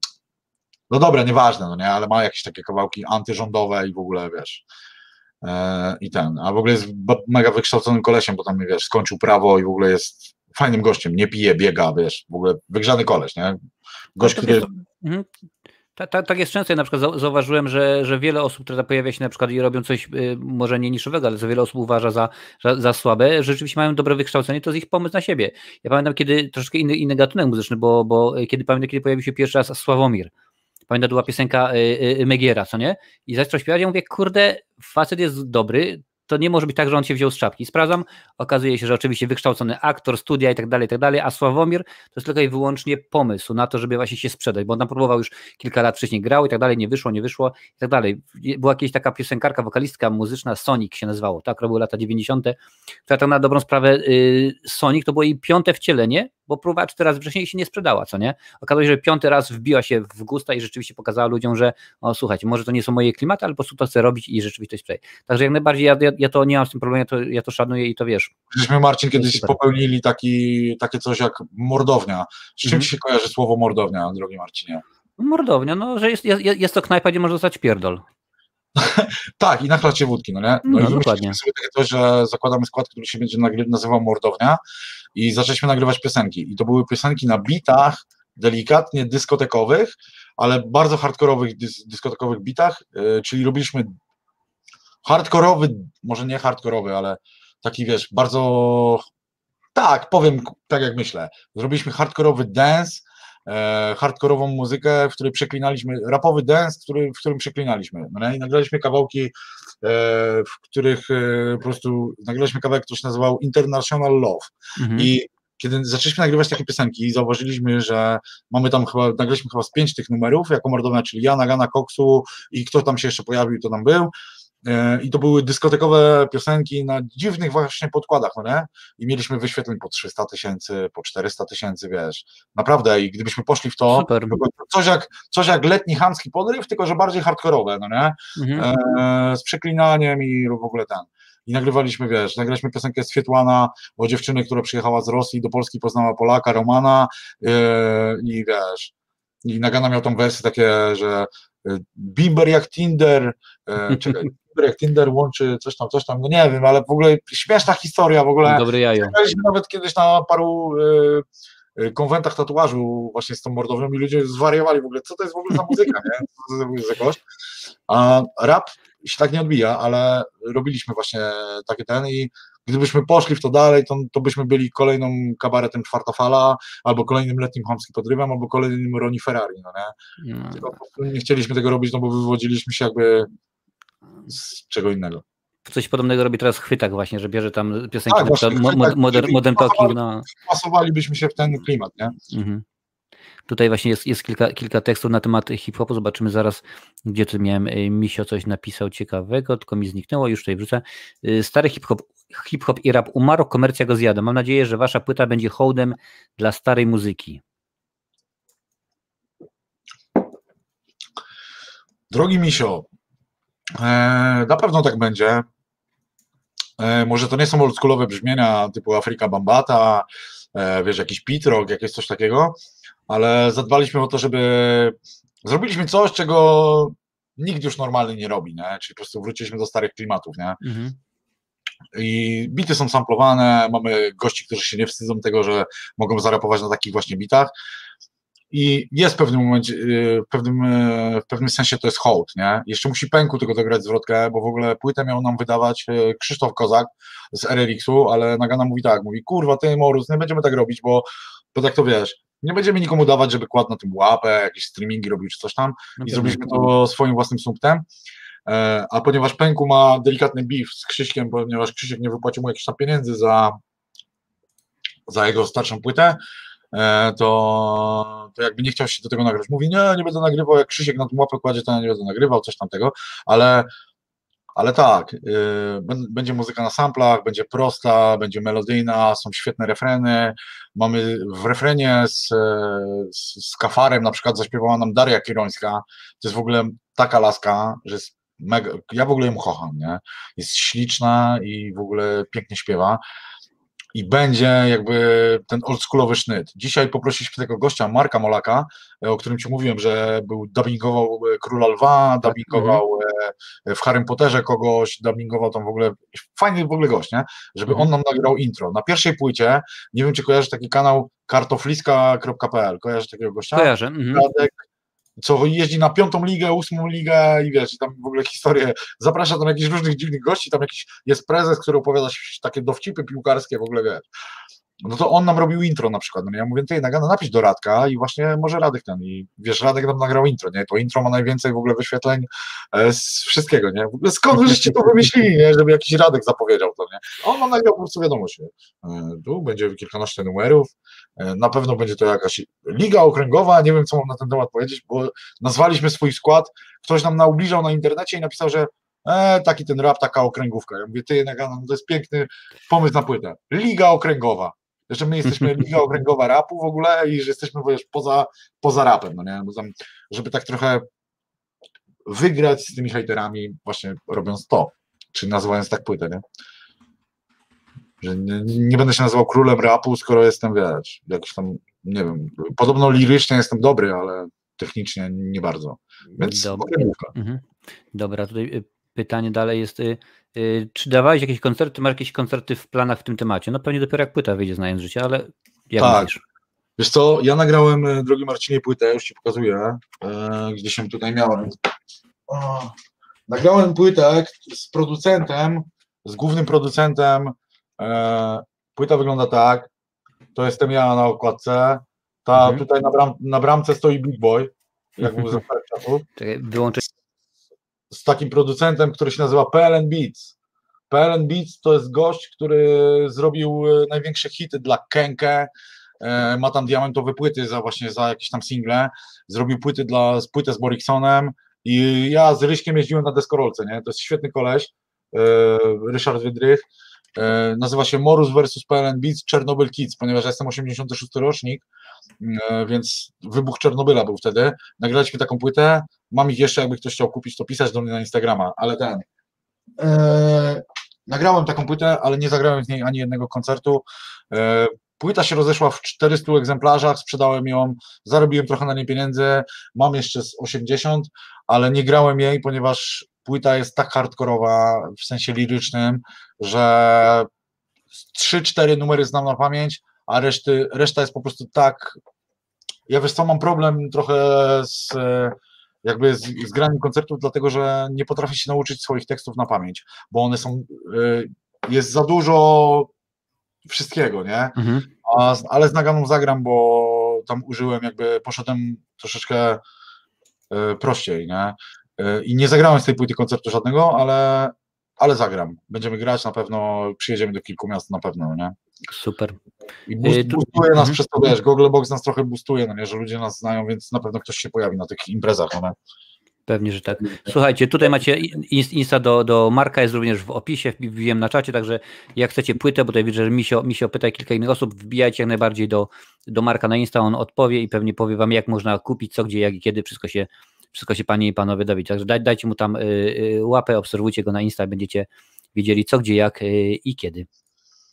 no dobra, nieważne, no nie, ale ma jakieś takie kawałki antyrządowe i w ogóle, wiesz, e, i ten, a w ogóle jest mega wykształconym kolesiem, bo tam, wiesz, skończył prawo i w ogóle jest fajnym gościem, nie pije, biega, wiesz, w ogóle wygrzany koleś, nie, gość, Tak, który... to, mhm. tak, tak, tak jest często, ja na przykład zauważyłem, że, że wiele osób, które pojawia się na przykład i robią coś, y, może nie niszowego, ale co wiele osób uważa za, za, za słabe, rzeczywiście mają dobre wykształcenie, to jest ich pomysł na siebie. Ja pamiętam, kiedy, troszeczkę inny, inny gatunek muzyczny, bo, bo kiedy pamiętam, kiedy pojawił się pierwszy raz Sławomir. Pamiętam, była piosenka y, y, Megiera, co nie? I zaczął śpiewać, ja mówię, kurde, facet jest dobry, to nie może być tak, że on się wziął z czapki. Sprawdzam, okazuje się, że oczywiście wykształcony aktor, studia i tak dalej, i tak dalej, a Sławomir to jest tylko i wyłącznie pomysł na to, żeby właśnie się sprzedać, bo on tam próbował już kilka lat wcześniej, grał i tak dalej, nie wyszło, nie wyszło i tak dalej. Była jakaś taka piosenkarka, wokalistka muzyczna, Sonic się nazywało, tak, to były lata dziewięćdziesiąte, która tak na dobrą sprawę yy, Sonic to było jej piąte wcielenie, bo próbowała cztery razy wcześniej się nie sprzedała, co nie? Okazało się, że piąty raz wbiła się w gusta i rzeczywiście pokazała ludziom, że o słuchajcie, może to nie są moje klimaty, ale po prostu to chcę robić i rzeczywiście to sprzedać. Także jak najbardziej ja, ja, ja to nie mam z tym problemu, ja to, ja to szanuję i to wiesz. Żeśmy, Marcin, kiedyś popełnili taki, takie coś jak mordownia. Z czym Mhm. ci się kojarzy słowo mordownia, drogi Marcinie? Mordownia, no, że jest, jest, jest to knajpa, gdzie można dostać pierdol. Tak, i na chlacie wódki, no nie? No, No, i wymyśliliśmy dokładnie. sobie takie coś, że zakładamy skład, który się będzie nagry- nazywał Mordownia i zaczęliśmy nagrywać piosenki. I to były piosenki na bitach delikatnie dyskotekowych, ale bardzo hardkorowych dys- dyskotekowych bitach, yy, czyli robiliśmy hardkorowy, może nie hardkorowy, ale taki, wiesz, bardzo, tak, powiem tak jak myślę, zrobiliśmy hardkorowy dance, e, hardkorową muzykę, w której przeklinaliśmy, rapowy dance, który, w którym przeklinaliśmy, no nie? I nagraliśmy kawałki, e, w których e, po prostu, nagraliśmy kawałek, który się nazywał International Love Mhm. i kiedy zaczęliśmy nagrywać takie piosenki, zauważyliśmy, że mamy tam chyba, nagraliśmy chyba z pięć tych numerów, jako Mordownia, czyli ja, Nagana, Koksu i kto tam się jeszcze pojawił, to tam był. I to były dyskotekowe piosenki na dziwnych właśnie podkładach, no nie? I mieliśmy wyświetleń po trzysta tysięcy, po czterysta tysięcy, wiesz, naprawdę i gdybyśmy poszli w to, Super. to było coś jak, coś jak letni chamski podryw, tylko że bardziej hardkorowe, no nie? Mhm. E, z przeklinaniem i w ogóle ten. I nagrywaliśmy, wiesz, nagraliśmy piosenkę Swietłana o dziewczyny, która przyjechała z Rosji, do Polski poznała Polaka, Romana e, i wiesz, i Nagana miał tam wersy takie, że Bimber jak Tinder, e, czekaj, Bimber jak Tinder łączy coś tam, coś tam, no nie wiem, ale w ogóle śmieszna historia, w ogóle Dobry jajo. Byliśmy nawet kiedyś na paru e, konwentach tatuażu właśnie z tą Mordownią i ludzie zwariowali w ogóle, co to jest w ogóle za muzyka, nie? Co to jest za gość? A rap się tak nie odbija, ale robiliśmy właśnie takie ten i gdybyśmy poszli w to dalej, to, to byśmy byli kolejną kabaretem Czwarta Fala, albo kolejnym letnim chamskim podrywem, albo kolejnym Ronnie Ferrari, no nie? No. Tylko po prostu nie chcieliśmy tego robić, no bo wywodziliśmy się jakby z czego innego. Coś podobnego robi teraz Chwytak właśnie, że bierze tam piosenki, Tak, na przykład właśnie, mo- Chwytak, modern, czyli modern Talking, no. Pasowalibyśmy się w ten klimat, nie? Mhm. Tutaj właśnie jest, jest kilka, kilka tekstów na temat hip-hopu, zobaczymy zaraz, gdzie tu miałem, Misio coś napisał ciekawego, tylko mi zniknęło, już tutaj wrzucę. Stary hip-hop, hip-hop i rap umarł, komercja go zjada. Mam nadzieję, że wasza płyta będzie hołdem dla starej muzyki. Drogi Misio, e, na pewno tak będzie. E, może to nie są oldschoolowe brzmienia typu Afryka Bambata, e, wiesz, jakiś Pitrock, jakieś coś takiego, ale zadbaliśmy o to, żeby zrobiliśmy coś, czego nikt już normalny nie robi, nie? Czyli po prostu wróciliśmy do starych klimatów, nie? Mhm. I bity są samplowane, mamy gości, którzy się nie wstydzą tego, że mogą zarapować na takich właśnie bitach i jest w pewnym momencie, w pewnym, w pewnym sensie to jest hołd, nie? Jeszcze musi Pęku tylko dograć zwrotkę, bo w ogóle płytę miał nam wydawać Krzysztof Kozak z R R X-u, ale Nagana mówi tak, mówi, kurwa, ty Morus, nie będziemy tak robić, bo, bo tak to wiesz, nie będziemy nikomu dawać, żeby kładł na tym łapę, jakieś streamingi robił czy coś tam i zrobiliśmy to swoim własnym sumptem, a ponieważ Pęku ma delikatny beef z Krzyśkiem, ponieważ Krzysiek nie wypłacił mu jakichś tam pieniędzy za, za jego starszą płytę, to, to jakby nie chciał się do tego nagrać. Mówi, nie, nie będę nagrywał, jak Krzysiek na tą łapę kładzie, to ja nie będę nagrywał, coś tamtego, ale, ale tak, yy, będzie muzyka na samplach, będzie prosta, będzie melodyjna, są świetne refreny, mamy w refrenie z, z, z Kafarem na przykład zaśpiewała nam Daria Kirońska, to jest w ogóle taka laska, że jest mega, ja w ogóle ją kocham, nie? Jest śliczna i w ogóle pięknie śpiewa. I będzie jakby ten oldschoolowy sznyt. Dzisiaj poprosiliśmy tego gościa, Marka Molaka, o którym ci mówiłem, że był dubbingował Króla Lwa, dubbingował w Harrym Potterze kogoś, dubbingował tam w ogóle, fajny w ogóle gość, nie? Żeby on nam nagrał intro. Na pierwszej płycie, nie wiem czy kojarzysz taki kanał kartofliska kropka p l, kojarzysz takiego gościa? Kojarzę. Mhm. Co jeździ na piątą ligę, ósmą ligę i wiesz, i tam w ogóle historię, zaprasza tam jakichś różnych dziwnych gości, tam jakiś jest prezes, który opowiada takie dowcipy piłkarskie, w ogóle wiesz. No to on nam robił intro na przykład, no ja mówię, ty Nagana, napisz do Radka i właśnie może Radek ten i wiesz, Radek nam nagrał intro, nie, to intro ma najwięcej w ogóle wyświetleń z wszystkiego, nie, w ogóle skąd wy żeście to wymyślili, nie, żeby jakiś Radek zapowiedział to, nie, a on nam nagrał po prostu wiadomość, nie? Tu będzie kilkanaście numerów, na pewno będzie to jakaś liga okręgowa, nie wiem co mam na ten temat powiedzieć, bo nazwaliśmy swój skład, ktoś nam naubliżał na internecie i napisał, że E, taki ten rap, taka okręgówka. Ja mówię, ty Nagana, no to jest piękny pomysł na płytę. Liga okręgowa. Że my jesteśmy Liga Okręgowa Rapu w ogóle i że jesteśmy wiesz, poza, poza rapem, no nie? Bo tam, żeby tak trochę wygrać z tymi hejterami właśnie robiąc to, czy nazywając tak płytę, nie? Że nie, nie będę się nazywał królem rapu, skoro jestem, wiesz, jakiś tam, nie wiem, podobno lirycznie jestem dobry, ale technicznie nie bardzo. Więc Dobra, mhm. Dobra, tutaj pytanie dalej jest, y, y, czy dawałeś jakieś koncerty, masz jakieś koncerty w planach w tym temacie? No pewnie dopiero jak płyta wyjdzie, znając życie, ale jak tak. myślisz? Wiesz co, ja nagrałem, drogi Marcinie, płytę, już ci pokazuję, e, gdzie się tutaj miałem. O, nagrałem płytę z producentem, z głównym producentem, e, płyta wygląda tak, to jestem ja na okładce, ta mhm. tutaj na, bram, na bramce stoi Big Boy, jak był za starych czasów. Wyłączę. Z takim producentem, który się nazywa P L N Beats. P L N Beats to jest gość, który zrobił największe hity dla Kenke, ma tam diamentowe płyty za właśnie za jakieś tam single, zrobił płyty dla, płytę z Boriksonem i ja z Ryśkiem jeździłem na deskorolce, nie? To jest świetny koleś, Ryszard Wydrych, nazywa się Morus versus P L N Beats Chernobyl Kids, ponieważ ja jestem osiemdziesiąty szósty rocznik, więc wybuch Czernobyla był wtedy, nagraliśmy taką płytę, mam ich jeszcze, jakby ktoś chciał kupić, to pisać do mnie na Instagrama, ale ten e, nagrałem taką płytę, ale nie zagrałem z niej ani jednego koncertu, e, płyta się rozeszła w czterystu egzemplarzach, sprzedałem ją, zarobiłem trochę na niej pieniędzy, mam jeszcze z osiemdziesiąt, ale nie grałem jej, ponieważ płyta jest tak hardkorowa w sensie lirycznym, że trzy cztery numery znam na pamięć, a reszty, reszta jest po prostu tak, ja wiesz co, mam problem trochę z jakby z, z graniem koncertów, dlatego że nie potrafię się nauczyć swoich tekstów na pamięć, bo one są, jest za dużo wszystkiego, nie? Mhm. A, ale z Naganą zagram, bo tam użyłem jakby, poszedłem troszeczkę prościej, nie? I nie zagrałem z tej płyty koncertu żadnego, ale, ale zagram. Będziemy grać na pewno, przyjedziemy do kilku miast na pewno, nie? Super. I boost, boostuje nas przez to, wiesz, Googlebox nas trochę boostuje, no nie, że ludzie nas znają, więc na pewno ktoś się pojawi na tych imprezach, no nie? Pewnie, że tak. Słuchajcie, tutaj macie Insta do, do Marka, jest również w opisie, wbiłem na czacie, także jak chcecie płytę, bo tutaj widzę, że Misio, Misio pyta i kilka innych osób, wbijajcie jak najbardziej do, do Marka na Insta, on odpowie i pewnie powie wam, jak można kupić, co, gdzie, jak i kiedy, wszystko się, wszystko się panie i panowie dowie. Także daj, dajcie mu tam y, y, łapę, obserwujcie go na Insta, będziecie wiedzieli co, gdzie, jak y, i kiedy.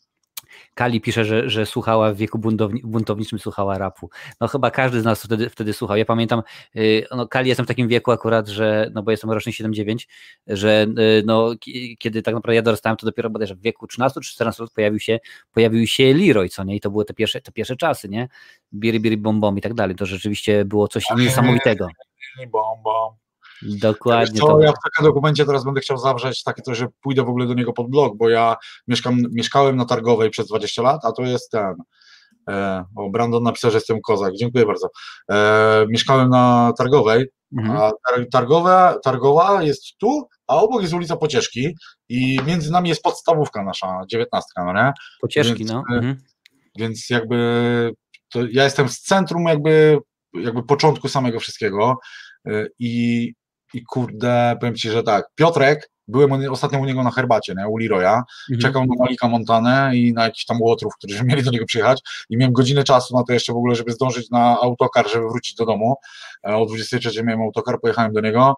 Kali pisze, że, że słuchała w wieku buntowni, buntowniczym, słuchała rapu. No chyba każdy z nas wtedy, wtedy słuchał. Ja pamiętam, yy, no Kali, jestem w takim wieku akurat, że, no bo jestem rocznik siedem dziewięć, że yy, no kiedy tak naprawdę ja dorastałem, to dopiero bodajże w wieku trzynastu czy czternastu lat pojawił się, pojawił się Leroy, co nie? I to były te pierwsze, te pierwsze czasy, nie? Biri, biri, bom, bom i tak dalej. To rzeczywiście było coś niesamowitego. Bom, bom. Dokładnie. Co, to... ja w takim dokumencie teraz będę chciał zawrzeć takie to, że pójdę w ogóle do niego pod blog, bo ja mieszkam, mieszkałem na Targowej przez dwadzieścia lat, a to jest ten, e, o Brandon napisał, że jestem kozak, dziękuję bardzo. E, mieszkałem na Targowej, mhm. a Targowa, Targowa jest tu, a obok jest ulica Pocieszki i między nami jest podstawówka nasza, dziewiętnastka, no nie? Pocieszki, więc, no. Mhm. Więc jakby to ja jestem z centrum jakby, jakby początku samego wszystkiego i I kurde, powiem Ci, że tak, Piotrek, byłem ostatnio u niego na herbacie, nie, u Leroya, mhm. czekał na Malika Montanę i na jakichś tam łotrów, którzy mieli do niego przyjechać i miałem godzinę czasu na to jeszcze w ogóle, żeby zdążyć na autokar, żeby wrócić do domu. O dwudziestej trzeciej miałem autokar, pojechałem do niego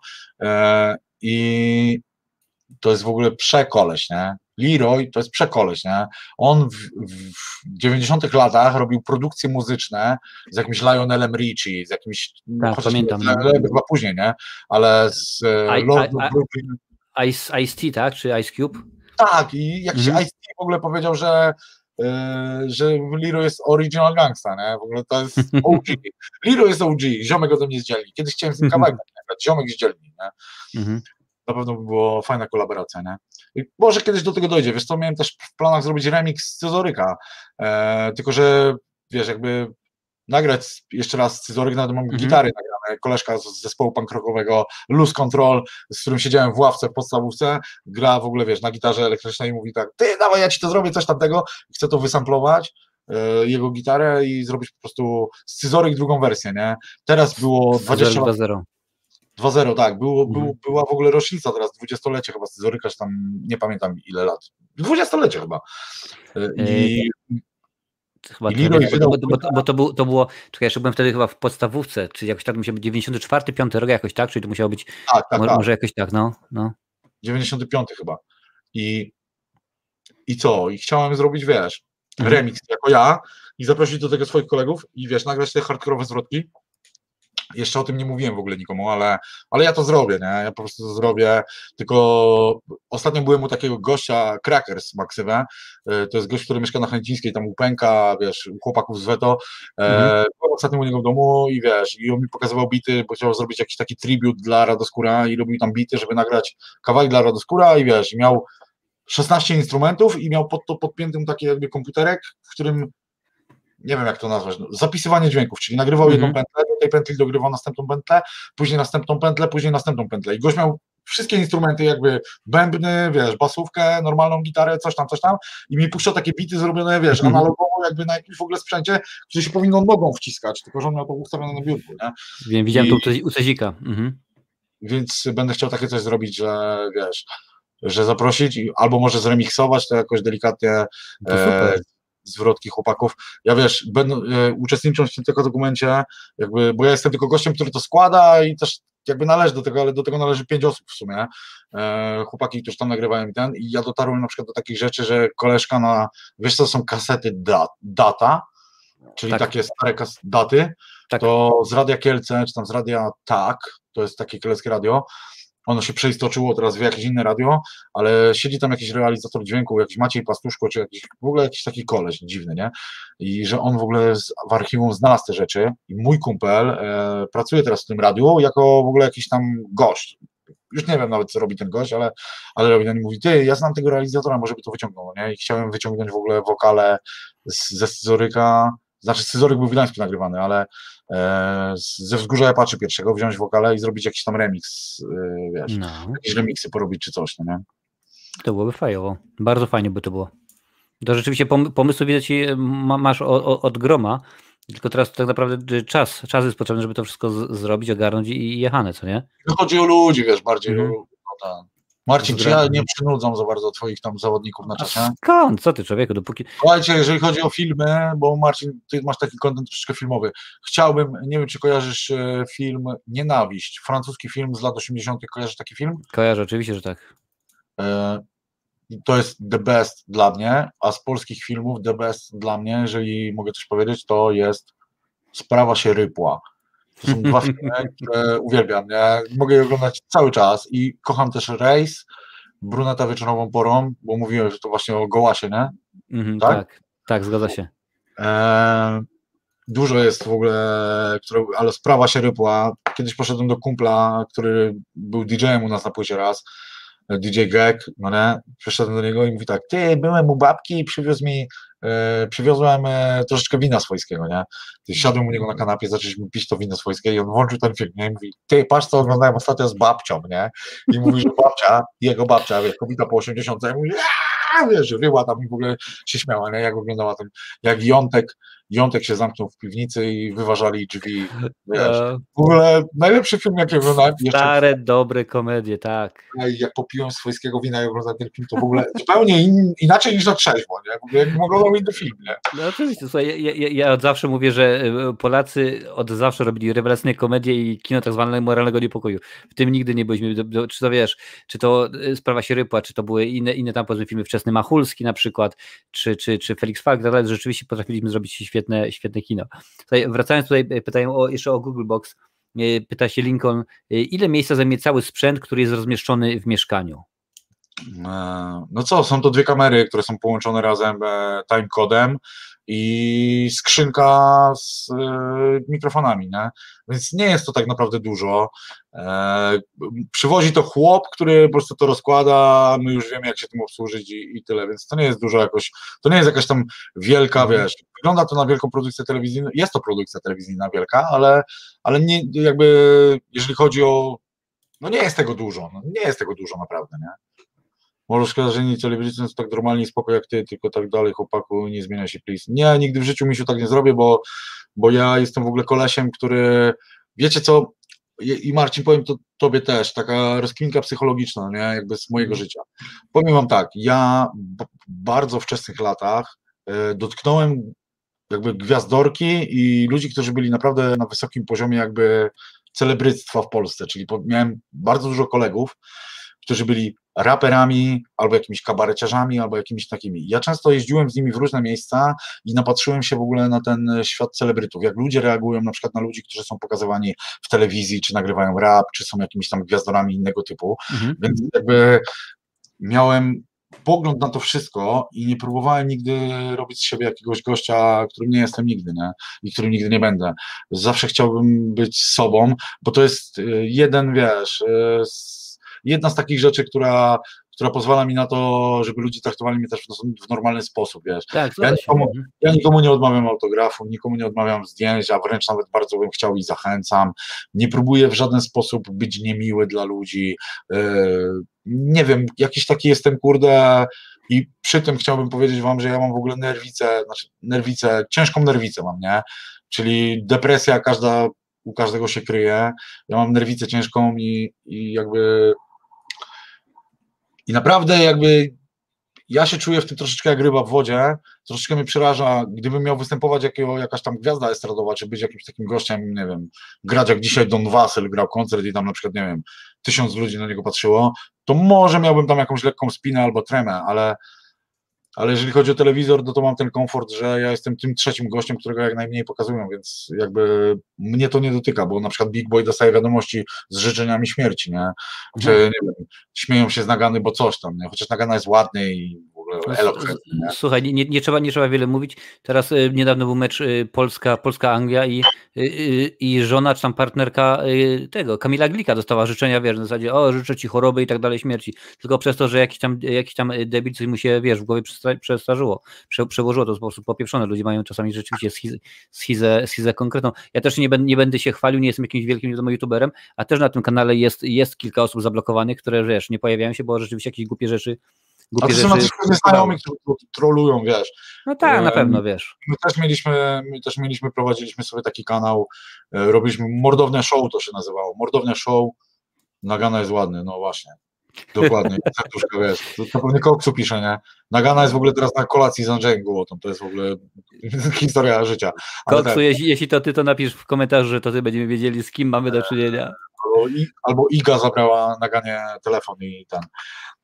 i to jest w ogóle przekoleś, nie? Leroy to jest przekoleś, nie? On w, w dziewięćdziesiątych latach robił produkcje muzyczne z jakimś Lionelem Richie, z jakimś, tak, chociaż pamiętam, nie, chyba później, nie? Ale z I, Lord I, of Brooklyn. Ice, Ice-T, tak? Czy Ice Cube? Tak, i jakiś mhm. Ice-T w ogóle powiedział, że Yy, że Leroy jest original gangsta, nie? W ogóle to jest O G. Leroy jest O G, ziomek ode mnie z dzielni. Kiedyś chciałem z tym kawałek nagrać, ziomek z dzielni, nie? Mhm. Na pewno by była fajna kolaboracja, nie? I może kiedyś do tego dojdzie, wiesz co, miałem też w planach zrobić remix Scyzoryka, e, tylko że, wiesz, jakby nagrać jeszcze raz Scyzoryk, nawet mam mhm. gitary nagrane, koleżka z zespołu punk rockowego Lose Control, z którym siedziałem w ławce w podstawówce, gra w ogóle, wiesz, na gitarze elektrycznej i mówi tak, ty dawaj, ja ci to zrobię, coś tamtego, chcę to wysamplować, e, jego gitarę i zrobić po prostu Scyzoryk drugą wersję, nie? Teraz było dwadzieścia lat. dwa zero, tak, było, mhm. było, była w ogóle rocznica teraz, dwudziestolecie chyba Scyzoryka, czy tam nie pamiętam ile lat, dwudziestolecie chyba. I, chyba i Leroy wydał, bo, bo, bo to, było, to było, czekaj, jeszcze byłem wtedy chyba w podstawówce, czyli jakoś tak, musiał być dziewięćdziesiąty czwarty, piąty rok jakoś tak, czyli to musiało być, tak, tak, może, tak. może jakoś tak, no. no. dziewięćdziesiąty piąty chyba. I, i co? I chciałem zrobić, wiesz, mhm. remix jako ja i zaprosić do tego swoich kolegów i wiesz, nagrać te hardkorowe zwrotki. Jeszcze o tym nie mówiłem w ogóle nikomu, ale, ale ja to zrobię, nie? Ja po prostu to zrobię, tylko ostatnio byłem u takiego gościa, Crackers Maksywę, to jest gość, który mieszka na Chęcińskiej, tam u Pęka, wiesz, u chłopaków z Veto, mhm. byłem ostatnio u niego w domu i wiesz, i on mi pokazywał bity, bo chciał zrobić jakiś taki tribut dla Radoskóra i robił tam bity, żeby nagrać kawałek dla Radoskóra i wiesz, i miał szesnaście instrumentów i miał pod to podpiętym taki jakby komputerek, w którym nie wiem jak to nazwać, no, zapisywanie dźwięków, czyli nagrywał mm-hmm. jedną pętlę, do tej pętli dogrywał następną pętlę, później następną pętlę, później następną pętlę i gość miał wszystkie instrumenty jakby bębny, wiesz, basówkę, normalną gitarę, coś tam, coś tam i mi puszczał takie bity zrobione, wiesz, mm-hmm. analogowo jakby na jakimś w ogóle sprzęcie, który się powinno nogą wciskać, tylko że on miał to ustawione na biurku, nie? Wiem, widziałem I, to u Cezika. Mm-hmm. Więc będę chciał takie coś zrobić, że wiesz, że zaprosić albo może zremiksować to jakoś delikatnie. To super. E, zwrotki chłopaków. Ja wiesz, będę e, uczestnicząc w tym dokumencie, jakby, bo ja jestem tylko gościem, który to składa i też jakby należy do tego, ale do tego należy pięć osób w sumie. E, chłopaki, którzy tam nagrywają i ten, i ja dotarłem na przykład do takich rzeczy, że koleżka na, wiesz co są kasety dat, data, czyli tak. takie stare kas- daty, tak. To z Radia Kielce, czy tam z Radia Tak, to jest takie kieleckie radio, ono się przeistoczyło teraz w jakieś inne radio, ale siedzi tam jakiś realizator dźwięku, jakiś Maciej Pastuszko, czy jakiś, w ogóle jakiś taki koleś dziwny, nie? I że on w ogóle z, w archiwum znalazł te rzeczy i mój kumpel e, pracuje teraz w tym radiu jako w ogóle jakiś tam gość. Już nie wiem nawet, co robi ten gość, ale, ale robi, on mówi, ty, ja znam tego realizatora, może by to wyciągnął, nie? I chciałem wyciągnąć w ogóle wokale z, ze Scyzoryka, znaczy Scyzoryk był w Gdańsku nagrywany, ale e, ze Wzgórza Japaczy pierwszego wziąć wokale i zrobić jakiś tam remix, e, wiesz, no. jakieś remiksy porobić czy coś, no nie? To byłoby fajowo, bardzo fajnie by to było. To rzeczywiście pomysły widać masz od groma, tylko teraz tak naprawdę czas, czas jest potrzebny, żeby to wszystko z, zrobić, ogarnąć i jechane, co nie? No chodzi o ludzi, wiesz, bardziej mhm. o, o Marcin, czy ja nie przynudzam za bardzo twoich tam zawodników na czasie? Skąd? Co ty, człowieku, dopóki... Słuchajcie, jeżeli chodzi o filmy, bo Marcin, ty masz taki kontent troszeczkę filmowy, chciałbym, nie wiem, czy kojarzysz film Nienawiść, francuski film z lat osiemdziesiątych, kojarzysz taki film? Kojarzę, oczywiście, że tak. E, to jest the best dla mnie, a z polskich filmów the best dla mnie, jeżeli mogę coś powiedzieć, to jest Sprawa się rypła. To są dwa filmy, które uwielbiam, nie? Mogę je oglądać cały czas i kocham też Rejs, Bruneta wieczorową porą, bo mówiłem, że to właśnie o Gołasie, nie? Mhm, tak? tak, tak, zgadza się. E, dużo jest w ogóle, które, ale Sprawa się rypła. Kiedyś poszedłem do kumpla, który był D J-em u nas na płycie raz, D J Gag, no nie? Przyszedłem do niego i mówi tak, ty, byłem u babki i przywiózł mi, e, przywiozłem e, troszeczkę wina swojskiego, nie? Ty, siadłem u niego na kanapie, zaczęliśmy pić to wino swojskie i on włączył ten film, nie? I mówi, ty, patrz co oglądałem ostatnio z babcią, nie? I mówi, że babcia, jego babcia, wiesz, kobieta po osiemdziesiątce, ja mówię, aaa, wiesz, ryła tam i w ogóle się śmiała, nie? Jak wyglądała ten, jak Jątek, Jątek się zamknął w piwnicy i wyważali drzwi, wiesz. W ogóle najlepszy film, jaki oglądałem. Stare, jeszcze... dobre komedie, tak. Jak popiłem swojskiego wina i oglądałem ten film, to w ogóle zupełnie in, inaczej niż na trzeźwo, nie? W ogóle jak oglądał inny film, nie? No oczywiście, słuchaj, ja, ja, ja od zawsze mówię, że Polacy od zawsze robili rewelacyjne komedie i kino tak zwanego moralnego niepokoju. W tym nigdy nie byliśmy, czy to wiesz, czy to Sprawa się rypła, czy to były inne, inne tam powiedzmy filmy, Wczesny Machulski na przykład, czy, czy, czy Felix Falk, ale rzeczywiście potrafiliśmy zrobić świetne, świetne kino. Tutaj, wracając tutaj, pytają o, jeszcze o Google Box, pyta się Lincoln, ile miejsca zajmie cały sprzęt, który jest rozmieszczony w mieszkaniu? No co, są to dwie kamery, które są połączone razem timecodem i skrzynka z y, mikrofonami, nie? Więc nie jest to tak naprawdę dużo. E, przywozi to chłop, który po prostu to rozkłada, my już wiemy, jak się tym obsłużyć i, i tyle, więc to nie jest dużo jakoś, to nie jest jakaś tam wielka, wiesz, wygląda to na wielką produkcję telewizyjną, jest to produkcja telewizyjna wielka, ale, ale nie, jakby, jeżeli chodzi o, no nie jest tego dużo, no nie jest tego dużo naprawdę, nie? Może szkoda, że nie celebrycy są tak normalnie spoko jak ty, tylko tak dalej, chłopaku, nie zmienia się, please. Nie, nigdy w życiu, misiu, tak nie zrobię, bo, bo ja jestem w ogóle kolesiem, który, wiecie co, i Marcin, powiem to tobie też, taka rozkminka psychologiczna, nie, jakby z mojego życia. Powiem wam tak, ja w bardzo wczesnych latach y, dotknąłem jakby gwiazdorki i ludzi, którzy byli naprawdę na wysokim poziomie jakby celebryctwa w Polsce, czyli po, miałem bardzo dużo kolegów, którzy byli raperami, albo jakimiś kabareciarzami, albo jakimiś takimi. Ja często jeździłem z nimi w różne miejsca i napatrzyłem się w ogóle na ten świat celebrytów, jak ludzie reagują na przykład na ludzi, którzy są pokazywani w telewizji, czy nagrywają rap, czy są jakimiś tam gwiazdorami innego typu, mhm. Więc jakby miałem pogląd na to wszystko i nie próbowałem nigdy robić z siebie jakiegoś gościa, którym nie jestem nigdy, nie? I którym nigdy nie będę. Zawsze chciałbym być sobą, bo to jest jeden, wiesz, jedna z takich rzeczy, która, która pozwala mi na to, żeby ludzie traktowali mnie też w, w normalny sposób, wiesz. Tak, ja, nikomu, ja nikomu nie odmawiam autografu, nikomu nie odmawiam zdjęć, a wręcz nawet bardzo bym chciał i zachęcam. Nie próbuję w żaden sposób być niemiły dla ludzi. Yy, nie wiem, jakiś taki jestem, kurde, i przy tym chciałbym powiedzieć wam, że ja mam w ogóle nerwicę, znaczy nerwicę, ciężką nerwicę mam, nie? Czyli depresja każda, u każdego się kryje. Ja mam nerwicę ciężką i, i jakby I naprawdę jakby ja się czuję w tym troszeczkę jak ryba w wodzie, troszeczkę mnie przeraża, gdybym miał występować jako jakaś tam gwiazda estradowa, czy być jakimś takim gościem, nie wiem, grać jak dzisiaj Don Wasyl grał koncert i tam na przykład, nie wiem, tysiąc ludzi na niego patrzyło, to może miałbym tam jakąś lekką spinę albo tremę, ale, ale jeżeli chodzi o telewizor, no to mam ten komfort, że ja jestem tym trzecim gościem, którego jak najmniej pokazują, więc jakby mnie to nie dotyka, bo na przykład Big Boy dostaje wiadomości z życzeniami śmierci, nie? Czy nie wiem, śmieją się z Nagany, bo coś tam, nie? Chociaż Nagana jest ładny i w ogóle elokwentny. Słuchaj, nie, nie, trzeba, nie trzeba wiele mówić. Teraz y, niedawno był mecz y, Polska, Polska-Anglia i, y, y, i żona czy tam partnerka y, tego, Kamila Glika dostała życzenia, wiesz, na zasadzie, o, życzę ci choroby i tak dalej, śmierci. Tylko przez to, że jakiś tam, jakiś tam debil coś mu się, wiesz, w głowie przestarzyło, prze, przełożyło to w sposób popieprzony. Ludzie mają czasami rzeczywiście schizę, schizę, schizę konkretną. Ja też nie, ben, nie będę się chwalił, nie jestem jakimś wielkim wiadomo youtuberem, a też na tym kanale jest, jest kilka osób zablokowanych, które, wiesz, nie pojawiają się, bo rzeczywiście jakieś głupie rzeczy A to są na przykład znajomych, którzy trolują, wiesz. No tak, na pewno, wiesz. My też mieliśmy, my też mieliśmy, prowadziliśmy sobie taki kanał, robiliśmy Mordowne Show, to się nazywało. Mordowne Show, Nagana jest ładny, no właśnie. Dokładnie, serduszko, wiesz. To, to pewnie Koksu pisze, nie? Nagana jest w ogóle teraz na kolacji z Andrzejem Gołotą, to jest w ogóle historia życia. Ale Koksu, tak, jeśli, jeśli to ty, to napisz w komentarzu, że to ty będziemy wiedzieli, z kim mamy do czynienia. Albo, albo Iga zabrała Naganie telefon i ten.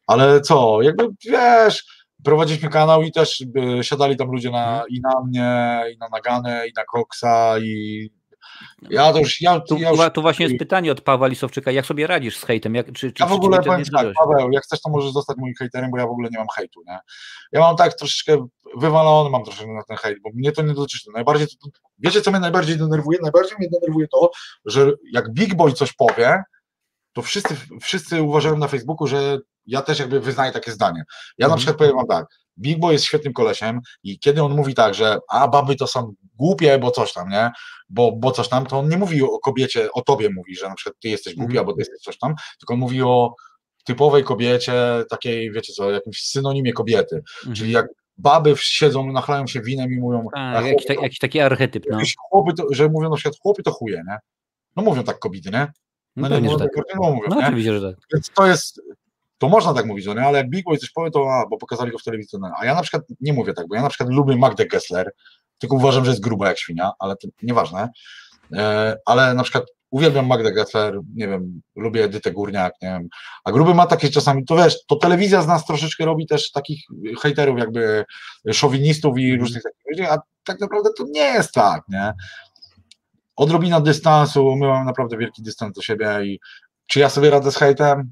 ale co, jakby wiesz, prowadziliśmy kanał i też y, siadali tam ludzie na, i na mnie, i na Naganę, i na Koksa, i ja to już... Ja, tu, ja, już, tu właśnie jest pytanie od Pawła Lisowczyka, jak sobie radzisz z hejtem? Jak, czy, czy, ja w ogóle czy, czy, powiem czy, tak, Paweł, jak chcesz, to możesz zostać moim hejterem, bo ja w ogóle nie mam hejtu, nie? Ja mam tak troszeczkę wywalony, mam troszeczkę na ten hejt, bo mnie to nie dotyczy. Najbardziej, wiecie, co mnie najbardziej denerwuje? Najbardziej mnie denerwuje to, że jak Big Boy coś powie, to wszyscy, wszyscy uważają na Facebooku, że ja też jakby wyznaję takie zdanie. Ja na Mhm. przykład powiem wam tak, Big Boy jest świetnym kolesiem i kiedy on mówi tak, że a baby to są głupie, bo coś tam, nie? Bo, bo coś tam, to on nie mówi o kobiecie, o tobie mówi, że na przykład ty jesteś głupia, Mhm. bo ty jesteś coś tam, tylko on mówi o typowej kobiecie, takiej, wiecie co, jakimś synonimie kobiety. Mhm. Czyli jak baby siedzą, nachlają się winem i mówią, A, a jakiś, chłopy, ta, jakiś taki archetyp, no. jakieś chłopy to, że mówią na przykład chłopy to chuje, nie? No mówią tak kobiety, nie? No, No nie, pewnie, no, że tak. no mówią, No nie? oczywiście, że tak. Więc to jest, to można tak mówić, no nie? Ale jak Big Boy coś powie, to a, bo pokazali go w telewizji, to no. A ja na przykład nie mówię tak, bo ja na przykład lubię Magdę Gessler, tylko uważam, że jest gruba jak świnia, ale to nieważne. E, ale na przykład uwielbiam Magdę Gessler, nie wiem, lubię Edytę Górniak, nie wiem, a Gruby ma takie czasami, to wiesz, to telewizja z nas troszeczkę robi też takich hejterów jakby szowinistów i Mhm. różnych takich ludzi, a tak naprawdę to nie jest tak, nie? Odrobina dystansu, my mamy naprawdę wielki dystans do siebie i czy ja sobie radzę z hejtem?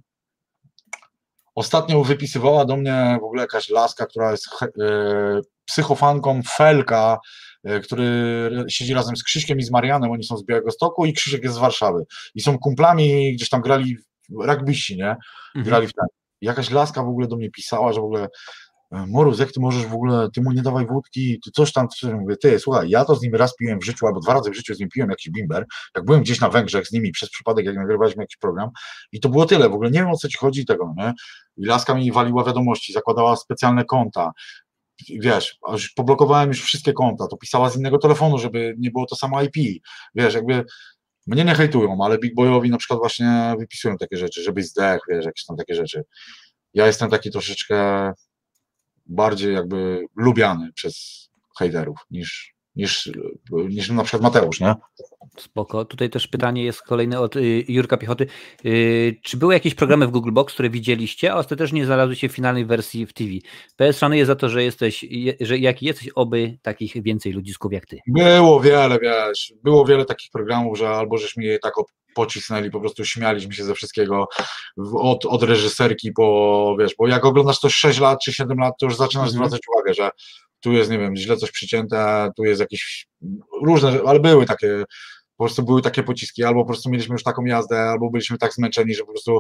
Ostatnio wypisywała do mnie w ogóle jakaś laska, która jest he, e, psychofanką Felka, e, który siedzi razem z Krzyśkiem i z Marianem, oni są z Białegostoku i Krzysiek jest z Warszawy i są kumplami, gdzieś tam grali w rugbyści, nie? Grali Mhm. w ten. Jakaś laska w ogóle do mnie pisała, że w ogóle Morus, jak ty możesz w ogóle, ty mu nie dawaj wódki, ty coś tam, coś, mówię, ty, słuchaj, ja to z nim raz piłem w życiu, albo dwa razy w życiu z nim piłem jakiś bimber, jak byłem gdzieś na Węgrzech z nimi przez przypadek, jak nagrywaliśmy jakiś program i to było tyle, w ogóle nie wiem, o co ci chodzi tego, nie? I laska mi waliła wiadomości, zakładała specjalne konta, wiesz, aż poblokowałem już wszystkie konta, to pisała z innego telefonu, żeby nie było to samo I P, wiesz, jakby mnie nie hejtują, ale Big Boyowi na przykład właśnie wypisują takie rzeczy, żebyś zdech, wiesz, jakieś tam takie rzeczy. Ja jestem taki troszeczkę bardziej jakby lubiany przez hejterów niż, niż, niż na przykład Mateusz, nie? Spoko. Tutaj też pytanie jest kolejne od y, Jurka Piechoty. Y, czy były jakieś programy w Google Box, które widzieliście, a ostatecznie znalazły się w finalnej wersji w T V? P S szanuję za to, że jesteś, je, że jaki jesteś, oby takich więcej ludzisków jak ty. Było wiele, wiesz, było wiele takich programów, że albo żeśmy je tak pocisnęli, po prostu śmialiśmy się ze wszystkiego, od, od reżyserki po, wiesz, bo jak oglądasz to sześć lat czy siedem lat, to już zaczynasz Mhm. zwracać uwagę, że tu jest, nie wiem, źle coś przycięte, tu jest jakieś różne, ale były takie, po prostu były takie pociski, albo po prostu mieliśmy już taką jazdę, albo byliśmy tak zmęczeni, że po prostu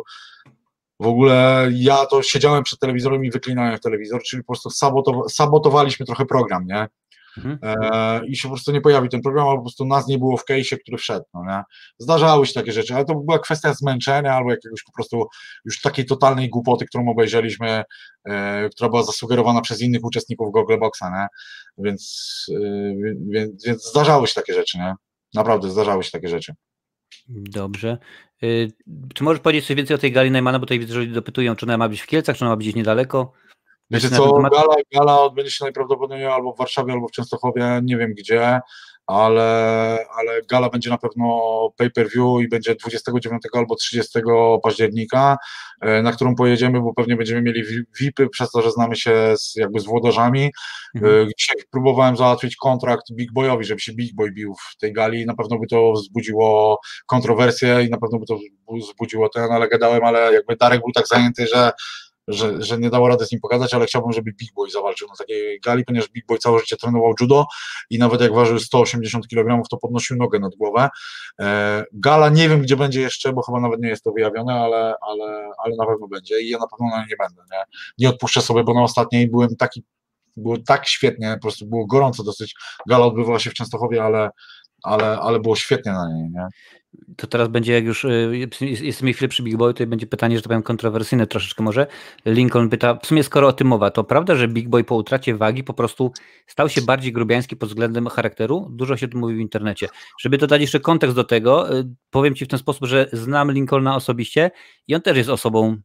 w ogóle ja to siedziałem przed telewizorem i wyklinałem w telewizor, czyli po prostu sabotow- sabotowaliśmy trochę program, nie? Mhm. E, i się po prostu nie pojawił ten program, albo po prostu nas nie było w case'ie, który wszedł, no nie? Zdarzały się takie rzeczy, ale to była kwestia zmęczenia albo jakiegoś po prostu już takiej totalnej głupoty, którą obejrzeliśmy, e, która była zasugerowana przez innych uczestników Googleboxa, nie? Więc, e, więc, więc zdarzały się takie rzeczy, nie? Naprawdę zdarzały się takie rzeczy. Dobrze. Y, czy możesz powiedzieć coś więcej o tej gali Najmana, bo tutaj widzę, że ludzie dopytują, czy ona ma być w Kielcach, czy ona ma być gdzieś niedaleko? Wiecie Na co, ten temat- gala, gala odbędzie się najprawdopodobniej albo w Warszawie, albo w Częstochowie, nie wiem gdzie, ale, ale gala będzie na pewno pay-per-view i będzie dwudziestego dziewiątego albo trzydziestego października, e, na którą pojedziemy, bo pewnie będziemy mieli V I P-y, przez to, że znamy się z, jakby z włodarzami. Mhm. E, Dzisiaj próbowałem załatwić kontrakt Big Boyowi, żeby się Big Boy bił w tej gali, na pewno by to wzbudziło kontrowersję i na pewno by to wzbudziło ten, ale gadałem, ale jakby Darek był tak zajęty, że Że, że nie dało rady z nim pogadać, ale chciałbym, żeby Big Boy zawalczył na takiej gali, ponieważ Big Boy całe życie trenował judo i nawet jak ważył sto osiemdziesiąt kilogramów, to podnosił nogę nad głowę. E, gala nie wiem, gdzie będzie jeszcze, bo chyba nawet nie jest to wyjawione, ale, ale, ale na pewno będzie i ja na pewno na niej nie będę. Nie, nie odpuszczę sobie, bo na ostatniej byłem taki, było tak świetnie, po prostu było gorąco dosyć. Gala odbywała się w Częstochowie, ale, ale, ale było świetnie na niej, nie? To teraz będzie, jak już y, jest- jesteśmy chwilę przy Big Boy, to będzie pytanie, że to powiem kontrowersyjne troszeczkę może. Lincoln pyta, w sumie skoro o tym mowa, to prawda, że Big Boy po utracie wagi po prostu stał się bardziej grubiański pod względem charakteru? Dużo się o tym mówi w internecie. Żeby dodać jeszcze kontekst do tego, y, powiem Ci w ten sposób, że znam Lincolna osobiście i on też jest osobą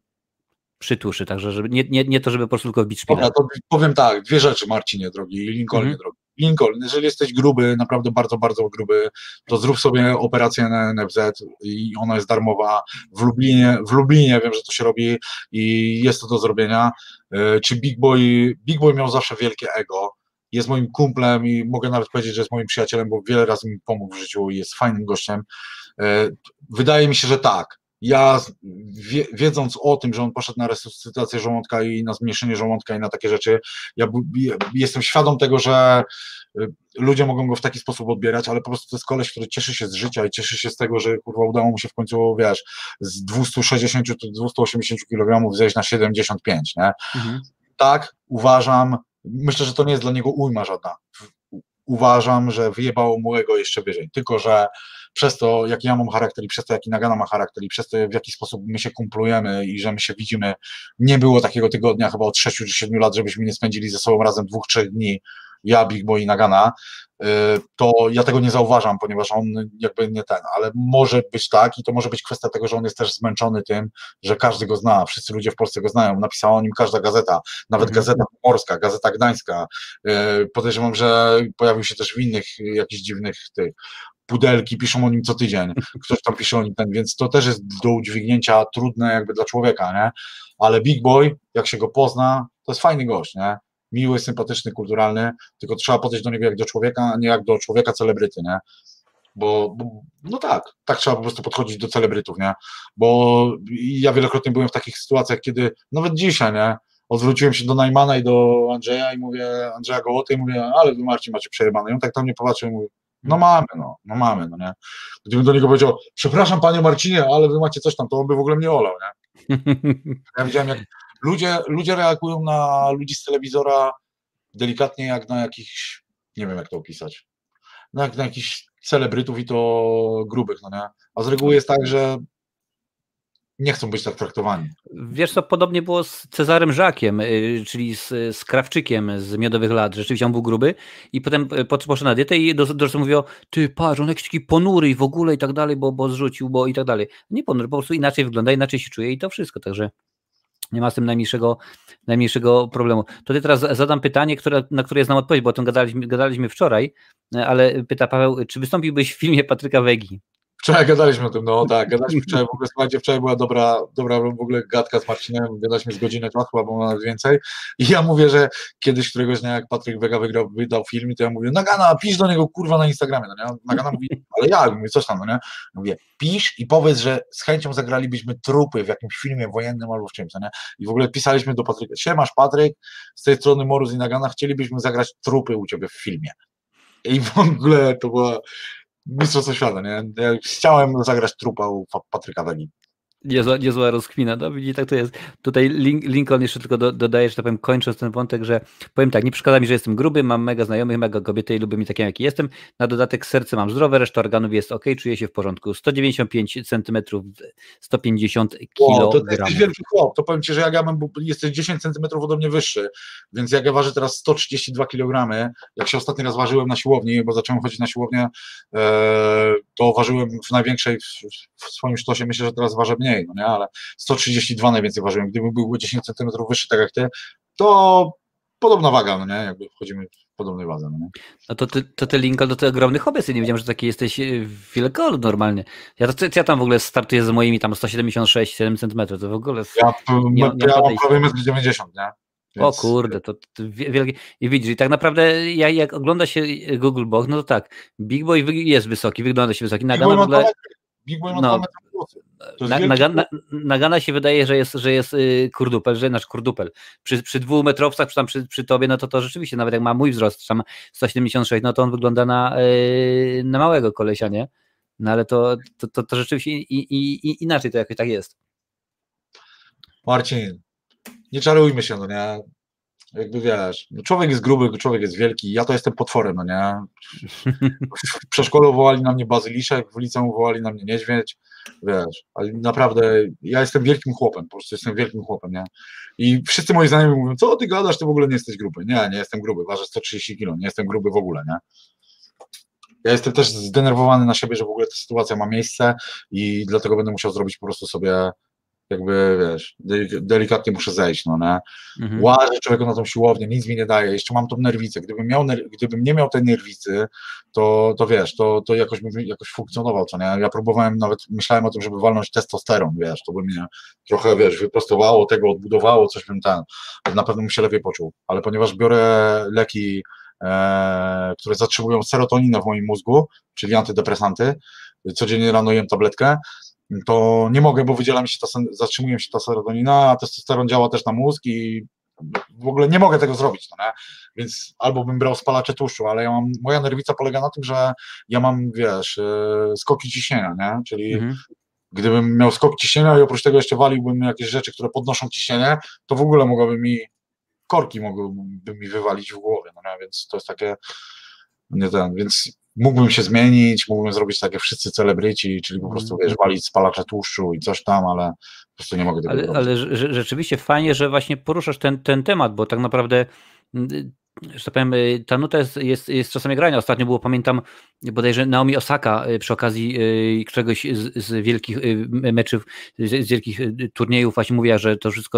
przytuszy, także żeby, nie, nie, nie to, żeby po prostu tylko wbić szpilę. Dobra, to powiem tak, dwie rzeczy, Marcinie drogi i Lincolnie Mhm. drogi. Lincoln, jeżeli jesteś gruby, naprawdę bardzo, bardzo gruby, to zrób sobie operację na N F Z i ona jest darmowa. W Lublinie, w Lublinie wiem, że to się robi i jest to do zrobienia. Czy Big Boy, Big Boy miał zawsze wielkie ego, jest moim kumplem i mogę nawet powiedzieć, że jest moim przyjacielem, bo wiele razy mi pomógł w życiu i jest fajnym gościem. Wydaje mi się, że tak. Ja wie, wiedząc o tym, że on poszedł na resuscytację żołądka i na zmniejszenie żołądka i na takie rzeczy, ja, ja jestem świadom tego, że ludzie mogą go w taki sposób odbierać, ale po prostu to jest koleś, który cieszy się z życia i cieszy się z tego, że kurwa udało mu się w końcu, wiesz, z dwustu sześćdziesięciu czy dwustu osiemdziesięciu kilogramów zejść na siedemdziesiąt pięć, nie? Mhm. Tak, uważam, myślę, że to nie jest dla niego ujma żadna. Uważam, że wyjebało mu ego jeszcze wyżej, tylko że przez to, jaki ja mam charakter i przez to, jaki Nagana ma charakter i przez to, w jaki sposób my się kumplujemy i że my się widzimy, nie było takiego tygodnia chyba od sześciu czy siedmiu lat, żebyśmy nie spędzili ze sobą razem dwóch, trzech dni, ja, Big Boy i Nagana, to ja tego nie zauważam, ponieważ on jakby nie ten, ale może być tak i to może być kwestia tego, że on jest też zmęczony tym, że każdy go zna, wszyscy ludzie w Polsce go znają, napisała o nim każda gazeta, nawet mhm. Gazeta Pomorska, Gazeta Gdańska, podejrzewam, że pojawił się też w innych jakichś dziwnych tych pudelki, piszą o nim co tydzień, ktoś tam pisze o nim ten, więc to też jest do udźwignięcia trudne jakby dla człowieka, nie? Ale Big Boy, jak się go pozna, to jest fajny gość, nie? Miły, sympatyczny, kulturalny, tylko trzeba podejść do niego jak do człowieka, a nie jak do człowieka celebryty, nie? Bo, bo no tak, tak trzeba po prostu podchodzić do celebrytów, nie? Bo ja wielokrotnie byłem w takich sytuacjach, kiedy nawet dzisiaj, nie? Odwróciłem się do Najmana i do Andrzeja i mówię, Andrzeja Gołoty i mówię, ale wy Marcin macie przejebane. I on tak tam mnie popatrzył i mówi, no mamy, no, no mamy, no nie? Gdybym do niego powiedział, przepraszam panie Marcinie, ale wy macie coś tam, to on by w ogóle mnie olał, nie? Ja widziałem, jak ludzie, ludzie reagują na ludzi z telewizora delikatnie jak na jakichś, nie wiem jak to opisać, no jak na jakichś celebrytów i to grubych, no nie? A z reguły jest tak, że nie chcą być tak traktowani. Wiesz co, podobnie było z Cezarem Żakiem, yy, czyli z, z Krawczykiem z Miodowych Lat. Rzeczywiście on był gruby i potem poszedł na dietę i do, do mówił, ty patrz, on jakiś taki ponury i w ogóle i tak dalej, bo, bo zrzucił, bo i tak dalej. Nie ponury, po prostu inaczej wygląda, inaczej się czuje i to wszystko, także nie ma z tym najmniejszego, najmniejszego problemu. To ty teraz zadam pytanie, które, na które znam odpowiedź, bo o tym gadaliśmy, gadaliśmy wczoraj, ale pyta Paweł, czy wystąpiłbyś w filmie Patryka Wegi? Wczoraj gadaliśmy o tym, no tak, gadaliśmy wczoraj, w ogóle słuchajcie, wczoraj była dobra, dobra w ogóle gadka z Marcinem, gadaliśmy z godzinę czasu, albo nawet więcej i ja mówię, że kiedyś któregoś dnia jak Patryk Wega wygrał, wydał film, to ja mówię, Nagana, pisz do niego kurwa na Instagramie, no nie? Nagana mówi, ale jak? Mówię, coś tam, no nie? Mówię, pisz i powiedz, że z chęcią zagralibyśmy trupy w jakimś filmie wojennym albo w czymś, no nie? I w ogóle pisaliśmy do Patryka, siemasz Patryk, z tej strony Morus i Nagana, chcielibyśmy zagrać trupy u ciebie w filmie. I w ogóle to była mistrzostwo świata, nie? Ja chciałem zagrać trupa u Patryka Wegi. Niezła, niezła rozkmina, no widzi, tak to jest. Tutaj link, Lincoln jeszcze tylko do, dodaje, że tak powiem, kończąc ten wątek, że powiem tak, nie przeszkadza mi, że jestem gruby, mam mega znajomych, mega kobiety i lubię mi takim, jaki jestem. Na dodatek serce mam zdrowe, reszta organów jest ok, czuję się w porządku. sto dziewięćdziesiąt pięć centymetrów, sto pięćdziesiąt kilogramów. O, to jesteś wielki chłop, to powiem ci, że jak ja mam, bo jesteś dziesięć centymetrów ode mnie wyższy, więc jak ja ważę teraz sto trzydzieści dwa kilogramy, jak się ostatni raz ważyłem na siłowni, bo zacząłem chodzić na siłownię, e, to ważyłem w największej, w, w swoim sztosie, myślę, że teraz ważę mniej, no nie, ale sto trzydzieści dwa najwięcej ważyłem, gdyby był dziesięć centymetrów wyższy, tak jak ty, to podobna waga, no nie, jakby wchodzimy w podobnej wadze, no nie. No to ty, to ty Lincoln, do tych ogromnych hobbyów, nie wiedziałem, że taki jesteś wielkolud normalnie. Ja, to, ja tam w ogóle startuję z moimi tam sto siedemdziesiąt sześć siedem centymetrów, to w ogóle... Ja, nie, nie ja mam prawie metr dziewięćdziesiąt, nie? Więc... O kurde, to, to wielkie. I widzisz, i tak naprawdę jak, jak ogląda się Google Box, no to tak, Big Boy jest wysoki, wygląda się wysoki, Nagana w ogóle... Big Boy ma no, dwa metry. Na, Nagana, Nagana się wydaje, że jest, że jest yy, kurdupel, że nasz kurdupel. Przy, przy dwumetrowcach, przy, tam, przy, przy tobie, no to to rzeczywiście, nawet jak ma mój wzrost, tam sto siedemdziesiąt sześć, no to on wygląda na, yy, na małego kolesia, nie? No ale to, to, to, to rzeczywiście i, i, i inaczej to jakoś tak jest. Marcin, nie czarujmy się, no nie? Jakby wiesz, no człowiek jest gruby, człowiek jest wielki, ja to jestem potworem, no nie? W przedszkolu wołali na mnie bazyliszek, w liceum wołali na mnie niedźwiedź, wiesz, ale naprawdę ja jestem wielkim chłopem, po prostu jestem wielkim chłopem, nie? I wszyscy moi znajomi mówią, co ty gadasz, ty w ogóle nie jesteś gruby. Nie, nie jestem gruby, ważę sto trzydzieści kilo, nie jestem gruby w ogóle, nie? Ja jestem też zdenerwowany na siebie, że w ogóle ta sytuacja ma miejsce i dlatego będę musiał zrobić po prostu sobie jakby, wiesz, delikatnie muszę zejść, no nie? Mhm. Łażę człowieku na tą siłownię, nic mi nie daje, jeszcze mam tą nerwicę, gdybym miał, gdybym nie miał tej nerwicy, to, to wiesz, to, to jakoś bym jakoś funkcjonował, co nie? Ja próbowałem, nawet myślałem o tym, żeby walnąć testosteron, wiesz, to by mnie trochę, wiesz, wyprostowało tego, odbudowało, coś bym ten, na pewno bym się lepiej poczuł, ale ponieważ biorę leki, e, które zatrzymują serotoninę w moim mózgu, czyli antydepresanty, codziennie rano jem tabletkę, to nie mogę, bo wydziela mi się ta, zatrzymuje się ta serotonina, a testosteron działa też na mózg i w ogóle nie mogę tego zrobić, no nie? Więc albo bym brał spalacze tłuszczu, ale ja mam, moja nerwica polega na tym, że ja mam, wiesz, skoki ciśnienia, nie? Czyli mhm. gdybym miał skok ciśnienia i oprócz tego jeszcze waliłbym jakieś rzeczy, które podnoszą ciśnienie, to w ogóle mogłoby mi, korki mogłyby mi wywalić w głowie, no nie? Więc to jest takie, nie ten, więc mógłbym się zmienić, mógłbym zrobić takie wszyscy celebryci, czyli po prostu, wiesz, walić spalacze tłuszczu i coś tam, ale po prostu nie mogę tego ale, robić. Ale rzeczywiście fajnie, że właśnie poruszasz ten, ten temat, bo tak naprawdę, że tak powiem, ta nuta jest, jest, jest czasami grania. Ostatnio było, pamiętam, bodajże Naomi Osaka przy okazji czegoś z, z wielkich meczów, z wielkich turniejów właśnie mówiła, że to wszystko,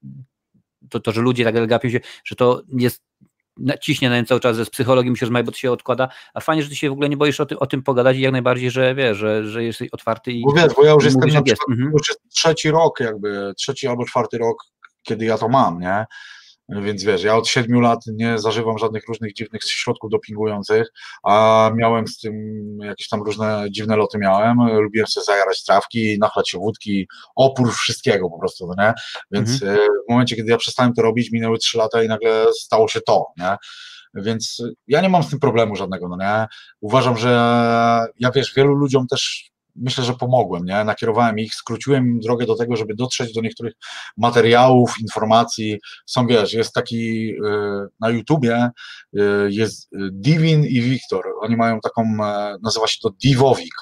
to, to że ludzie tak gapią się, że to jest ciśnie na cały czas, że z psychologiem się rozmawia, bo to się odkłada, a fajnie, że ty się w ogóle nie boisz o, ty, o tym pogadać i jak najbardziej, że wiesz, że, że jesteś otwarty i bo wiesz, bo ja już jestem mówisz, na jest. przykład, mhm. już jest trzeci rok jakby, trzeci albo czwarty rok, kiedy ja to mam, nie? Więc wiesz, ja od siedmiu lat nie zażywam żadnych różnych dziwnych środków dopingujących, a miałem z tym jakieś tam różne dziwne loty miałem, lubiłem sobie zajarać trawki, nachlać się wódki, opór wszystkiego po prostu, no nie? Więc mhm. w momencie, kiedy ja przestałem to robić, minęły trzy lata i nagle stało się to, nie? Więc ja nie mam z tym problemu żadnego, no nie? Uważam, że ja wiesz, wielu ludziom też myślę, że pomogłem, nie? Nakierowałem ich, skróciłem im drogę do tego, żeby dotrzeć do niektórych materiałów, informacji. Są, wiesz, jest taki y, na YouTubie y, jest Divin i Wiktor, oni mają taką, y, nazywa się to Divowik.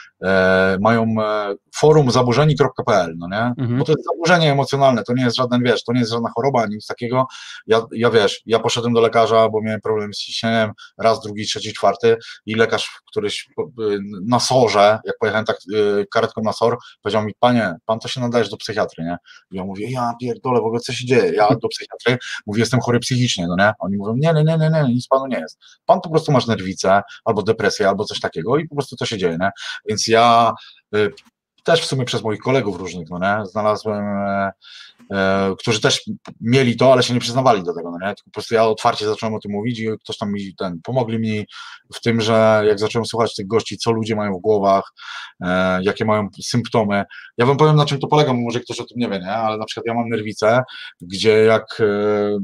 E, mają e, forum zaburzeni kropka pe el, no nie? Mhm. Bo to jest zaburzenie emocjonalne, to nie jest żaden, wiesz, to nie jest żadna choroba, ani nic takiego. Ja, ja wiesz, ja poszedłem do lekarza, bo miałem problem z ciśnieniem, raz, drugi, trzeci, czwarty i lekarz któryś na sorze, jak pojechałem tak karetką na sor, powiedział mi, panie, pan to się nadajesz do psychiatry, nie? I ja mówię, ja pierdolę, w ogóle co się dzieje? Ja do psychiatry, mówię, jestem chory psychicznie, no nie? Oni mówią, nie, nie, nie, nie, nie, nic panu nie jest. Pan po prostu masz nerwicę, albo depresję, albo coś takiego i po prostu to się dzieje, nie? Więc ja y, też w sumie przez moich kolegów różnych, no nie, znalazłem, e, e, którzy też mieli to, ale się nie przyznawali do tego, no nie, tylko po prostu ja otwarcie zacząłem o tym mówić i ktoś tam mi, ten, pomogli mi w tym, że jak zacząłem słuchać tych gości, co ludzie mają w głowach, e, jakie mają symptomy, ja wam powiem, na czym to polega, może ktoś o tym nie wie, nie, ale na przykład ja mam nerwicę, gdzie jak e,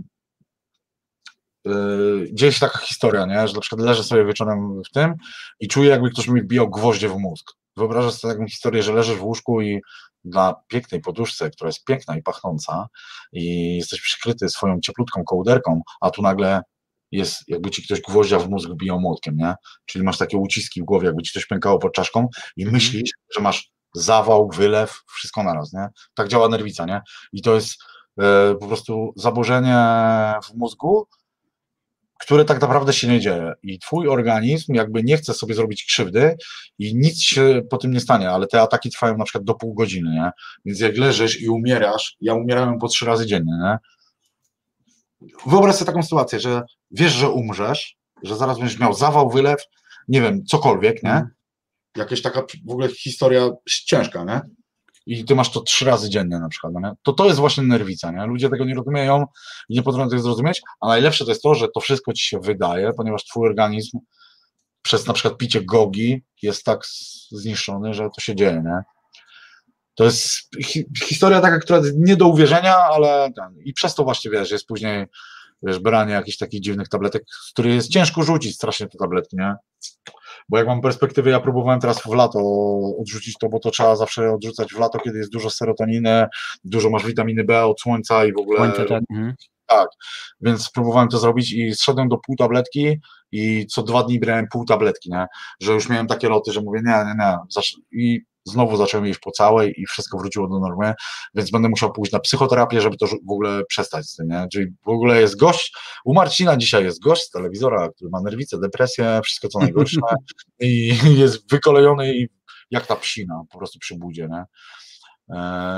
dzieje się taka historia, nie? Że na przykład leżę sobie wieczorem w tym i czuję, jakby ktoś mi wbijał gwoździe w mózg. Wyobrażasz sobie taką historię, że leżysz w łóżku i na pięknej poduszce, która jest piękna i pachnąca i jesteś przykryty swoją cieplutką kołderką, a tu nagle jest, jakby ci ktoś gwoździa w mózg wbijał młotkiem, nie? Czyli masz takie uciski w głowie, jakby ci coś pękało pod czaszką i mm. myślisz, że masz zawał, wylew, wszystko naraz, nie? Tak działa nerwica, nie? I to jest e, po prostu zaburzenie w mózgu, które tak naprawdę się nie dzieje i twój organizm jakby nie chce sobie zrobić krzywdy i nic się po tym nie stanie, ale te ataki trwają na przykład do pół godziny, nie? Więc jak leżysz i umierasz, ja umierałem po trzy razy dziennie, nie? Wyobraź sobie taką sytuację, że wiesz, że umrzesz, że zaraz będziesz miał zawał, wylew, nie wiem, cokolwiek, nie? Jakaś taka w ogóle historia ciężka, nie? I ty masz to trzy razy dziennie na przykład, nie? To to jest właśnie nerwica, nie? Ludzie tego nie rozumieją i nie potrafią tego zrozumieć, a najlepsze to jest to, że to wszystko ci się wydaje, ponieważ twój organizm przez na przykład picie gogi jest tak zniszczony, że to się dzieje, nie? To jest hi historia taka, która jest nie do uwierzenia, ale ten, i przez to właśnie, wiesz, jest później, wiesz, branie jakichś takich dziwnych tabletek, z których jest ciężko rzucić strasznie te tabletki, nie? Bo jak mam perspektywę, ja próbowałem teraz w lato odrzucić to, bo to trzeba zawsze odrzucać w lato, kiedy jest dużo serotoniny, dużo masz witaminy B od słońca i w ogóle... Słońce, tak. Mhm. Tak, więc próbowałem to zrobić i zszedłem do pół tabletki i co dwa dni brałem pół tabletki, nie? Że już miałem takie loty, że mówię nie, nie, nie. I znowu zacząłem jeść po całej i wszystko wróciło do normy, więc będę musiał pójść na psychoterapię, żeby to w ogóle przestać z tym, nie? Czyli w ogóle jest gość, u Marcina dzisiaj jest gość z telewizora, który ma nerwicę, depresję, wszystko co najgorsze i jest wykolejony i jak ta psina po prostu przy budzie, nie?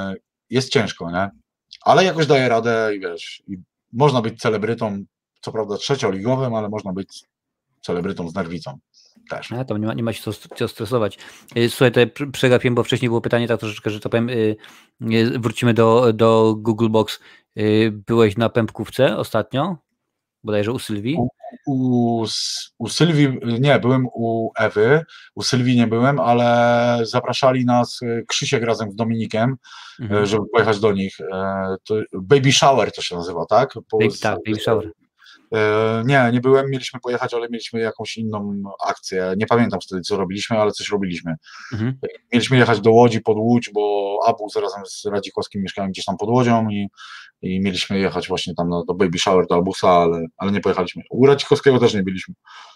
jest ciężko, nie? Ale jakoś daje radę i wiesz, i można być celebrytą, co prawda trzecioligowym, ale można być celebrytą z nerwicą też. A, tam nie ma, nie ma się co, co stresować. Słuchaj, to przegapiłem, bo wcześniej było pytanie tak troszeczkę, że to powiem, wrócimy do, do Google Box. Byłeś na pępkówce ostatnio? Bodajże u Sylwii? U, u, u Sylwii, nie, byłem u Ewy, u Sylwii nie byłem, ale zapraszali nas Krzysiek razem z Dominikiem, mhm. żeby pojechać do nich. To baby shower to się nazywa, tak? Po, baby, tak, baby shower. Nie, nie byłem, mieliśmy pojechać, ale mieliśmy jakąś inną akcję. Nie pamiętam wtedy, co robiliśmy, ale coś robiliśmy. Mhm. Mieliśmy jechać do Łodzi, pod Łódź, bo Abus razem z Radzikowskim mieszkałem gdzieś tam pod Łodzią i, i mieliśmy jechać właśnie tam na, do baby shower, do Abusa, ale, ale nie pojechaliśmy. U Radzikowskiego też nie byliśmy.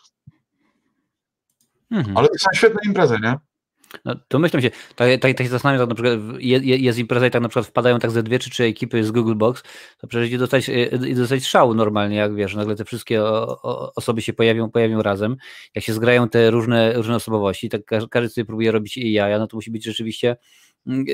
Mhm. Ale to są świetne imprezy, nie? No to myślę się, tak, tak, tak się zastanawiam, tak na przykład jest, jest impreza i tak na przykład wpadają tak ze dwie czy trzy ekipy z Google Box, to przecież idzie dostać, dostać szału normalnie, jak wiesz, nagle te wszystkie o, o, osoby się pojawią, pojawią razem, jak się zgrają te różne, różne osobowości, tak każdy, każdy sobie próbuje robić i jaja, no to musi być rzeczywiście yy,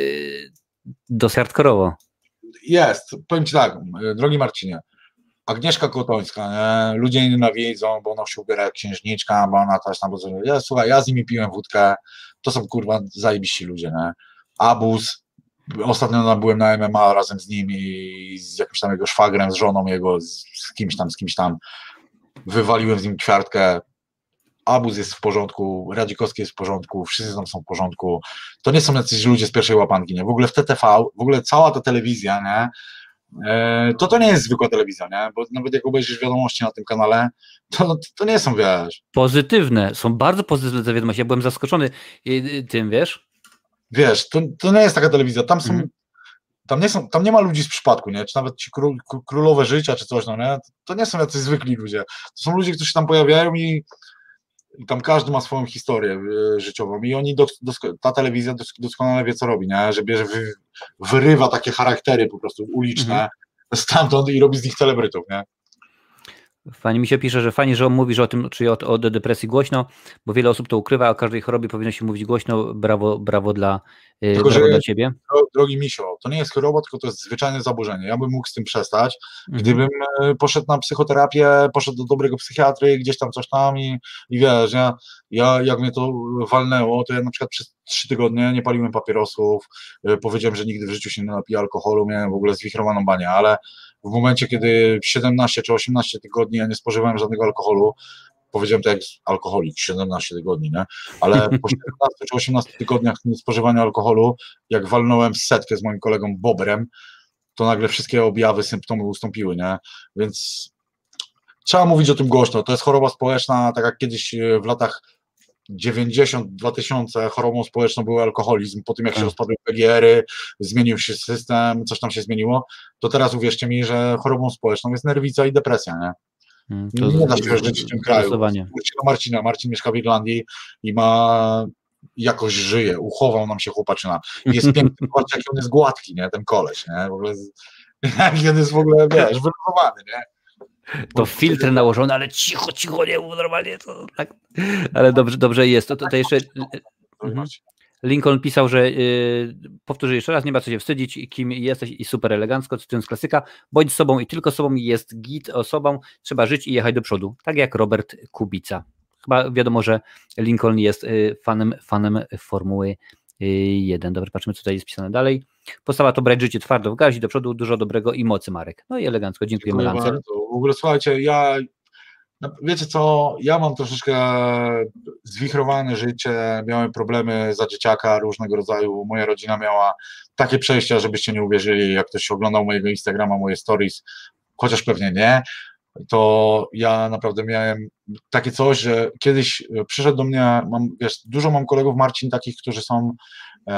dosyć hardkorowo. Jest, powiem Ci tak, drogi Marcinie, Agnieszka Kotońska, nie? Ludzie jej nienawidzą, bo ona się ubiera jak księżniczka, bo ona też tam, ja, słuchaj, ja z nimi piłem wódkę, to są kurwa zajebiści ludzie, nie? Abus, ostatnio byłem na M M A razem z nim i z jakimś tam jego szwagrem, z żoną jego, z, z kimś tam, z kimś tam, wywaliłem z nim ćwiartkę. Abus jest w porządku, Radzikowski jest w porządku, wszyscy tam są w porządku, to nie są jacyś ludzie z pierwszej łapanki, nie? W ogóle w T T V, w ogóle cała ta telewizja, nie? To to nie jest zwykła telewizja, nie? Bo nawet jak obejrzysz wiadomości na tym kanale, to, to nie są, wiesz... Pozytywne, są bardzo pozytywne te wiadomości, ja byłem zaskoczony tym, wiesz? Wiesz, to, to nie jest taka telewizja, tam są, mm. tam nie są, tam nie ma ludzi z przypadku, nie? Czy nawet ci król, królowe życia, czy coś, no nie? To nie są jacyś zwykli ludzie, to są ludzie, którzy się tam pojawiają i, i tam każdy ma swoją historię życiową i oni, dos, dos, ta telewizja dos, doskonale wie, co robi, nie? Że bierze, wy, wyrywa takie charaktery po prostu uliczne mm. stamtąd i robi z nich celebrytów, nie? Fajnie mi się pisze, że fajnie, że on mówisz o tym, czyli o, o depresji głośno, bo wiele osób to ukrywa, a o każdej chorobie powinno się mówić głośno. Brawo, brawo dla, tylko, brawo dla ciebie. Drogi Misio, to nie jest choroba, tylko to jest zwyczajne zaburzenie. Ja bym mógł z tym przestać, mhm. gdybym poszedł na psychoterapię, poszedł do dobrego psychiatry, gdzieś tam coś tam i, i wiesz, ja, ja jak mnie to walnęło, to ja na przykład przez trzy tygodnie nie paliłem papierosów, powiedziałem, że nigdy w życiu się nie napiję alkoholu, miałem w ogóle zwichrowaną banię, ale w momencie, kiedy siedemnaście czy osiemnaście tygodni ja nie spożywałem żadnego alkoholu, powiedziałem to jak alkoholik, siedemnaście tygodni, nie? Ale po siedemnastu czy osiemnastu tygodniach spożywania alkoholu, jak walnąłem setkę z moim kolegą Bobrem, to nagle wszystkie objawy, symptomy ustąpiły, nie? Więc trzeba mówić o tym głośno, to jest choroba społeczna, tak jak kiedyś w latach dziewięćdziesiąt dwa tysiące chorobą społeczną był alkoholizm, po tym jak się rozpadły P G R-y, zmienił się system, coś tam się zmieniło, to teraz uwierzcie mi, że chorobą społeczną jest nerwica i depresja, nie? Hmm, to nie da się żyć w tym kraju. Marcina, Marcin mieszka w Irlandii i ma, jakoś żyje, uchował nam się chłopaczyna. I jest piękny, zobaczcie jaki on jest gładki, nie? Ten koleś, nie? W ogóle, jaki on jest w ogóle, wiesz, wyluzowany, nie? To filtry nałożone, ale cicho, cicho, nie było normalnie, to tak. Ale dobrze, dobrze jest. To, to, to jeszcze mhm. Lincoln pisał, że yy, powtórzę jeszcze raz, nie ma co się wstydzić, kim jesteś i super elegancko, cytując klasyka, bądź sobą i tylko sobą, jest git osobą, trzeba żyć i jechać do przodu, tak jak Robert Kubica. Chyba wiadomo, że Lincoln jest yy, fanem, fanem Formuły jeden. Dobrze, patrzymy, co tutaj jest pisane dalej. Postawa to brać życie twardo w gazi, do przodu, dużo dobrego i mocy, Marek. No i elegancko, dziękujemy Lance. W ogóle słuchajcie, ja, wiecie co, ja mam troszeczkę zwichrowane życie, miałem problemy za dzieciaka różnego rodzaju, moja rodzina miała takie przejścia, żebyście nie uwierzyli, jak ktoś oglądał mojego Instagrama, moje stories, chociaż pewnie nie, to ja naprawdę miałem takie coś, że kiedyś przyszedł do mnie, mam, wiesz, dużo mam kolegów, Marcin, takich, którzy są, e,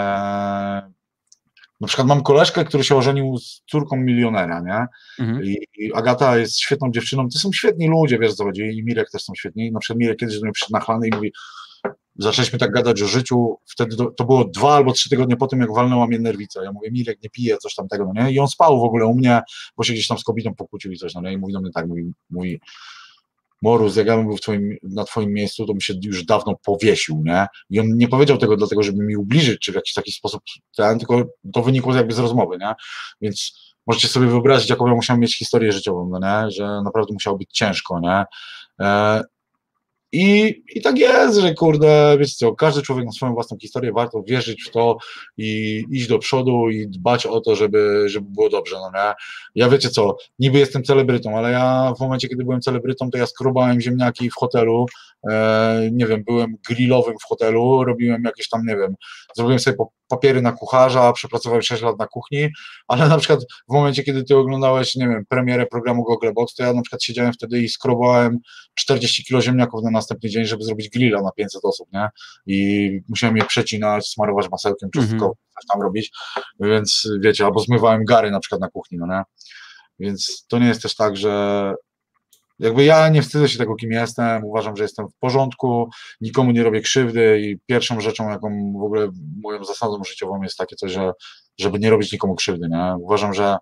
na przykład mam koleżkę, który się ożenił z córką milionera, nie? Mhm. I, I Agata jest świetną dziewczyną, to są świetni ludzie, wiesz co chodzi, i Mirek też są świetni, na przykład Mirek kiedyś do mnie przyszedł nachlany i mówi, zaczęliśmy tak gadać o życiu, wtedy to, to było dwa albo trzy tygodnie po tym, jak walnęła mnie nerwica. Ja mówię, Mirek, nie pije, coś tam tego, no nie? I on spał w ogóle u mnie, bo się gdzieś tam z kobietą pokłócił i coś, no nie? I mówi do mnie tak, mówi, mówi Morus, jak ja bym był w twoim, na twoim miejscu, to bym się już dawno powiesił, nie? I on nie powiedział tego dlatego, żeby mi ubliżyć, czy w jakiś taki sposób, ten, tylko to wynikło jakby z rozmowy, nie? Więc możecie sobie wyobrazić, jaką ja musiałem mieć historię życiową, no nie? Że naprawdę musiało być ciężko, nie? E, I, I tak jest, że kurde, wiecie co, każdy człowiek ma swoją własną historię, warto wierzyć w to i iść do przodu i dbać o to, żeby, żeby było dobrze, no nie? Ja wiecie co, niby jestem celebrytą, ale ja w momencie, kiedy byłem celebrytą, to ja skrobałem ziemniaki w hotelu, e, nie wiem, byłem grillowym w hotelu, robiłem jakieś tam, nie wiem, zrobiłem sobie papiery na kucharza, przepracowałem sześć lat na kuchni, ale na przykład w momencie, kiedy ty oglądałeś, nie wiem, premierę programu Googlebox, to ja na przykład siedziałem wtedy i skrobałem czterdzieści kilo ziemniaków na następny dzień, żeby zrobić grilla na pięćset osób, nie? I musiałem je przecinać, smarować masełkiem, czosnkowym, mm-hmm. coś tam robić, więc wiecie, albo zmywałem gary na przykład na kuchni, no nie? Więc to nie jest też tak, że jakby ja nie wstydzę się tego, kim jestem, uważam, że jestem w porządku, nikomu nie robię krzywdy i pierwszą rzeczą, jaką w ogóle moją zasadą życiową jest takie coś, że żeby nie robić nikomu krzywdy, nie? Uważam, że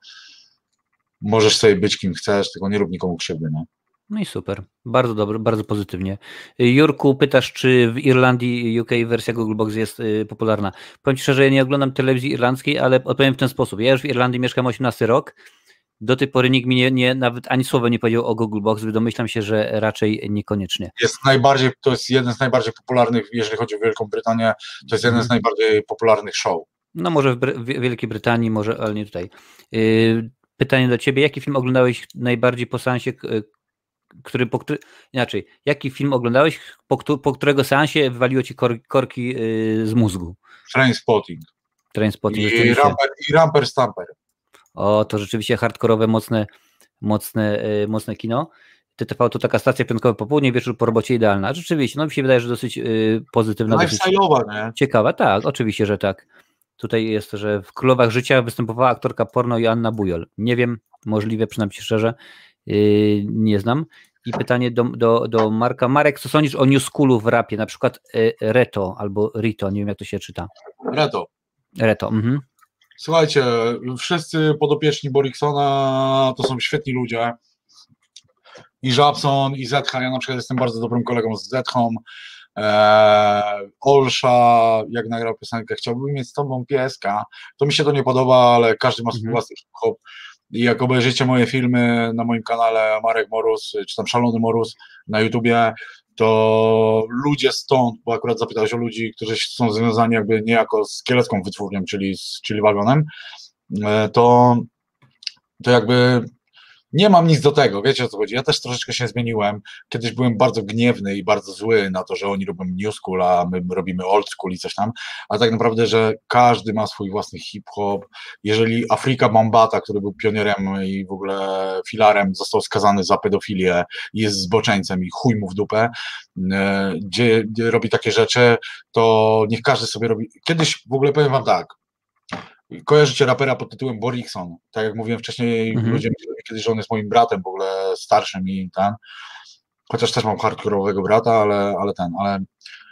możesz sobie być kim chcesz, tylko nie rób nikomu krzywdy, nie? No i super, bardzo dobry, bardzo pozytywnie. Jurku, pytasz, czy w Irlandii U K wersja Googlebox jest y, popularna? Powiem Ci szczerze, ja nie oglądam telewizji irlandzkiej, ale odpowiem w ten sposób. Ja już w Irlandii mieszkam osiemnasty rok, do tej pory nikt mi nie, nie, nawet ani słowa nie powiedział o Googlebox, domyślam się, że raczej niekoniecznie. Jest najbardziej, to jest jeden z najbardziej popularnych, jeżeli chodzi o Wielką Brytanię, to jest jeden hmm. z najbardziej popularnych show. No może w, Bry- w Wielkiej Brytanii, może, ale nie tutaj. Yy, pytanie do Ciebie, jaki film oglądałeś najbardziej po seansie, który, po który, inaczej, jaki film oglądałeś, po, po którego seansie wywaliło Ci kor, korki yy, z mózgu? Trainspotting. Trainspotting, I Ramper, i Ramper Stamper. O, to rzeczywiście hardkorowe, mocne, mocne, yy, mocne kino. T T V to taka stacja piątkowe popołudnie, wieczór po robocie idealna. Rzeczywiście, no mi się wydaje, że dosyć yy, pozytywna. Lifestyle'owa, nie? Ciekawa, tak, oczywiście, że tak. Tutaj jest, że w Królowach Życia występowała aktorka porno Joanna Bujol. Nie wiem, możliwe, przynajmniej się szczerze, yy, nie znam. I pytanie do, do, do Marka. Marek, co sądzisz o New Schoolu w rapie, na przykład yy, Reto albo Rito, nie wiem jak to się czyta. Reto. Reto, mhm. Słuchajcie, wszyscy podopieczni Boriksona to są świetni ludzie. I Żabson, i Zetcha, ja na przykład jestem bardzo dobrym kolegą z Zetchą. Eee, Olsza, jak nagrał piosenkę Chciałbym mieć z tobą pieska, to mi się to nie podoba, ale każdy ma swój mm-hmm. własny hip-hop i jak obejrzycie moje filmy na moim kanale Marek Morus, czy tam Szalony Morus na YouTubie, to ludzie stąd, bo akurat zapytałeś o ludzi, którzy są związani jakby niejako z kielecką wytwórnią, czyli z Chili Wagonem, to, to jakby nie mam nic do tego, wiecie o co chodzi, ja też troszeczkę się zmieniłem, kiedyś byłem bardzo gniewny i bardzo zły na to, że oni robią new school, a my robimy old school i coś tam, a tak naprawdę, że każdy ma swój własny hip-hop, jeżeli Afrika Bambata, który był pionierem i w ogóle filarem, został skazany za pedofilię i jest zboczeńcem i chuj mu w dupę, gdzie, gdzie robi takie rzeczy, to niech każdy sobie robi, kiedyś w ogóle powiem wam tak, kojarzycie rapera pod tytułem Borikson, tak jak mówiłem wcześniej, mm-hmm. ludzie myśleli kiedyś, że on jest moim bratem w ogóle starszym i ten, chociaż też mam hardkorowego brata, ale, ale ten, ale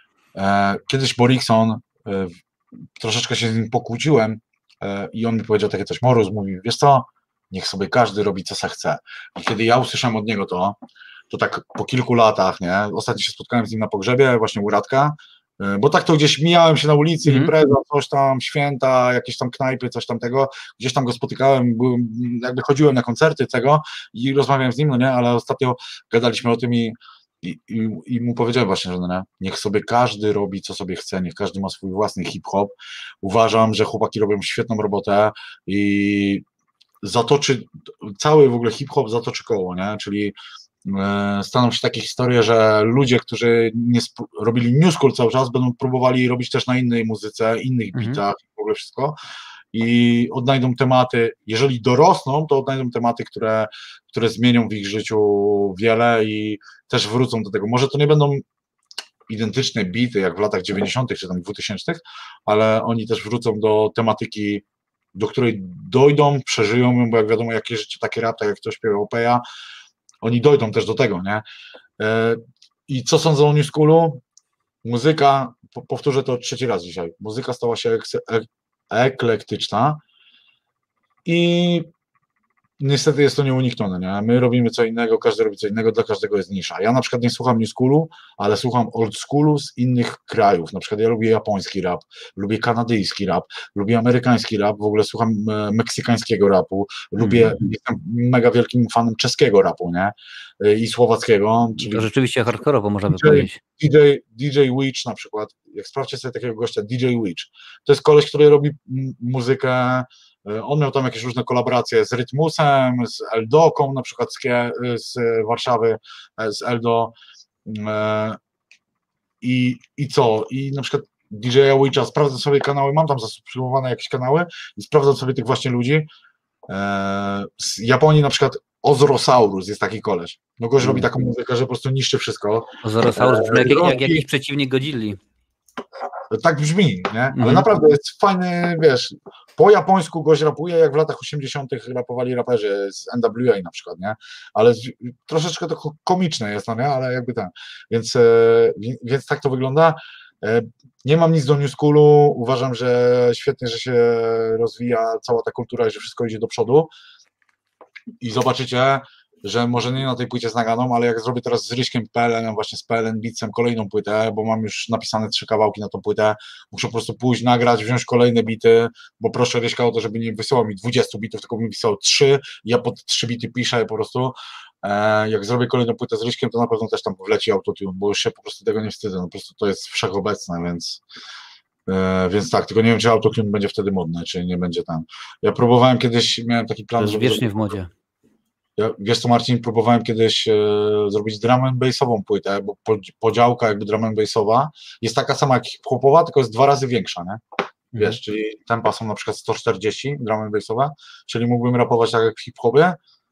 e, kiedyś Borikson, e, troszeczkę się z nim pokłóciłem e, i on mi powiedział takie coś, Morus mówi, wiesz co, niech sobie każdy robi co se chce. I kiedy ja usłyszałem od niego to, to tak po kilku latach, nie, ostatnio się spotkałem z nim na pogrzebie właśnie u Radka, bo tak to gdzieś mijałem się na ulicy, mm. impreza, coś tam, święta, jakieś tam knajpy, coś tam tego, gdzieś tam go spotykałem, byłem, jakby chodziłem na koncerty tego i rozmawiałem z nim, no nie, ale ostatnio gadaliśmy o tym i, i, i, i mu powiedziałem właśnie, że no nie, niech sobie każdy robi, co sobie chce, niech każdy ma swój własny hip-hop. Uważam, że chłopaki robią świetną robotę i zatoczy, cały w ogóle hip-hop zatoczy koło, nie, czyli staną się takie historie, że ludzie, którzy nie sp- robili new school cały czas, będą próbowali robić też na innej muzyce, innych bitach, mhm. w ogóle wszystko i odnajdą tematy, jeżeli dorosną, to odnajdą tematy, które, które zmienią w ich życiu wiele i też wrócą do tego. Może to nie będą identyczne bity jak w latach dziewięćdziesiątych czy tam dwutysięcznych, ale oni też wrócą do tematyki, do której dojdą, przeżyją ją, bo jak wiadomo, jakie życie, takie rap, tak jak ktoś śpiewał Opeja, oni dojdą też do tego, nie? I co sądzą o New Schoolu? Muzyka, powtórzę to trzeci raz dzisiaj, muzyka stała się ek- ek- eklektyczna i niestety jest to nieuniknione, nie? My robimy co innego, każdy robi co innego, dla każdego jest nisza. Ja na przykład nie słucham new schoolu, ale słucham old schoolu z innych krajów. Na przykład ja lubię japoński rap, lubię kanadyjski rap, lubię amerykański rap, w ogóle słucham e, meksykańskiego rapu, lubię, mm. jestem mega wielkim fanem czeskiego rapu, nie? E, I słowackiego. Czyli to rzeczywiście hardkorowo można by powiedzieć. D J, D J Witch na przykład, jak sprawdźcie sobie takiego gościa, D J Witch, to jest koleś, który robi m- muzykę. On miał tam jakieś różne kolaboracje z Rytmusem, z Eldoką na przykład z, z Warszawy, z Eldo i, i co? I na przykład D J Witcha, sprawdzam sobie kanały, mam tam zasubskrybowane jakieś kanały i sprawdzam sobie tych właśnie ludzi. Z Japonii na przykład Ozorosaurus jest taki koleś. No gość mm. robi taką muzykę, że po prostu niszczy wszystko. Ozorosaurus brzmi jak, jak, jak jakiś przeciwnik Godzilli. Tak brzmi, nie? Ale Mhm. naprawdę jest fajny, wiesz, po japońsku gość rapuje, jak w latach osiemdziesiątych rapowali raperzy z N W A na przykład, nie? Ale z, troszeczkę to komiczne jest, no nie? Ale jakby tak. Więc, e, więc tak to wygląda. E, nie mam nic do new schoolu, uważam, że świetnie, że się rozwija cała ta kultura i że wszystko idzie do przodu i zobaczycie, że może nie na tej płycie z naganą, ale jak zrobię teraz z Ryśkiem P L N, właśnie z P L N Beatsem kolejną płytę, bo mam już napisane trzy kawałki na tą płytę, muszę po prostu pójść, nagrać, wziąć kolejne bity, bo proszę Ryśka o to, żeby nie wysyłał mi dwudziestu bitów, tylko mi wysłał trzy, ja pod trzy bity piszę po prostu. E, jak zrobię kolejną płytę z Ryśkiem, to na pewno też tam wleci autotune, bo już się po prostu tego nie wstydzę, no po prostu to jest wszechobecne, więc e, więc tak, tylko nie wiem, czy autotune będzie wtedy modne, czy nie będzie tam. Ja próbowałem kiedyś, miałem taki plan, To jest żeby wiecznie zrobić, w modzie. ja, wiesz co, Marcin, próbowałem kiedyś e, zrobić drum and bassową płytę, bo po, podziałka jakby drum and bassowa jest taka sama jak hip-hopowa, tylko jest dwa razy większa, nie? Wiesz, Mhm. czyli tempa są na przykład sto czterdzieści drum and bassowe, czyli mógłbym rapować tak jak w hip-hopie,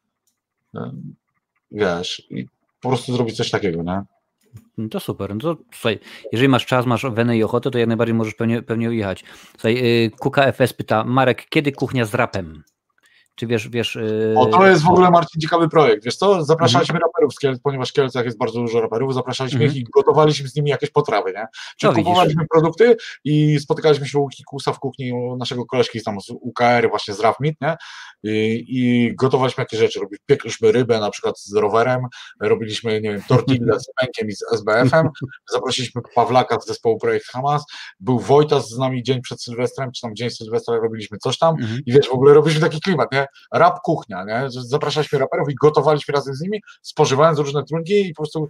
e, wiesz, i po prostu zrobić coś takiego, nie? No to super. No to, słuchaj, jeżeli masz czas, masz wenę i ochotę, to jak najbardziej możesz pewnie, pewnie ujechać. Słuchaj, yy, Kuka F S pyta, Marek, kiedy kuchnia z rapem? Czy wiesz, wiesz... Yy... O, to jest w ogóle, Marcin, ciekawy projekt, wiesz co, zapraszaliśmy mm-hmm. raperów z Kielc, ponieważ w Kielcach jest bardzo dużo raperów, zapraszaliśmy mm-hmm. ich i gotowaliśmy z nimi jakieś potrawy, nie? Czyli no, kupowaliśmy widzisz. produkty i spotykaliśmy się u Kikusa w kuchni, u naszego koleżki tam z U K R, właśnie z Raf Meat, nie? I, i gotowaliśmy jakieś rzeczy, robiliśmy, piekliśmy rybę na przykład z rowerem, robiliśmy, nie wiem, tortillę z pękiem i z S B F-em, zaprosiliśmy Pawlaka z zespołu Projekt Hamas, był Wojtas z nami dzień przed Sylwestrem, czy tam dzień Sylwestra robiliśmy coś tam mm-hmm. i wiesz, w ogóle robiliśmy taki klimat, nie? Rap kuchnia, nie? Zapraszaliśmy raperów i gotowaliśmy razem z nimi, spożywając różne trunki i po prostu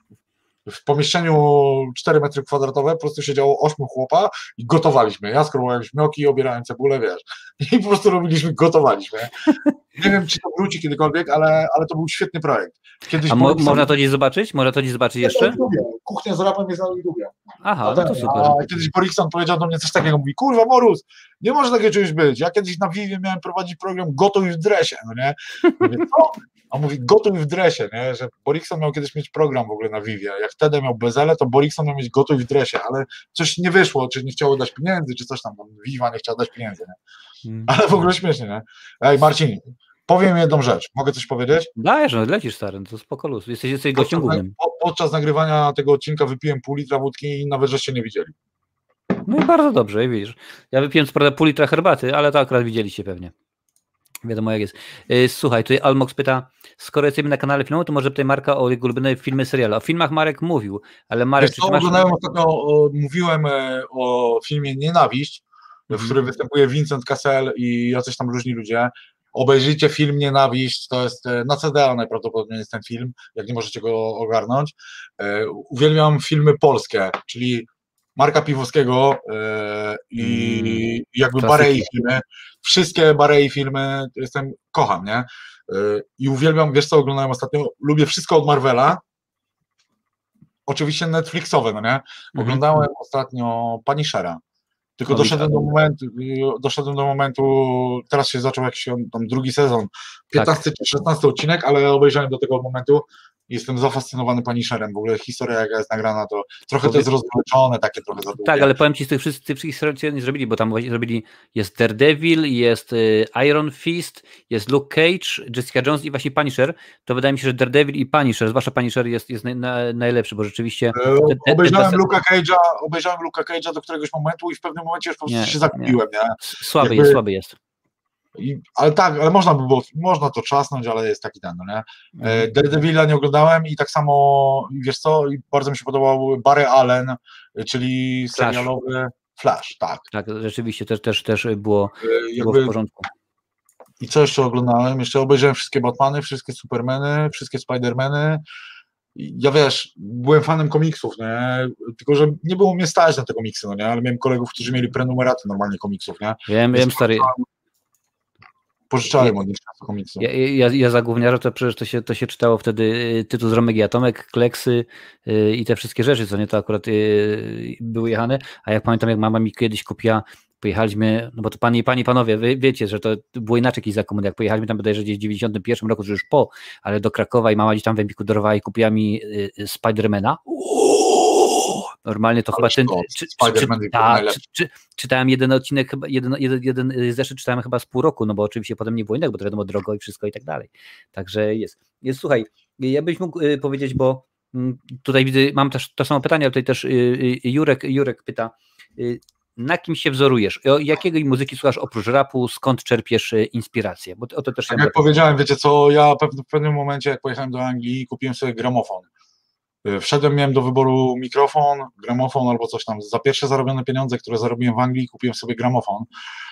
w pomieszczeniu cztery metry kwadratowe po prostu siedziało ośmiu chłopa i gotowaliśmy. Ja skrobowałem śmioki, obierałem cebulę, wiesz. I po prostu robiliśmy, gotowaliśmy. Nie wiem, czy to wróci kiedykolwiek, ale, ale to był świetny projekt. Kiedyś a mo- można to dziś zobaczyć? Można to dziś zobaczyć jeszcze? Ja kuchnia z rapem jest na YouTubie. Aha, a, no to super. A kiedyś Borikson powiedział do mnie coś takiego, mówi, kurwa Morus, nie może takiego czegoś być. Ja kiedyś na Vivie miałem prowadzić program Gotuj w dresie, no nie? Mówię, co? A mówi, gotuj w dresie, nie? Że Borikson miał kiedyś mieć program w ogóle na Vivie. Jak wtedy miał Bezele, to Borikson miał mieć gotuj w dresie, ale coś nie wyszło, czy nie chciało dać pieniędzy, czy coś tam, Viva nie chciała dać pieniędzy, nie? Hmm. Ale w ogóle śmiesznie, nie? Ej, Marcin, powiem jedną rzecz. Mogę coś powiedzieć? Dajesz, no lecisz stary, to spoko luz. Jesteś, jesteś gościem głównym. Po, podczas nagrywania tego odcinka wypiłem pół litra wódki i nawet żeście nie widzieli. No i bardzo dobrze, widzisz. Ja wypiłem co prawda pół litra herbaty, ale to akurat widzieliście pewnie. Wiadomo jak jest. Słuchaj, tutaj Almox pyta, skoro jesteśmy na kanale filmowym, to może tutaj Marka o jego ulubione filmy, seriale. O filmach Marek mówił, ale Marek... Wiesz, co, masz... oglądałem ostatnio, o, mówiłem o filmie Nienawiść, w mm. którym występuje Vincent Cassel i jacyś tam różni ludzie. Obejrzyjcie film Nienawiść, to jest na C D A najprawdopodobniej jest ten film, jak nie możecie go ogarnąć. Uwielbiam filmy polskie, czyli Marka Piwowskiego yy, i mm, jakby Barei filmy, wszystkie Barei filmy, jestem, kocham, nie? Yy, I uwielbiam, wiesz co oglądałem ostatnio, lubię wszystko od Marvela, oczywiście Netflixowe, no nie? Oglądałem mm. ostatnio Punishera, tylko doszedłem do momentu, doszedłem do momentu, teraz się zaczął jakiś tam drugi sezon, piętnasty tak. czy szesnasty odcinek, ale obejrzałem do tego momentu. Jestem zafascynowany Punisherem, w ogóle historia jaka jest nagrana, to trochę to jest rozwleczone, takie trochę za długie. Tak, ale powiem Ci, z tych wszystkich, tych wszystkich historii nie zrobili, bo tam zrobili, jest Daredevil, jest Iron Fist, jest Luke Cage, Jessica Jones i właśnie Punisher, to wydaje mi się, że Daredevil i Punisher, zwłaszcza Punisher jest, jest naj, na, najlepszy, bo rzeczywiście... Te, te, obejrzałem te, te... Luke'a Cage'a, obejrzałem Luke'a Cage'a do któregoś momentu i w pewnym momencie już po prostu nie, się zakupiłem, nie? nie? Słaby Jakby... jest, słaby jest. I, ale tak, ale można by było, można to trzasnąć, ale jest taki ten, no nie? Mhm. Daredevila nie oglądałem i tak samo, wiesz co, i bardzo mi się podobał Barry Allen, czyli Flash. serialowy Flash, tak. Tak, rzeczywiście też, też, też było, było Jakby, w porządku. I co jeszcze oglądałem? Jeszcze obejrzałem wszystkie Batmany, wszystkie Supermany, wszystkie Spidermany. Ja wiesz, byłem fanem komiksów, nie? Tylko że nie było mnie stać na te komiksy, no nie? Ale miałem kolegów, którzy mieli prenumeraty normalnie komiksów, nie? Wiem, wiem, stary. Pożyczałem od nich komiksów. Ja, ja, ja za gówniarza to przecież to się, to się czytało wtedy Tytus z Romek i Atomek, Kleksy yy, i te wszystkie rzeczy, co nie, to akurat yy, były jechane, a jak pamiętam, jak mama mi kiedyś kupiła, pojechaliśmy, no bo to panie i panie, panowie, wy wiecie, że to było inaczej kiedyś za komuny, jak pojechaliśmy tam bodajże gdzieś w dziewięćdziesiątym pierwszym roku, że już po, ale do Krakowa i mama gdzieś tam w Empiku dorwała i kupiła mi yy, Spidermana. Normalnie to chyba ten, czy, czy, czy, ta, czy, czy, czytałem jeden odcinek, chyba jeden, jeden, jeden zeszyt czytałem chyba z pół roku, no bo oczywiście potem nie było innego, bo to wiadomo drogo i wszystko i tak dalej. Także jest. jest słuchaj, ja byś mógł y, powiedzieć, bo y, tutaj widzę, mam też to samo pytanie, ale tutaj też y, y, Jurek, Jurek pyta, y, na kim się wzorujesz? O, jakiego muzyki słuchasz oprócz rapu? Skąd czerpiesz y, inspirację? Bo o to też tak ja jak powiedziałem, wiecie co, ja w pewnym momencie, jak pojechałem do Anglii, kupiłem sobie gramofon. Wszedłem, miałem do wyboru mikrofon, gramofon albo coś tam. Za pierwsze zarobione pieniądze, które zarobiłem w Anglii, kupiłem sobie gramofon.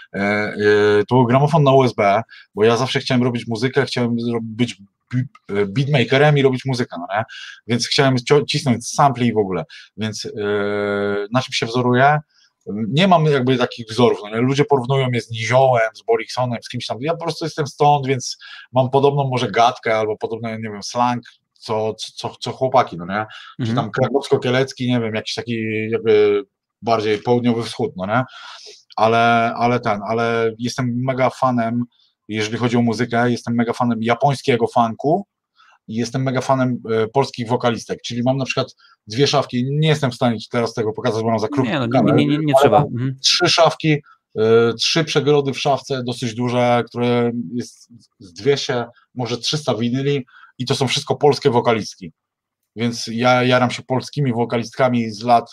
To był gramofon na U S B, bo ja zawsze chciałem robić muzykę, chciałem być beatmakerem i robić muzykę, no nie? Więc chciałem cisnąć sampli w ogóle. Więc na czym się wzoruję? Nie mam jakby takich wzorów, no nie? Ludzie porównują mnie z Niziołem, z Boriksonem, z kimś tam. Ja po prostu jestem stąd, więc mam podobną może gadkę albo podobny, nie wiem, slang, Co, co, co chłopaki, no nie? Mhm. Czy tam krakowsko-kielecki, nie wiem, jakiś taki jakby bardziej południowy wschód, no nie? Ale, ale ten, ale jestem mega fanem, jeżeli chodzi o muzykę, jestem mega fanem japońskiego funku i jestem mega fanem e, polskich wokalistek, czyli mam na przykład dwie szafki, nie jestem w stanie ci teraz tego pokazać, bo mam za krótki Nie, no, kanał, nie, nie, nie, nie trzeba. Mhm. Trzy szafki, y, trzy przegrody w szafce, dosyć duże, które jest z dwieście, może trzysta winyli i to są wszystko polskie wokalistki, więc ja jaram się polskimi wokalistkami z lat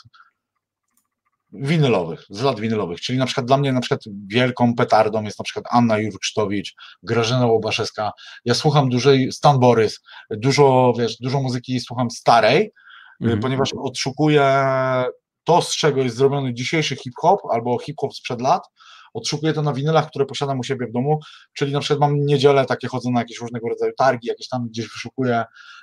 winylowych, z lat winylowych, czyli na przykład dla mnie na przykład wielką petardą jest na przykład Anna Jurksztowicz, Grażyna Łobaszewska, ja słucham dłużej Stan Borys, dużo, wiesz, dużo muzyki słucham starej, mhm. ponieważ odszukuję to, z czego jest zrobiony dzisiejszy hip-hop albo hip-hop sprzed lat, odszukuję to na winylach, które posiadam u siebie w domu, czyli na przykład mam niedzielę, takie chodzę na jakieś różnego rodzaju targi, jakieś tam gdzieś wyszukuję,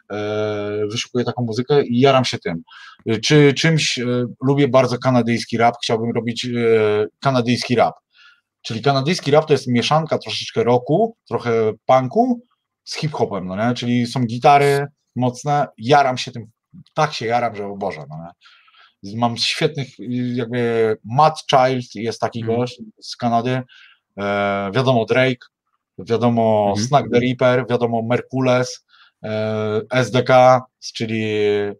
e, wyszukuję taką muzykę i jaram się tym. Czy czymś, e, lubię bardzo kanadyjski rap, chciałbym robić e, kanadyjski rap, czyli kanadyjski rap to jest mieszanka troszeczkę rocku, trochę punku z hip-hopem, no nie? Czyli są gitary mocne, jaram się tym, tak się jaram, że o Boże, no nie? Mam świetnych, jakby Matt Child jest taki mm. gość z Kanady, e, wiadomo Drake, wiadomo mm. Snack the Reaper, wiadomo Merkules, e, S D K, czyli e,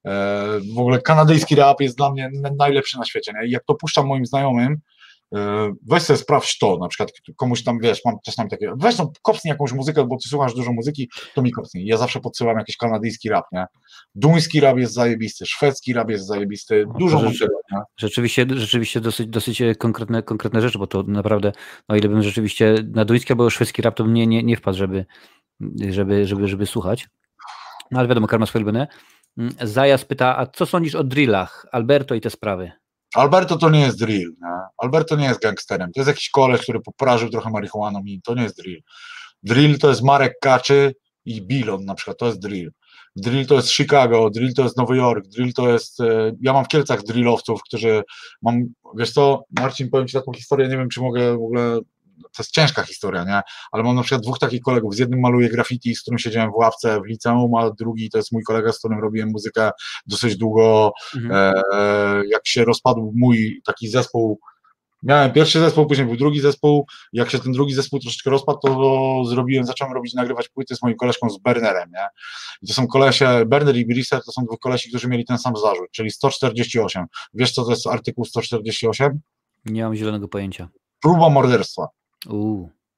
w ogóle kanadyjski rap jest dla mnie najlepszy na świecie, nie? I jak to puszczam moim znajomym, weź sobie sprawdź to, na przykład komuś tam, wiesz, mam czasami takie, weź no, kopnij jakąś muzykę, bo ty słuchasz dużo muzyki, to mi kopnij. Ja zawsze podsyłam jakiś kanadyjski rap, nie? Duński rap jest zajebisty, szwedzki rap jest zajebisty, dużo rzeczy, muzyki. Rzeczywiście, rzeczywiście dosyć, dosyć konkretne, konkretne rzeczy, bo to naprawdę, no ile bym rzeczywiście na duński albo szwedzki rap, to bym nie, nie, nie wpadł, żeby, żeby, żeby, żeby słuchać. No ale wiadomo, karma swoje ulubione. Zajas pyta, a co sądzisz o drillach, Alberto i te sprawy? Alberto to nie jest drill, nie? Alberto nie jest gangsterem, to jest jakiś koleś, który poprażył trochę marihuaną i to nie jest drill. Drill to jest Marek Kaczy i Bilon na przykład, to jest drill. Drill to jest Chicago, drill to jest Nowy Jork, drill to jest, ja mam w Kielcach drillowców, którzy mam, wiesz co, Marcin, powiem ci taką historię, nie wiem czy mogę w ogóle, to jest ciężka historia, nie, ale mam na przykład dwóch takich kolegów, z jednym maluję graffiti, z którym siedziałem w ławce w liceum, a drugi to jest mój kolega, z którym robiłem muzykę dosyć długo, mhm. e, jak się rozpadł mój taki zespół, miałem pierwszy zespół, później był drugi zespół, jak się ten drugi zespół troszeczkę rozpadł, to zrobiłem, zacząłem robić, nagrywać płyty z moim koleżką z Bernerem, nie, i to są kolesie, Berner i Briser to są dwóch kolesi, którzy mieli ten sam zarzut, czyli sto czterdzieści osiem, wiesz co to jest artykuł sto czterdzieści osiem? Nie mam zielonego pojęcia. Próba morderstwa. Uuu.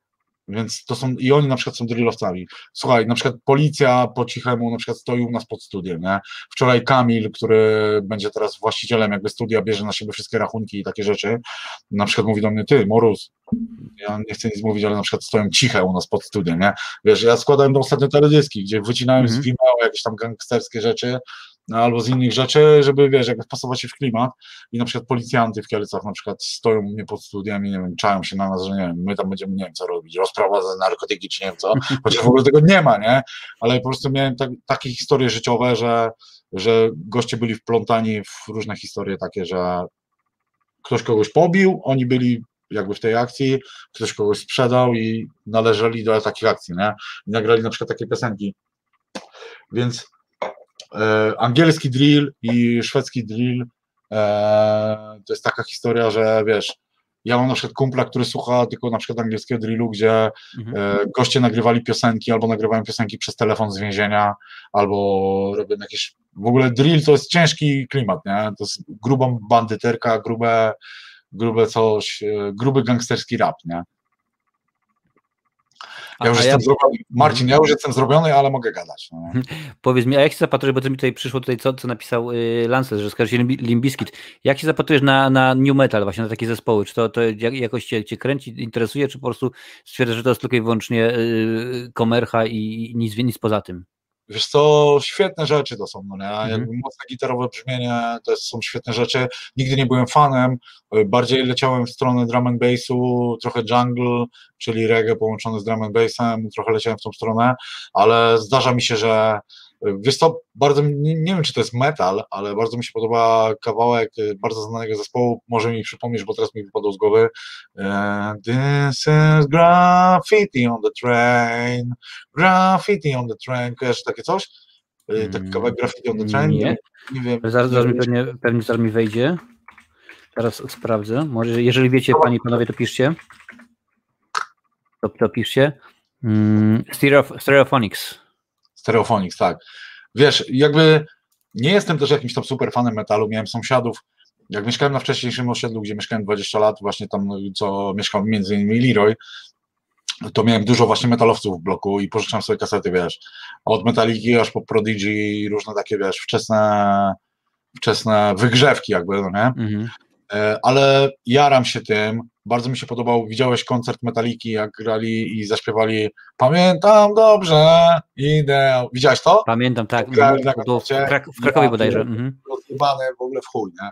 Więc to są, i oni na przykład są drillowcami. Słuchaj, na przykład policja po cichemu na przykład stoi u nas pod studiem, nie? Wczoraj Kamil, który będzie teraz właścicielem jakby studia, bierze na siebie wszystkie rachunki i takie rzeczy, na przykład mówi do mnie, ty, Morus, ja nie chcę nic mówić, ale na przykład stoją ciche u nas pod studiem, nie? Wiesz, ja składałem do ostatnio teledyski, gdzie wycinałem mhm. z Vimeo jakieś tam gangsterskie rzeczy, no, albo z innych rzeczy, żeby, wiesz, jakby wpasować się w klimat i na przykład policjanty w Kielcach na przykład stoją u mnie pod studiem i nie wiem, czają się na nas, że nie wiem, my tam będziemy, nie wiem, co robić, rozprawa za narkotyki, czy nie wiem co, chociaż w ogóle tego nie ma, nie? Ale po prostu miałem tak, takie historie życiowe, że, że goście byli wplątani w różne historie takie, że ktoś kogoś pobił, oni byli jakby w tej akcji, ktoś kogoś sprzedał i należeli do takich akcji, nie? I nagrali na przykład takie piosenki. Więc e, angielski drill i szwedzki drill e, to jest taka historia, że wiesz, ja mam na przykład kumpla, który słucha tylko na przykład angielskiego drillu, gdzie mhm. e, goście nagrywali piosenki, albo nagrywają piosenki przez telefon z więzienia, albo robią jakieś, w ogóle drill to jest ciężki klimat, nie? To jest gruba bandyterka, grube grube coś, gruby gangsterski rap, nie? Ja już a, a jestem ja... zrobiony, Marcin, ja już jestem zrobiony, ale mogę gadać. No. Powiedz mi, a jak się zapatrujesz, bo to mi tutaj przyszło tutaj, co, co napisał y, Lances, że skojarzy się Limp Bizkit, jak się zapatrujesz na, na new metal, właśnie na takie zespoły, czy to, to jakoś cię, cię kręci, interesuje, czy po prostu stwierdzasz, że to jest tylko i wyłącznie y, komercha i nic, nic poza tym? Wiesz co, świetne rzeczy to są, no nie? Mhm. Jakby mocne gitarowe brzmienie, to są świetne rzeczy. Nigdy nie byłem fanem, bardziej leciałem w stronę drum and bassu, trochę jungle, czyli reggae połączone z drum and bassem, trochę leciałem w tą stronę, ale zdarza mi się, że wiesz co, bardzo, nie, nie wiem czy to jest metal, ale bardzo mi się podoba kawałek bardzo znanego zespołu, może mi przypomnisz, bo teraz mi wypadł z głowy. This is graffiti on the train, graffiti on the train, kojarzysz takie coś? Taki kawałek graffiti on the train? Nie, nie, nie wiem. Zaraz, zaraz mi pewnie, pewnie zaraz mi wejdzie, teraz sprawdzę, może jeżeli wiecie panie i panowie, to piszcie, to, to piszcie. Hmm, Stereophonics. Stereophonics, tak. Wiesz, jakby nie jestem też jakimś tam super fanem metalu, miałem sąsiadów, jak mieszkałem na wcześniejszym osiedlu, gdzie mieszkałem dwadzieścia lat, właśnie tam, co mieszkał między innymi Leroy, to miałem dużo właśnie metalowców w bloku i pożyczam sobie kasety, wiesz, od Metaliki aż po Prodigy i różne takie, wiesz, wczesne, wczesne wygrzewki jakby, no nie? Mhm. Ale jaram się tym, bardzo mi się podobał, widziałeś koncert Metaliki, jak grali i zaśpiewali Pamiętam dobrze, idę, widziałeś to? Pamiętam, tak, grali na to w, Krak- w Krakowie bodajże. Mhm. Rozjebane w ogóle w chuj, nie?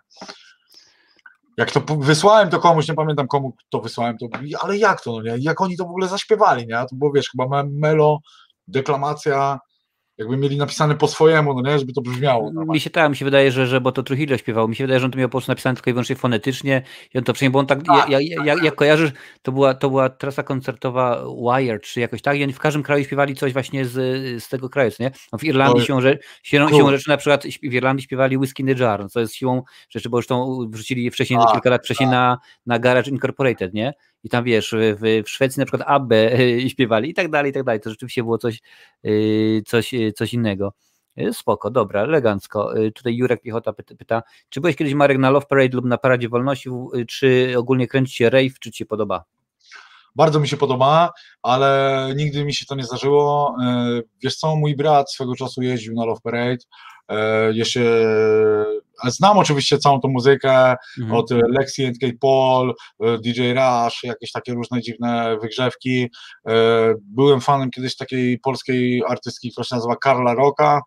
Jak to wysłałem to komuś, nie pamiętam komu to wysłałem, to ale jak to, no nie? Jak oni to w ogóle zaśpiewali, nie? To było, wiesz, chyba melo, deklamacja, jakby mieli napisane po swojemu, no nie, żeby to brzmiało. Normalnie. Mi się tak, mi się wydaje, że, że bo to Trujillo śpiewał, mi się wydaje, że on to miał po prostu napisane tylko i wyłącznie fonetycznie i on to przynajmniej, bo on tak, tak, ja, ja, ja, jak kojarzysz, to była, to była trasa koncertowa Wire, czy jakoś tak, i oni w każdym kraju śpiewali coś właśnie z, z tego kraju, nie? No w Irlandii no, siłą, że, siłą, siłą rzeczy na przykład w Irlandii śpiewali Whiskey in the Jar, no co jest siłą rzeczy, bo już tą wrzucili wcześniej, a, kilka lat wcześniej a. na, na Garage Incorporated, nie? I tam wiesz, w, w Szwecji na przykład Abbe śpiewali i tak dalej, i tak dalej. To rzeczywiście było coś, coś, coś innego. Spoko, dobra, elegancko. Tutaj Jurek Piechota pyta, pyta, czy byłeś kiedyś, Marek, na Love Parade lub na Paradzie Wolności, czy ogólnie kręci się rave, czy ci się podoba? Bardzo mi się podoba, ale nigdy mi się to nie zdarzyło. Wiesz co, mój brat swego czasu jeździł na Love Parade. Ja się, znam oczywiście całą tą muzykę, mhm. od Lexi and K. Paul, D J Rush, jakieś takie różne dziwne wygrzewki. Byłem fanem kiedyś takiej polskiej artystki, która się nazywa Karla Rocka.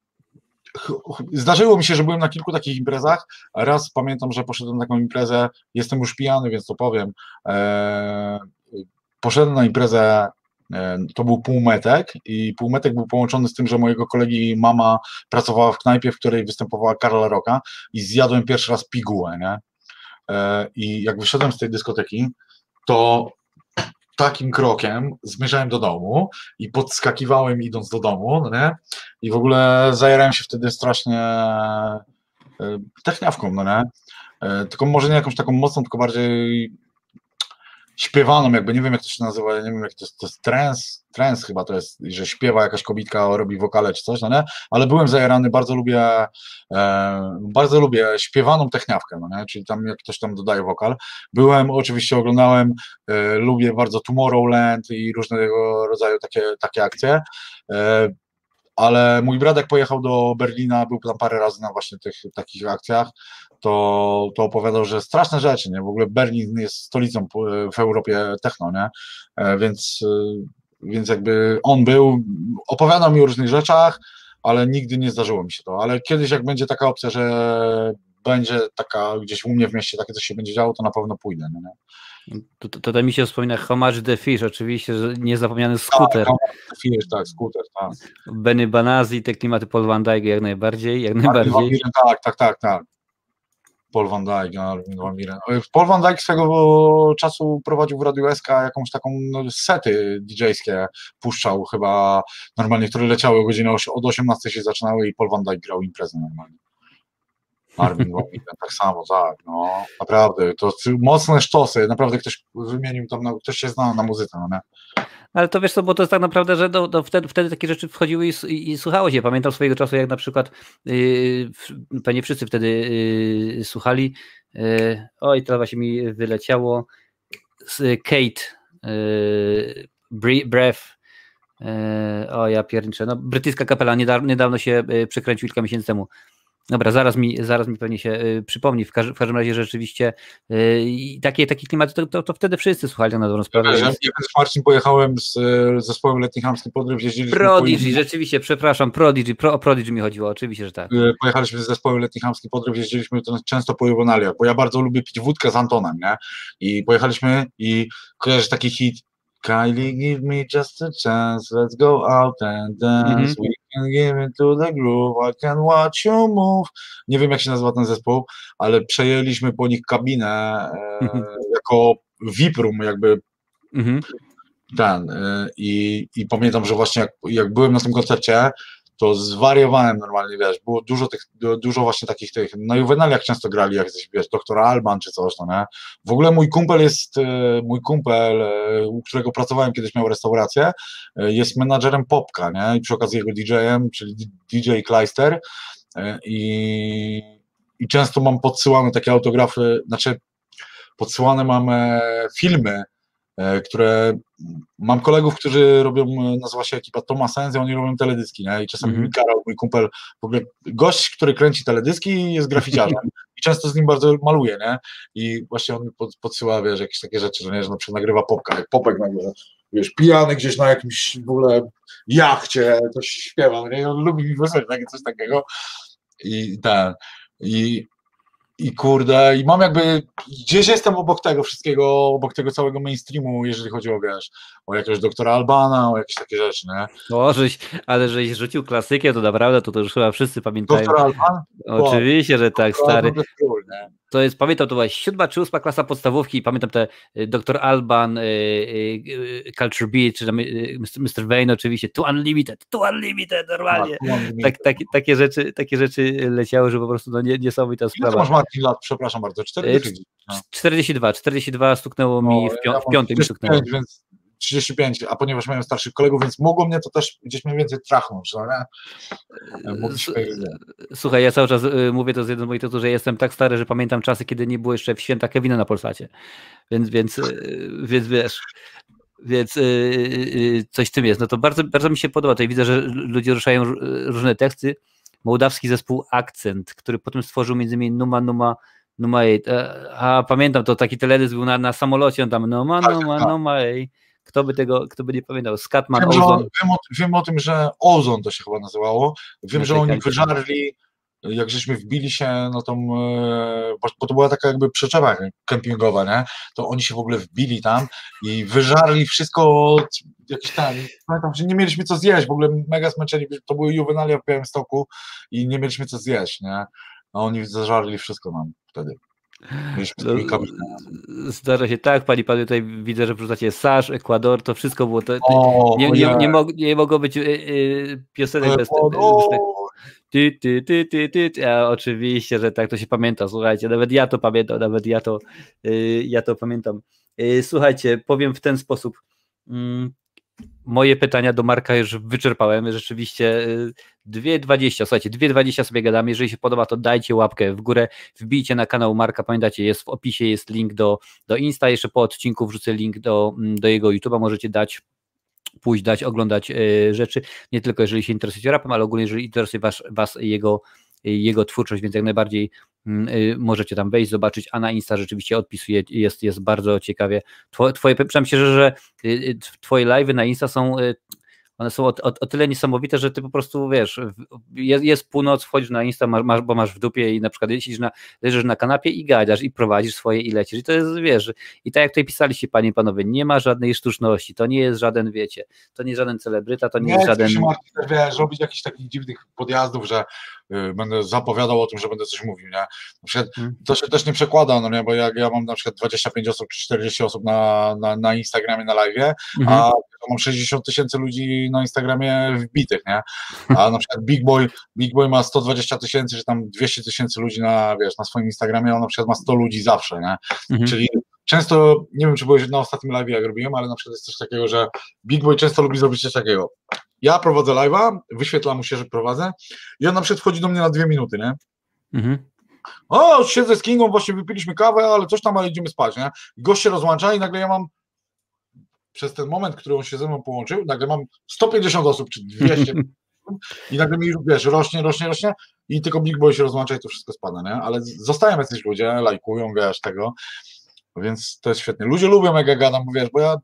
Zdarzyło mi się, że byłem na kilku takich imprezach. Raz pamiętam, że poszedłem na taką imprezę, jestem już pijany, więc to powiem. Poszedłem na imprezę, to był półmetek i półmetek był połączony z tym, że mojego kolegi mama pracowała w knajpie, w której występowała Karla Rocka i zjadłem pierwszy raz pigułę, nie? I jak wyszedłem z tej dyskoteki, to takim krokiem zmierzałem do domu i podskakiwałem idąc do domu, no nie? I w ogóle zajarałem się wtedy strasznie techniawką, no nie? Tylko może nie jakąś taką mocną, tylko bardziej śpiewaną, jakby nie wiem jak to się nazywa, nie wiem jak to jest, to jest trance, trance chyba to jest, że śpiewa jakaś kobitka, robi wokale czy coś, no nie? Ale byłem zajarany, bardzo lubię e, bardzo lubię śpiewaną techniawkę, no nie? Czyli tam jak ktoś tam dodaje wokal. Byłem, oczywiście oglądałem, e, lubię bardzo Tomorrowland i różnego rodzaju takie, takie akcje, e, ale mój brat jak pojechał do Berlina, był tam parę razy na właśnie tych takich akcjach, to, to opowiadał, że straszne rzeczy, nie? W ogóle Berlin jest stolicą w Europie techno, nie? Więc, więc jakby on był, opowiadał mi o różnych rzeczach, ale nigdy nie zdarzyło mi się to, ale kiedyś jak będzie taka opcja, że będzie taka gdzieś u mnie w mieście takie coś się będzie działo, to na pewno pójdę, nie? To, to, to mi się wspomina Homage the Fish, oczywiście, że niezapomniany Scooter. Tak, Fish, tak, Scooter, tak. Benny Banasi, te klimaty Paul Van Dyke jak najbardziej, jak najbardziej. Tak, tak, tak, tak. Paul Van Dyke, Armin Van Buuren. Paul Van Dyke swego czasu prowadził w Radiu S K jakąś taką no, sety didżejskie, puszczał chyba normalnie, które leciały o godzinie od osiemnastej się zaczynały i Paul Van Dyke grał imprezę normalnie. Armin Van Buuren, tak samo, tak, no naprawdę, to mocne sztosy, naprawdę ktoś wymienił tam, no, ktoś się zna na muzyce, no nie? Ale to wiesz co, bo to jest tak naprawdę, że do, do wtedy, wtedy takie rzeczy wchodziły i, i, i słuchało się. Pamiętam swojego czasu, jak na przykład yy, pewnie wszyscy wtedy yy, słuchali. Yy, oj, teraz właśnie mi wyleciało. Kate, yy, Breath. Yy, o, ja pierniczę. No, brytyjska kapela niedawno, niedawno się yy, przekręcił kilka miesięcy temu. Dobra, zaraz mi, zaraz mi pewnie się y, przypomni. W, każ, w każdym razie rzeczywiście y, takie, takie klimaty, to, to, to wtedy wszyscy słuchali na dobrą sprawę. Ja, ja z Marcin pojechałem z zespołem Letni Chamski Podryw, jeździliśmy... Prodigy, po... rzeczywiście, przepraszam, Prodigy, pro, o Prodigy mi chodziło, oczywiście, że tak. Pojechaliśmy z zespołem Letni Chamski Podryw, jeździliśmy często po Juvenaliach, bo ja bardzo lubię pić wódkę z Antonem, nie? I pojechaliśmy i kojarzysz taki hit Kylie, give me just a chance, let's go out and dance, mm-hmm. We can give it to the groove, I can watch you move. Nie wiem jak się nazywa ten zespół, ale przejęliśmy po nich kabinę e, mm-hmm. jako V I P room jakby mm-hmm. ten e, i, i pamiętam, że właśnie jak, jak byłem na tym koncercie, to zwariowałem normalnie, wiesz, było dużo tych, dużo właśnie takich tych, na Juvenaliach często grali, jak coś, wiesz, doktor Alban czy coś, no nie? W ogóle mój kumpel jest, mój kumpel, u którego pracowałem kiedyś, miał restaurację, jest menadżerem Popka, nie? I przy okazji jego D J-em, czyli D J Kleister i, i często mam podsyłane takie autografy, znaczy podsyłane mam filmy, które mam kolegów, którzy robią, nazywa się ekipa Thomas Senz, i oni robią teledyski, nie? I czasami mm-hmm. mi Karol, mój kumpel, w ogóle gość, który kręci teledyski, jest graficiarzem i często z nim bardzo maluje, nie? I właśnie on mi pod, podsyła, wiesz, jakieś takie rzeczy, że nie, że na przykład nagrywa Popka, jak Popek nagle, wiesz, pijany gdzieś na jakimś w ogóle jachcie, coś śpiewa, nie? I on lubi mi wysłać takie coś takiego i ten, i I kurde, i mam jakby, gdzieś jestem obok tego wszystkiego, obok tego całego mainstreamu, jeżeli chodzi o, wiesz, o jakiegoś doktora Albana, o jakieś takie rzeczy, nie? O, żeś, ale żeś rzucił klasykę, to naprawdę, to, to już chyba wszyscy pamiętają. Doktor Alban? Oczywiście, że tak, Doktor stary. To jest, cool, nie? To jest, pamiętam, to była siódma czy ósma klasa podstawówki i pamiętam te doktor Alban, y, y, Culture Beat, czy tam, y, mister Wayne oczywiście, To Unlimited, To Unlimited, normalnie. A, unlimited. Tak, tak, takie, rzeczy, takie rzeczy leciały, że po prostu no, nie, niesamowita sprawa. Ile to masz, Martin, lat? Przepraszam bardzo, czterdzieści no. czterdzieści dwa, czterdzieści dwa stuknęło mi no, w, pią- ja w piątek mi stuknęło. Więc trzydzieści pięć, a ponieważ miałem starszych kolegów, więc mogło mnie to też gdzieś mniej więcej trachnąć, no nie? Słuchaj, ja cały czas y, mówię to z jednym z moich tytułów, że jestem tak stary, że pamiętam czasy, kiedy nie było jeszcze święta Kevina na Polsacie, więc, więc, y, więc wiesz, więc y, y, coś w tym jest. No to bardzo, bardzo mi się podoba, tutaj widzę, że ludzie ruszają różne teksty. Mołdawski zespół Akcent, który potem stworzył między innymi Numa Numa Numa Ej. A, a pamiętam, to taki teledysk był na, na samolocie, on tam Numa Numa Numa Ej. Kto by tego, kto by nie pamiętał? Skatman, wiem, Ozon. On, wiem, o, wiem o tym, że Ozon to się chyba nazywało. Wiem, no że oni wyżarli, jak żeśmy wbili się na tą, bo to była taka jakby przyczepa kempingowa, nie? To oni się w ogóle wbili tam i wyżarli wszystko, jakieś tam, pamiętam, że nie mieliśmy co zjeść, w ogóle mega zmęczeni, to były Juvenalia w Białymstoku i nie mieliśmy co zjeść, nie? A oni zażarli wszystko nam wtedy. No, zdarza się tak, pani panie, tutaj widzę, że wrzucacie Sasz, Ekwador, to wszystko było, to, o, nie, nie, nie, mog, nie mogło być y, y, piosenek bez tego. Ty, ty, ty, ty, ty, ty. A oczywiście, że tak, to się pamięta, słuchajcie, nawet ja to pamiętam, nawet ja to, y, ja to pamiętam. Słuchajcie, powiem w ten sposób. Moje pytania do Marka już wyczerpałem, rzeczywiście dwie dwadzieścia, słuchajcie, dwie dwadzieścia sobie gadamy, jeżeli się podoba, to dajcie łapkę w górę, wbijcie na kanał Marka, pamiętacie, jest w opisie, jest link do, do Insta, jeszcze po odcinku wrzucę link do, do jego YouTube'a, możecie dać, pójść, dać, oglądać y, rzeczy, nie tylko jeżeli się interesujecie rapem, ale ogólnie jeżeli interesuje was, was jego, jego twórczość, więc jak najbardziej y, możecie tam wejść, zobaczyć, a na Insta rzeczywiście odpisuje, jest, jest bardzo ciekawie. Twoje, twoje przynajmniej szczerze, że y, twoje live'y na Insta są, y, one są o, o, o tyle niesamowite, że ty po prostu, wiesz, jest, jest północ, wchodzisz na Insta, masz, bo masz w dupie i na przykład jeździsz na, leżysz na kanapie i gadasz i prowadzisz swoje i lecisz i to jest, wiesz, i tak jak tutaj pisaliście, panie i panowie, nie ma żadnej sztuczności, to nie jest żaden, wiecie, to nie jest żaden celebryta, to nie, nie jest żaden... Nie, chcesz, wiesz, robić jakichś takich dziwnych podjazdów, że y, będę zapowiadał o tym, że będę coś mówił, nie? Na przykład hmm. to się też nie przekłada, no nie, bo jak ja mam na przykład dwadzieścia pięć osób czy czterdzieści osób na, na, na Instagramie, na live'ie, hmm. a mam sześćdziesiąt tysięcy ludzi na Instagramie wbitych, nie? A na przykład Big Boy, Big Boy ma sto dwadzieścia tysięcy, czy tam dwieście tysięcy ludzi na, wiesz, na swoim Instagramie, a on na przykład ma sto ludzi zawsze, nie? Mhm. Czyli często, nie wiem, czy byłeś na ostatnim live'ie, jak robiłem, ale na przykład jest coś takiego, że Big Boy często lubi zrobić coś takiego. Ja prowadzę live'a, wyświetla mu się, że prowadzę i on na przykład wchodzi do mnie na dwie minuty, nie? Mhm. O, siedzę z Kingą, właśnie wypiliśmy kawę, ale coś tam, ale idziemy spać, nie? Gość się rozłącza i nagle ja mam przez ten moment, który on się ze mną połączył, nagle mam sto pięćdziesiąt osób, czy dwieście i nagle mi, wiesz, rośnie, rośnie, rośnie i tylko Big Boy się rozłącza i to wszystko spada, nie? Ale zostają jacyś ludzie, lajkują, wiesz, tego, więc to jest świetnie. Ludzie lubią, jak ja gadam, bo wiesz, bo ja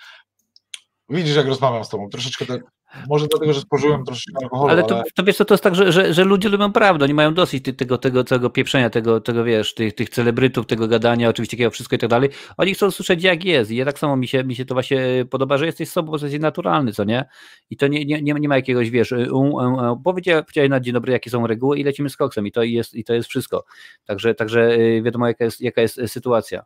widzisz, jak rozmawiam z tobą, troszeczkę tak, może dlatego, że spożyłem troszeczkę alkoholu, ale... To, ale... to wiesz co, to jest tak, że, że, że ludzie lubią prawdę, oni mają dosyć tego, tego, tego pieprzenia, tego, tego wiesz, tych, tych celebrytów, tego gadania, oczywiście takiego wszystko i tak dalej, oni chcą słyszeć, jak jest i ja tak samo mi się, mi się to właśnie podoba, że jesteś sobą, bo jesteś naturalny, co nie? I to nie, nie, nie, nie ma jakiegoś, wiesz, um, um, powiedziałem na dzień dobry, jakie są reguły i lecimy z koksem i to jest, i to jest wszystko, także, także wiadomo, jaka jest, jaka jest sytuacja.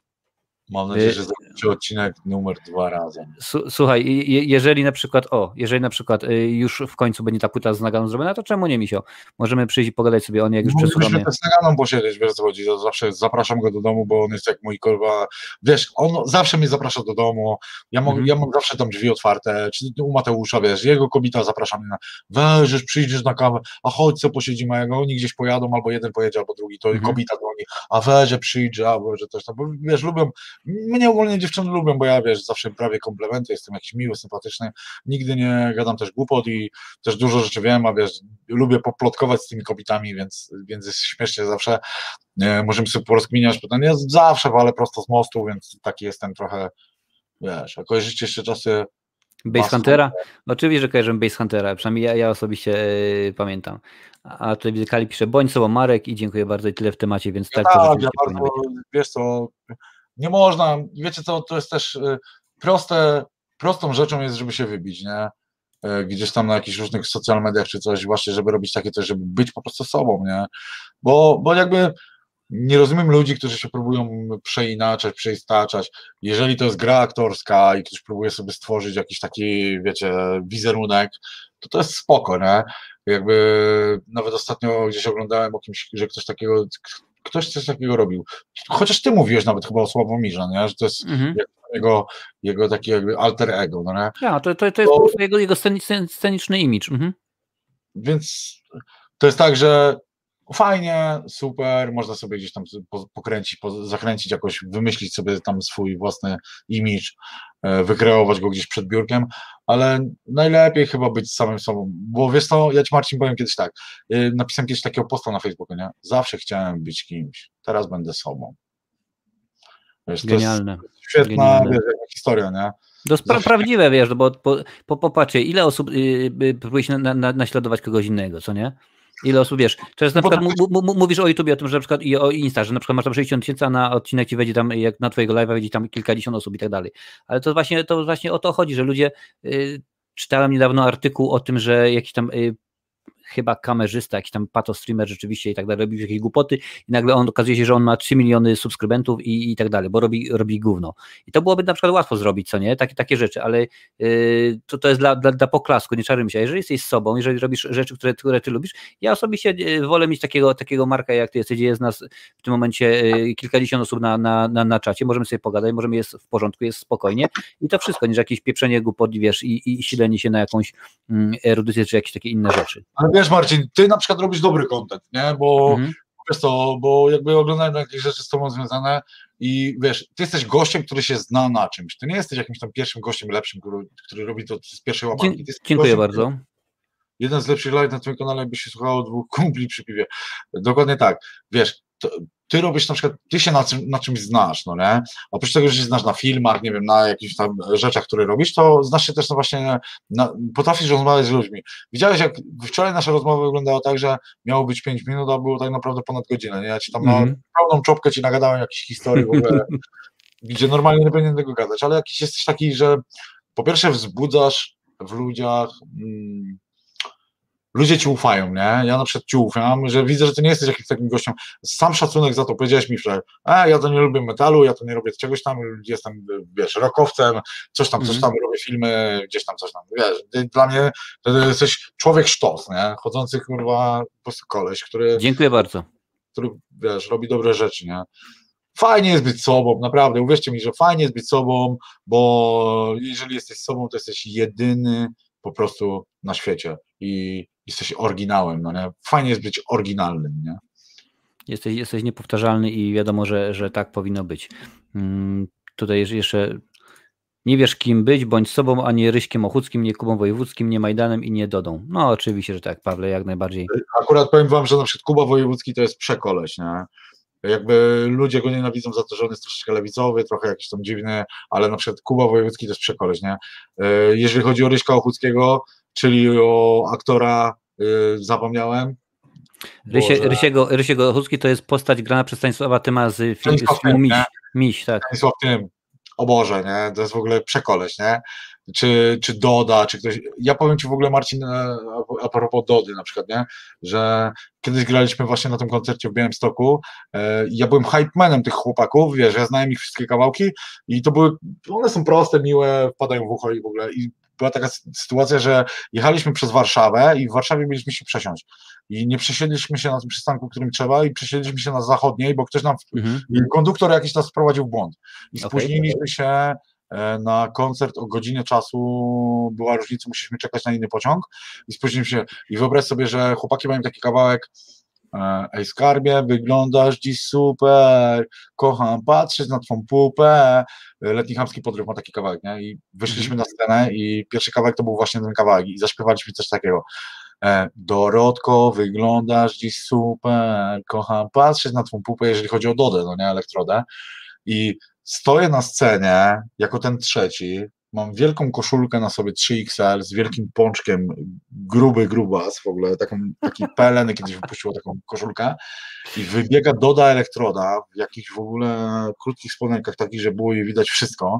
Mam nadzieję, że zobaczycie odcinek numer dwa razem. Słuchaj, jeżeli na przykład, o, jeżeli na przykład już w końcu będzie ta płyta z Naganą zrobiona, to czemu nie, Misio? Możemy przyjść i pogadać sobie o niej, jak już przesłuchamy. Moglibyśmy też z Naganą posiedzieć, wiesz co chodzi, to zawsze zapraszam go do domu, bo on jest jak mój kurwa, wiesz, on zawsze mnie zaprasza do domu, ja mam, mm. ja mam zawsze tam drzwi otwarte, czy u Mateusza, wiesz, jego kobieta zaprasza mnie na, weź, przyjdziesz na kawę, a chodź co posiedzimy, jak oni gdzieś pojadą, albo jeden pojedzie, albo drugi, to mm. kobieta do nich, a weź, przyjdź, albo że też tam, bo wiesz, lubią, mnie ogólnie dziewczyny lubią, bo ja, wiesz, zawsze prawie komplementy, jestem jakiś miły, sympatyczny, nigdy nie gadam też głupot i też dużo rzeczy wiem, a wiesz, lubię poplotkować z tymi kobietami, więc, więc jest śmiesznie zawsze, nie, możemy sobie porozkminiać, ja zawsze walę prosto z mostu, więc taki jestem trochę, wiesz, a kojarzycie jeszcze czasy Base Huntera? Oczywiście, że kojarzę Base Huntera, przynajmniej ja, ja osobiście yy, pamiętam. A tutaj widzę, Kali pisze, bądź sobą Marek i dziękuję bardzo i tyle w temacie, więc tak, tak to ja bardzo, wiesz co, nie można, wiecie co, to jest też proste, prostą rzeczą jest, żeby się wybić, nie? Gdzieś tam na jakichś różnych social mediach czy coś, właśnie, żeby robić takie coś, żeby być po prostu sobą, nie? Bo, bo jakby nie rozumiem ludzi, którzy się próbują przeinaczać, przeistaczać. Jeżeli to jest gra aktorska i ktoś próbuje sobie stworzyć jakiś taki, wiecie, wizerunek, to to jest spoko, nie? Jakby nawet ostatnio gdzieś oglądałem o kimś, że ktoś takiego ktoś coś takiego robił. Chociaż ty mówiłeś nawet chyba o Sławomirze, nie? Że to jest mm-hmm. jego, jego taki jakby alter ego, no nie? Ja, to, to, to jest to, po prostu jego, jego sceniczny imidż. Mhm. Więc to jest tak, że fajnie, super, można sobie gdzieś tam pokręcić, zakręcić jakoś, wymyślić sobie tam swój własny imidż, wykreować go gdzieś przed biurkiem, ale najlepiej chyba być samym sobą, bo wiesz co, ja ci Marcin powiem kiedyś tak, napisałem kiedyś takiego posta na Facebooku, nie? Zawsze chciałem być kimś, teraz będę sobą. Wiesz, genialne. To jest świetna wiesz, historia, nie? To jest pra- prawdziwe, wiesz, bo po, po, popatrzcie, ile osób yy, próbuje się na, na, naśladować kogoś innego, co nie? Ile osób, wiesz, to jest na przykład, m- m- mówisz o YouTubie, o tym, że na przykład i o Insta, że na przykład masz tam sześćdziesiąt tysięcy, a na odcinek ci wejdzie tam, jak na twojego live'a wejdzie tam kilkadziesiąt osób i tak dalej. Ale to właśnie, to właśnie o to chodzi, że ludzie, yy, czytałem niedawno artykuł o tym, że jakiś tam yy, chyba kamerzysta, jakiś tam pato streamer rzeczywiście i tak dalej, robi jakieś głupoty i nagle on okazuje się, że on ma trzy miliony subskrybentów i, i tak dalej, bo robi, robi gówno. I to byłoby na przykład łatwo zrobić, co nie? Takie, takie rzeczy, ale yy, to, to jest dla, dla, dla poklasku, nie czarujmy się. Jeżeli jesteś sobą, jeżeli robisz rzeczy, które, które ty lubisz, ja osobiście wolę mieć takiego, takiego Marka jak ty jesteś, gdzie jest nas w tym momencie yy, kilkadziesiąt osób na, na, na, na czacie, możemy sobie pogadać, możemy jest w porządku, jest spokojnie i to wszystko, niż jakieś pieprzenie głupot, wiesz, i, i silenie się na jakąś mm, erudycję, czy jakieś takie inne rzeczy. Ale wiesz, Marcin, ty na przykład robisz dobry content, nie? Bo Mhm. wiesz to, bo jakby oglądałem jakieś rzeczy z tobą związane i wiesz, ty jesteś gościem, który się zna na czymś. Ty nie jesteś jakimś tam pierwszym gościem lepszym, który, który robi to z pierwszej łapanki. Ty Dziękuję gościem, bardzo. Jeden z lepszych live na twoim kanale, jakby się słuchało dwóch kumpli przy piwie. Dokładnie tak. Wiesz, to, ty robisz na przykład, ty się na, czym, na czymś znasz, no nie? Oprócz tego, że się znasz na filmach, nie wiem, na jakichś tam rzeczach, które robisz, to znasz się też no właśnie, na, na, potrafisz rozmawiać z ludźmi. Widziałeś, jak wczoraj nasza rozmowa wyglądała tak, że miało być pięć minut, a było tak naprawdę ponad godzinę, nie? Ja ci tam mm. na pełną czopkę ci nagadałem jakichś historii w ogóle, gdzie normalnie nie powinien tego gadać, ale jakiś jesteś taki, że po pierwsze wzbudzasz w ludziach... Mm, ludzie ci ufają, nie? Ja na przykład ci ufam, że widzę, że ty nie jesteś jakimś takim gościem. Sam szacunek za to, powiedziałeś mi wczoraj, e, ja to nie lubię metalu, ja to nie robię czegoś tam, jestem, wiesz, rockowcem, coś tam, coś tam, mm. robię filmy, gdzieś tam, coś tam, wiesz, dla mnie to jesteś człowiek sztos, nie? Chodzący, kurwa, po prostu koleś, który... Dziękuję bardzo. Który, wiesz, robi dobre rzeczy, nie? Fajnie jest być sobą, naprawdę, uwierzcie mi, że fajnie jest być sobą, bo jeżeli jesteś sobą, to jesteś jedyny po prostu na świecie i jesteś oryginałem, no nie? Fajnie jest być oryginalnym, nie? Jesteś, jesteś niepowtarzalny i wiadomo, że, że tak powinno być. Hmm, tutaj jeszcze nie wiesz kim być, bądź sobą, a nie Ryśkiem Ochódzkim, nie Kubą Wojewódzkim, nie Majdanem i nie Dodą. No oczywiście, że tak, Pawle, jak najbardziej. Akurat powiem wam, że na przykład Kuba Wojewódzki to jest przekoleś, nie? Jakby ludzie go nienawidzą za to, że on jest troszeczkę lewicowy, trochę jakiś tam dziwny, ale na przykład Kuba Wojewódzki to jest przekoleś, nie? Jeżeli chodzi o Ryśka Ochódzkiego, czyli o aktora, zapomniałem. Rysie, Rysiego, Rysiego Ochódzki to jest postać grana przez Stanisława Tyma z filmu, z filmu Miś. Miś, tak. Stanisław Tym, o Boże, nie? To jest w ogóle przekoleś, nie? Czy, czy Doda, czy ktoś. Ja powiem ci w ogóle, Marcin, a propos Dody na przykład, nie? Że kiedyś graliśmy właśnie na tym koncercie w Białymstoku. Ja byłem hype manem tych chłopaków, wiesz, ja znałem ich wszystkie kawałki i to były, one są proste, miłe, wpadają w ucho i w ogóle. I była taka sytuacja, że jechaliśmy przez Warszawę i w Warszawie mieliśmy się przesiąść. I nie przesiedliśmy się na tym przystanku, którym trzeba, i przesiedliśmy się na zachodniej, bo ktoś nam, mhm. konduktor jakiś nas wprowadził w błąd. I spóźniliśmy okay. się na koncert o godzinie czasu, była różnica, musieliśmy czekać na inny pociąg i spóźniliśmy się. I wyobraź sobie, że chłopaki mają taki kawałek: ej skarbie, wyglądasz dziś super, kocham patrzeć na twą pupę. Letni Chamski Podryw ma taki kawałek, nie? I wyszliśmy na scenę i pierwszy kawałek to był właśnie ten kawałek i zaśpiewaliśmy coś takiego: Dorotko, wyglądasz dziś super, kocham patrzeć na twą pupę, jeżeli chodzi o Dodę, no nie, elektrodę. I stoję na scenie jako ten trzeci, mam wielką koszulkę na sobie trzy X L z wielkim pączkiem, gruby grubas w ogóle, taką, taki P L N kiedyś wypuściło taką koszulkę i wybiega Doda Elektroda w jakichś w ogóle krótkich spodenkach takich, że było jej widać wszystko,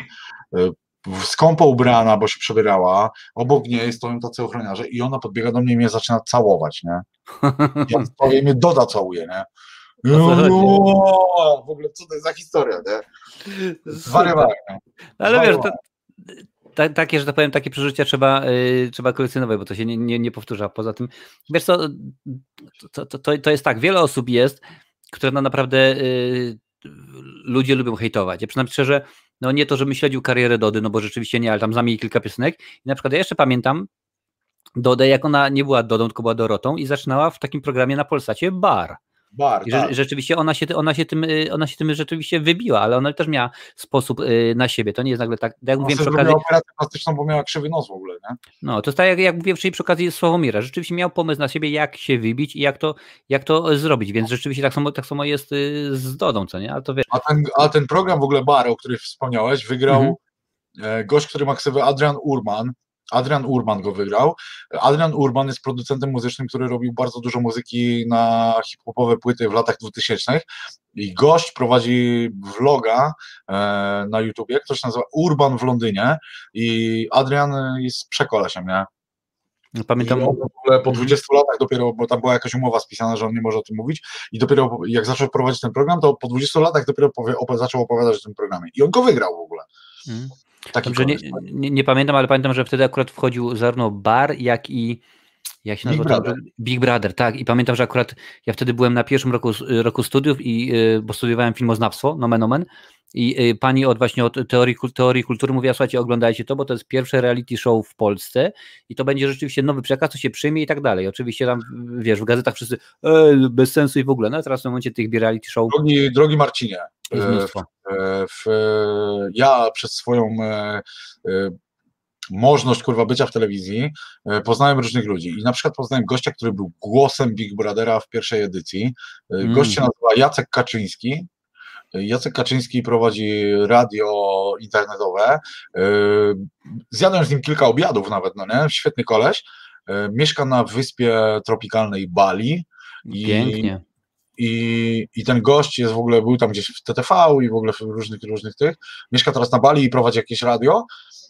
skąpo ubrana, bo się przebierała, obok niej stoją tacy ochroniarze i ona podbiega do mnie i mnie zaczyna całować, nie? Ja stoję i mnie Doda całuje, nie? No, w ogóle co to jest za historia, nie? Zwariowanie. Ale wiesz, to, ta, takie, że tak powiem, takie przeżycia trzeba, yy, trzeba kolekcjonować, bo to się nie, nie, nie powtarza. Poza tym, wiesz co, to, to, to, to jest tak, wiele osób jest, które no naprawdę yy, ludzie lubią hejtować. Ja przynajmniej szczerze, no nie to, żebym śledził karierę Dody, no bo rzeczywiście nie, ale tam znam jej kilka piosenek i na przykład ja jeszcze pamiętam Dodę, jak ona nie była Dodą, tylko była Dorotą i zaczynała w takim programie na Polsacie Bar. Bar, I tak. że, rzeczywiście ona się, ona, się tym, ona się tym rzeczywiście wybiła, ale ona też miała sposób na siebie. To nie jest nagle tak, jak mówiłem przy okazji. Operację plastyczną, bo miała krzywy nos w ogóle, nie? No, to jest tak, jak, jak mówiłem przy okazji Sławomira. Rzeczywiście miał pomysł na siebie, jak się wybić i jak to, jak to zrobić, więc rzeczywiście tak samo, tak samo jest z Dodą, co nie? Ale to wiesz. A ten, a ten program w ogóle Bar, o którym wspomniałeś, wygrał mhm. gość, który ma ksywę Adrian Urban. Adrian Urban go wygrał. Adrian Urban jest producentem muzycznym, który robił bardzo dużo muzyki na hip-hopowe płyty w latach dwutysięcznych i gość prowadzi vloga e, na YouTubie, który się nazywa Urban w Londynie i Adrian jest przekolesiem, nie? Pamiętam. I on w ogóle po dwudziestu latach dopiero, bo tam była jakaś umowa spisana, że on nie może o tym mówić i dopiero jak zaczął prowadzić ten program, to po dwudziestu latach dopiero powie, op, zaczął opowiadać o tym programie. I on go wygrał w ogóle. Hmm. Taki Dobrze, nie, nie, nie pamiętam, ale pamiętam, że wtedy akurat wchodził zarówno Bar, jak i jak się Big nazywa? Brother. Big Brother, tak. I pamiętam, że akurat ja wtedy byłem na pierwszym roku, roku studiów, i, bo studiowałem filmoznawstwo, nomen omen, i pani od właśnie od teorii, teorii kultury mówiła, słuchajcie, oglądajcie to, bo to jest pierwsze reality show w Polsce i to będzie rzeczywiście nowy przekaz, to się przyjmie i tak dalej. Oczywiście tam, wiesz, w gazetach wszyscy e, bez sensu i w ogóle, no teraz w tym momencie tych reality show... Drogi, drogi Marcinie, w, w, ja przez swoją możliwość, kurwa, bycia w telewizji poznałem różnych ludzi i na przykład poznałem gościa, który był głosem Big Brothera w pierwszej edycji. Gość się nazywa Jacek Kaczyński. Jacek Kaczyński prowadzi radio internetowe. Zjadłem z nim kilka obiadów nawet, no nie? Świetny koleś. Mieszka na wyspie tropikalnej Bali. Pięknie. I, i ten gość jest w ogóle, był tam gdzieś w T T V i w ogóle w różnych, różnych tych. Mieszka teraz na Bali i prowadzi jakieś radio.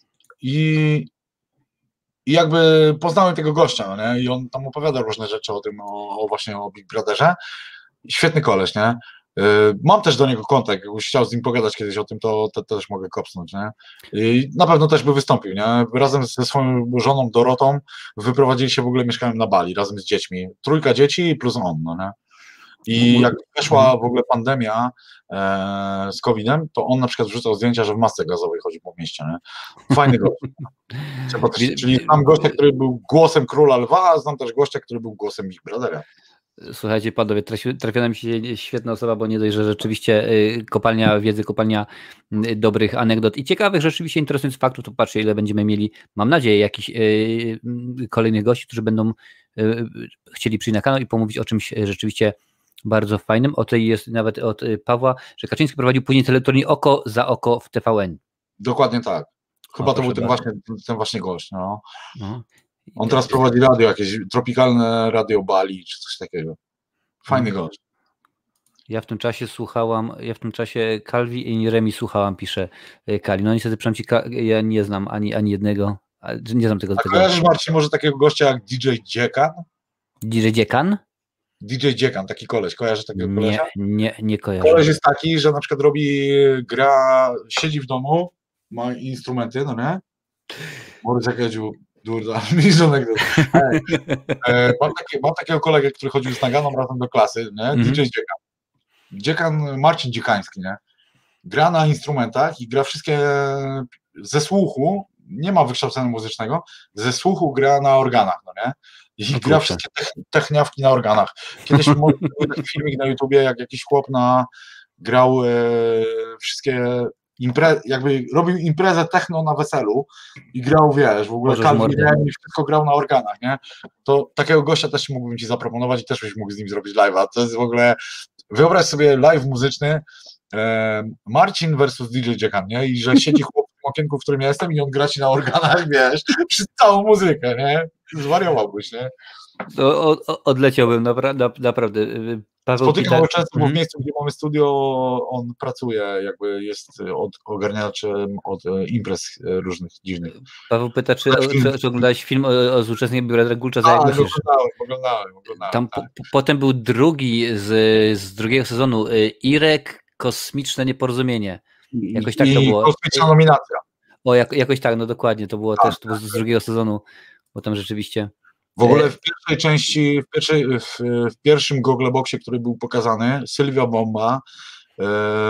I, i jakby poznałem tego gościa, no nie? I on tam opowiada różne rzeczy o tym, o, o właśnie o Big Brotherze. Świetny koleś, nie? Mam też do niego kontakt, jakbyś chciał z nim pogadać kiedyś o tym, to, to, to też mogę kopsnąć, nie? I na pewno też by wystąpił, nie? Razem ze swoją żoną Dorotą wyprowadzili się, w ogóle mieszkałem na Bali, razem z dziećmi. Trójka dzieci plus on, no nie? I jak weszła w ogóle pandemia e, z kowidem, to on na przykład wrzucał zdjęcia, że w masce gazowej chodzi po mieście, nie? Fajny gość. Czyli znam gościa, który był głosem Króla Lwa, a znam też gościa, który był głosem Big Brothera. Słuchajcie, panowie, trafiona mi się świetna osoba, bo nie dość, że rzeczywiście kopalnia wiedzy, kopalnia dobrych anegdot i ciekawych, rzeczywiście interesujących faktów, to patrzcie, ile będziemy mieli, mam nadzieję, jakichś kolejnych gości, którzy będą chcieli przyjść na kanał i pomówić o czymś rzeczywiście bardzo fajnym. O tej jest nawet od Pawła, że Kaczyński prowadził później teleturniej Oko za oko w T V N. Dokładnie tak. Chyba o, to był ten bardzo. właśnie, ten właśnie gość. No. No. On teraz prowadzi radio, jakieś tropikalne radio Bali, czy coś takiego. Fajny no. gość. Ja w tym czasie słuchałam, ja w tym czasie Calvi i Remi słuchałam, pisze Kali. No niestety, przynajmniej ja nie znam ani, ani jednego, nie znam tego. A tego. kojarzysz, Marcin, może takiego gościa jak D J Dziekan? D J Dziekan? D J Dziekan, taki koleś, kojarzysz takiego kolesia? Nie, nie, nie kojarzę. Koleś jest taki, że na przykład robi, gra, siedzi w domu, ma instrumenty, no nie? Borys Jakedziu, durda, miżonek. Mam, takie, mam takiego kolegę, który chodził z Naganą razem do klasy, nie? Mm-hmm. D J Dziekan. Dziekan, Marcin Dziekański, nie? Gra na instrumentach i gra wszystkie ze słuchu, nie ma wykształcenia muzycznego, ze słuchu gra na organach, no nie? I no gra wszystkie techniawki na organach. Kiedyś był taki filmik na YouTubie, jak jakiś chłop na, grał e, wszystkie imprez, jakby robił imprezę techno na weselu i grał, wiesz, w ogóle Calvin i wszystko grał na organach, nie? To takiego gościa też mógłbym ci zaproponować i też byś mógł z nim zrobić live'a. To jest w ogóle, wyobraź sobie live muzyczny, e, Marcin versus D J Dziekan, nie? I że siedzi chłop w okienku, w którym ja jestem i on gra ci na organach, wiesz, przez całą muzykę, nie? Zwariowałbyś, nie? No, odleciałbym, naprawdę. naprawdę. Paweł Spotykam go często, bo w miejscu, gdzie mamy studio, on pracuje, jakby jest od ogarniaczem od imprez różnych dziwnych. Paweł pyta, czy, czy, czy oglądałeś film o, o z Biura Gulcza, za jak myślisz? Oglądałem, oglądałem, oglądałem. Tam tak. po, potem był drugi z, z drugiego sezonu, Irek, Kosmiczne Nieporozumienie. Jakoś tak to I było. Kosmiczna Nominacja. O, jak, jakoś tak, no dokładnie, to było tak, też to było z drugiego sezonu, bo tam rzeczywiście... W ogóle w pierwszej części, w, pierwszej, w, w pierwszym Googleboxie, który był pokazany, Sylwia Bomba e,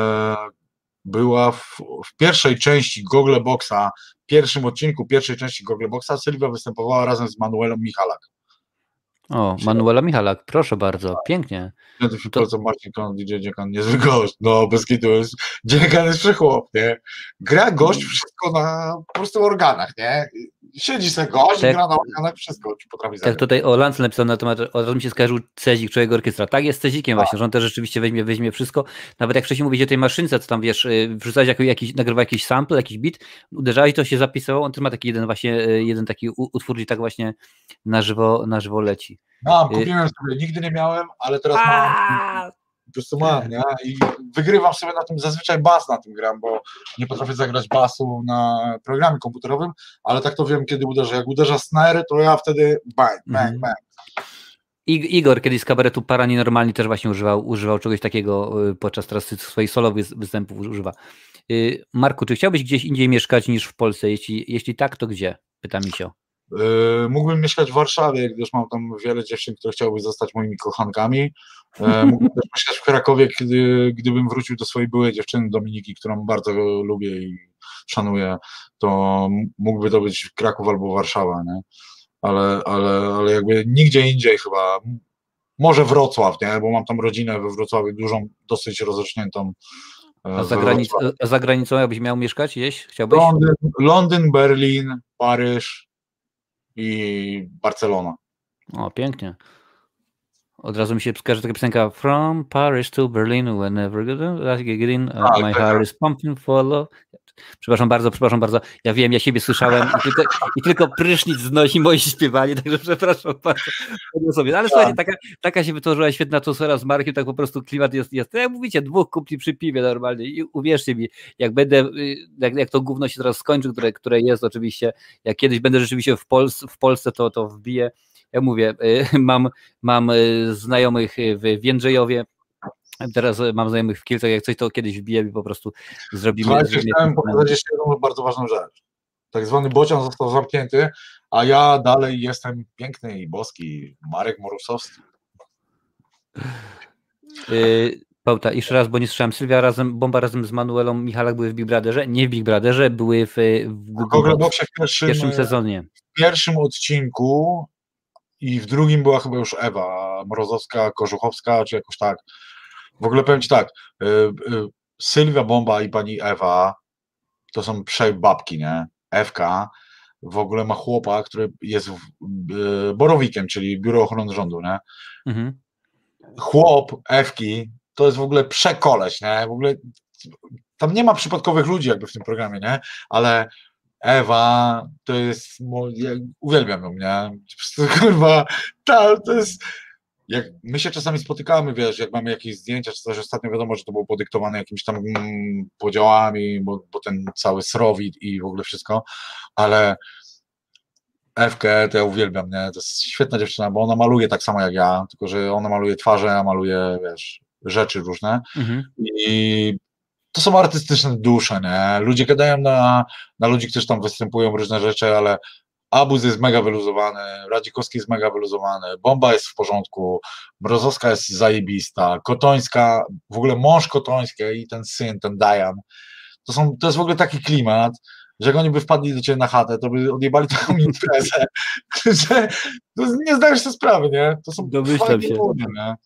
była w, w pierwszej części Googleboxa, pierwszym odcinku pierwszej części Googleboxa, Sylwia występowała razem z Manuelą Michalak. O, Manuela Michalak, proszę bardzo, pięknie. To co Marcin D J Dziekan, niezły gość, no bez kitu, jest, Dziekan jest przechłop, nie? Gra gość wszystko na po prostu organach, nie? Siedzi sobie gość, tak, gra na organach, wszystko potrafi zagrać. Tak, tutaj o Lance napisał na temat, od razu mi się skojarzył Cezik, Człowiek Orkiestra. Tak, jest Cezikiem właśnie, że on też rzeczywiście weźmie, weźmie wszystko. Nawet jak wcześniej mówić o tej maszynce, co tam wiesz, wrzucałeś jakiś, jakiś, nagrywa jakiś sample, jakiś beat, uderzałeś, to się zapisało, on też ma taki jeden właśnie, jeden taki utwór, gdzie tak właśnie na żywo, na żywo leci. No, kupiłem sobie, nigdy nie miałem, ale teraz mam, prostu mam, nie? I wygrywam sobie na tym, zazwyczaj bas na tym gram, bo nie potrafię zagrać basu na programie komputerowym, ale tak to wiem, kiedy uderzę. Jak uderza snare, to ja wtedy bang, bang, Mhm. bang. I- Igor kiedyś z kabaretu Paranormalni też właśnie używał, używał czegoś takiego y, podczas teraz swoich solowych występów używa. Y, Marku, czy chciałbyś gdzieś indziej mieszkać niż w Polsce? Jeśli, jeśli tak, to gdzie? Pyta Misio. Yy, mógłbym mieszkać w Warszawie, gdyż mam tam wiele dziewczyn, które chciałyby zostać moimi kochankami. Yy, mógłbym też mieszkać w Krakowie, gdy, gdybym wrócił do swojej byłej dziewczyny Dominiki, którą bardzo lubię i szanuję, to mógłby to być Kraków albo Warszawa, nie? Ale, ale, ale jakby nigdzie indziej chyba. Może Wrocław, nie? Bo mam tam rodzinę we Wrocławiu, dużą, dosyć rozrośniętą. A za, granic, a za granicą jakbyś miał mieszkać gdzieś? Chciałbyś? Londyn, Londyn, Berlin, Paryż i Barcelona. O, pięknie. Od razu mi się skojarzy taka piosenka From Paris to Berlin, whenever I get in, uh, my heart is pumping full of... Przepraszam bardzo, przepraszam bardzo. Ja wiem, ja siebie słyszałem i tylko, i tylko prysznic znosi moje śpiewanie, także przepraszam bardzo sobie. Ale słuchajcie, taka, taka się wytworzyła świetna atmosfera z Markiem, tak po prostu klimat jest, jest jak mówicie, dwóch kupli przy piwie normalnie i uwierzcie mi, jak będę, jak, jak to gówno się teraz skończy, które, które jest oczywiście, jak kiedyś będę rzeczywiście w, Pols w Polsce, to, to wbiję. Ja mówię, mam, mam znajomych w Jędrzejowie, teraz mam znajomych w Kielcach, jak coś to kiedyś wbijemy i po prostu zrobimy. Słuchajcie, zrobimy chciałem pokazać jeszcze jedną bardzo ważną rzecz. Tak zwany bocian został zamknięty, a ja dalej jestem piękny i boski. Marek Morusowski. Yy, Pałta, jeszcze raz, bo nie słyszałem. Sylwia razem, Bomba razem z Manuelą Michalak były w Big Brotherze? Nie w Big Brotherze, były w, w Google Box, w pierwszym, w pierwszym sezonie. W pierwszym odcinku i w drugim była chyba już Ewa Mrozowska, Kożuchowska, czy jakoś tak. W ogóle powiem Ci tak, y, y, Sylwia Bomba i pani Ewa to są przebabki, nie? Ewka w ogóle ma chłopa, który jest w, y, borowikiem, czyli Biuro Ochrony Rządu, nie? Mhm. Chłop Ewki to jest w ogóle przekoleś, nie? W ogóle tam nie ma przypadkowych ludzi jakby w tym programie, nie? Ale Ewa to jest, ja uwielbiam ją, nie? Kurwa, ta, to jest, jak my się czasami spotykamy, wiesz, jak mamy jakieś zdjęcia, czy coś, ostatnio wiadomo, że to było podyktowane jakimiś tam mm, podziałami, bo, bo ten cały srowit i w ogóle wszystko, ale Ewkę to ja uwielbiam, nie? To jest świetna dziewczyna, bo ona maluje tak samo jak ja, tylko że ona maluje twarze, a maluje, wiesz, rzeczy różne Mhm. i to są artystyczne dusze, nie? Ludzie gadają na, na ludzi, którzy tam występują różne rzeczy, ale Abuz jest mega wyluzowany, Radzikowski jest mega wyluzowany, Bomba jest w porządku, Mrozowska jest zajebista, Kotońska, w ogóle mąż Kotońskiej i ten syn, ten Dajan, to, są, to jest w ogóle taki klimat, że jak oni by wpadli do ciebie na chatę, to by odjebali taką imprezę, że to nie zdajesz sobie sprawy, nie? To są Domyślam się. ludzie, nie?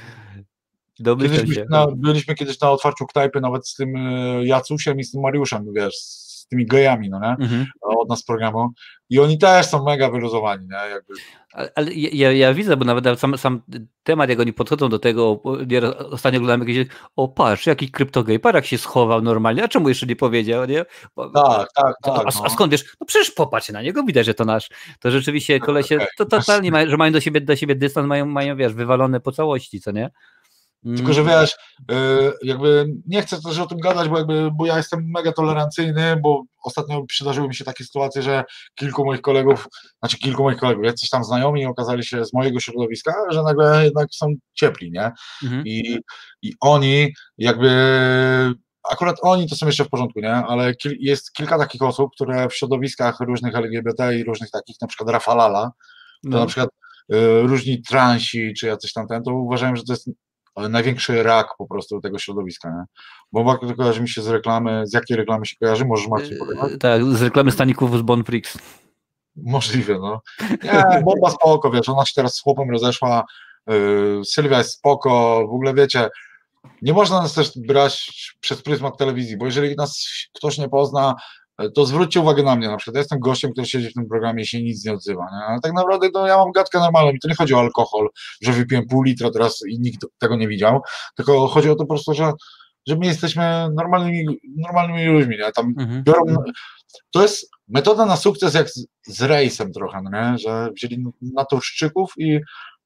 Domyślam Kiedyś się. na, byliśmy kiedyś na otwarciu knajpy nawet z tym y, Jacusiem i z tym Mariuszem, wiesz, z tymi gejami, no nie? Mhm. Od nas programu. I oni też są mega wyluzowani, nie? Jakby. Ale, ale ja, ja widzę, bo nawet sam, sam temat, jak oni podchodzą do tego, nie, ostatnio oglądałem jakieś, o patrz, jaki kryptogej, patrz jak się schował normalnie, a czemu jeszcze nie powiedział, nie? Bo, Tak, tak, tak. a, No. a skąd wiesz? No przecież popatrz na niego, widać, że to nasz. To rzeczywiście kolesie, Okay. to totalnie, mają, że mają do siebie, do siebie dystans, mają, mają, wiesz, wywalone po całości, co nie? Tylko, że wiesz, jakby nie chcę też o tym gadać, bo, jakby, bo ja jestem mega tolerancyjny, bo ostatnio przydarzyły mi się takie sytuacje, że kilku moich kolegów, znaczy kilku moich kolegów, jacyś tam znajomi okazali się z mojego środowiska, że nagle jednak są ciepli, nie? Mhm. I, I oni jakby, akurat oni to są jeszcze w porządku, nie? Ale kil, jest kilka takich osób, które w środowiskach różnych L G B T i różnych takich, na przykład Rafalala, to No. na przykład y, różni transi, czy jacyś tam ten, to uważają, że to jest ale największy rak po prostu tego środowiska, nie? Bomba kojarzy mi się z reklamy, z jakiej reklamy się kojarzy? Możesz Marcin powiedzieć? Tak, z reklamy staników z Bonfrix. Możliwe, no. Nie, Bomba spoko, wiesz, ona się teraz z chłopem rozeszła, yy, Sylwia jest spoko, w ogóle wiecie, nie można nas też brać przez pryzmat telewizji, bo jeżeli nas ktoś nie pozna, to zwróćcie uwagę na mnie, na przykład ja jestem gościem, który siedzi w tym programie i się nic nie odzywa, nie? Ale tak naprawdę to ja mam gadkę normalną i to nie chodzi o alkohol, że wypiłem pół litra teraz i nikt tego nie widział, tylko chodzi o to po prostu, że, że my jesteśmy normalnymi, normalnymi ludźmi, nie? Tam Mhm. biorą, to jest metoda na sukces jak z, z rejsem trochę, nie? Że wzięli na to szczyków i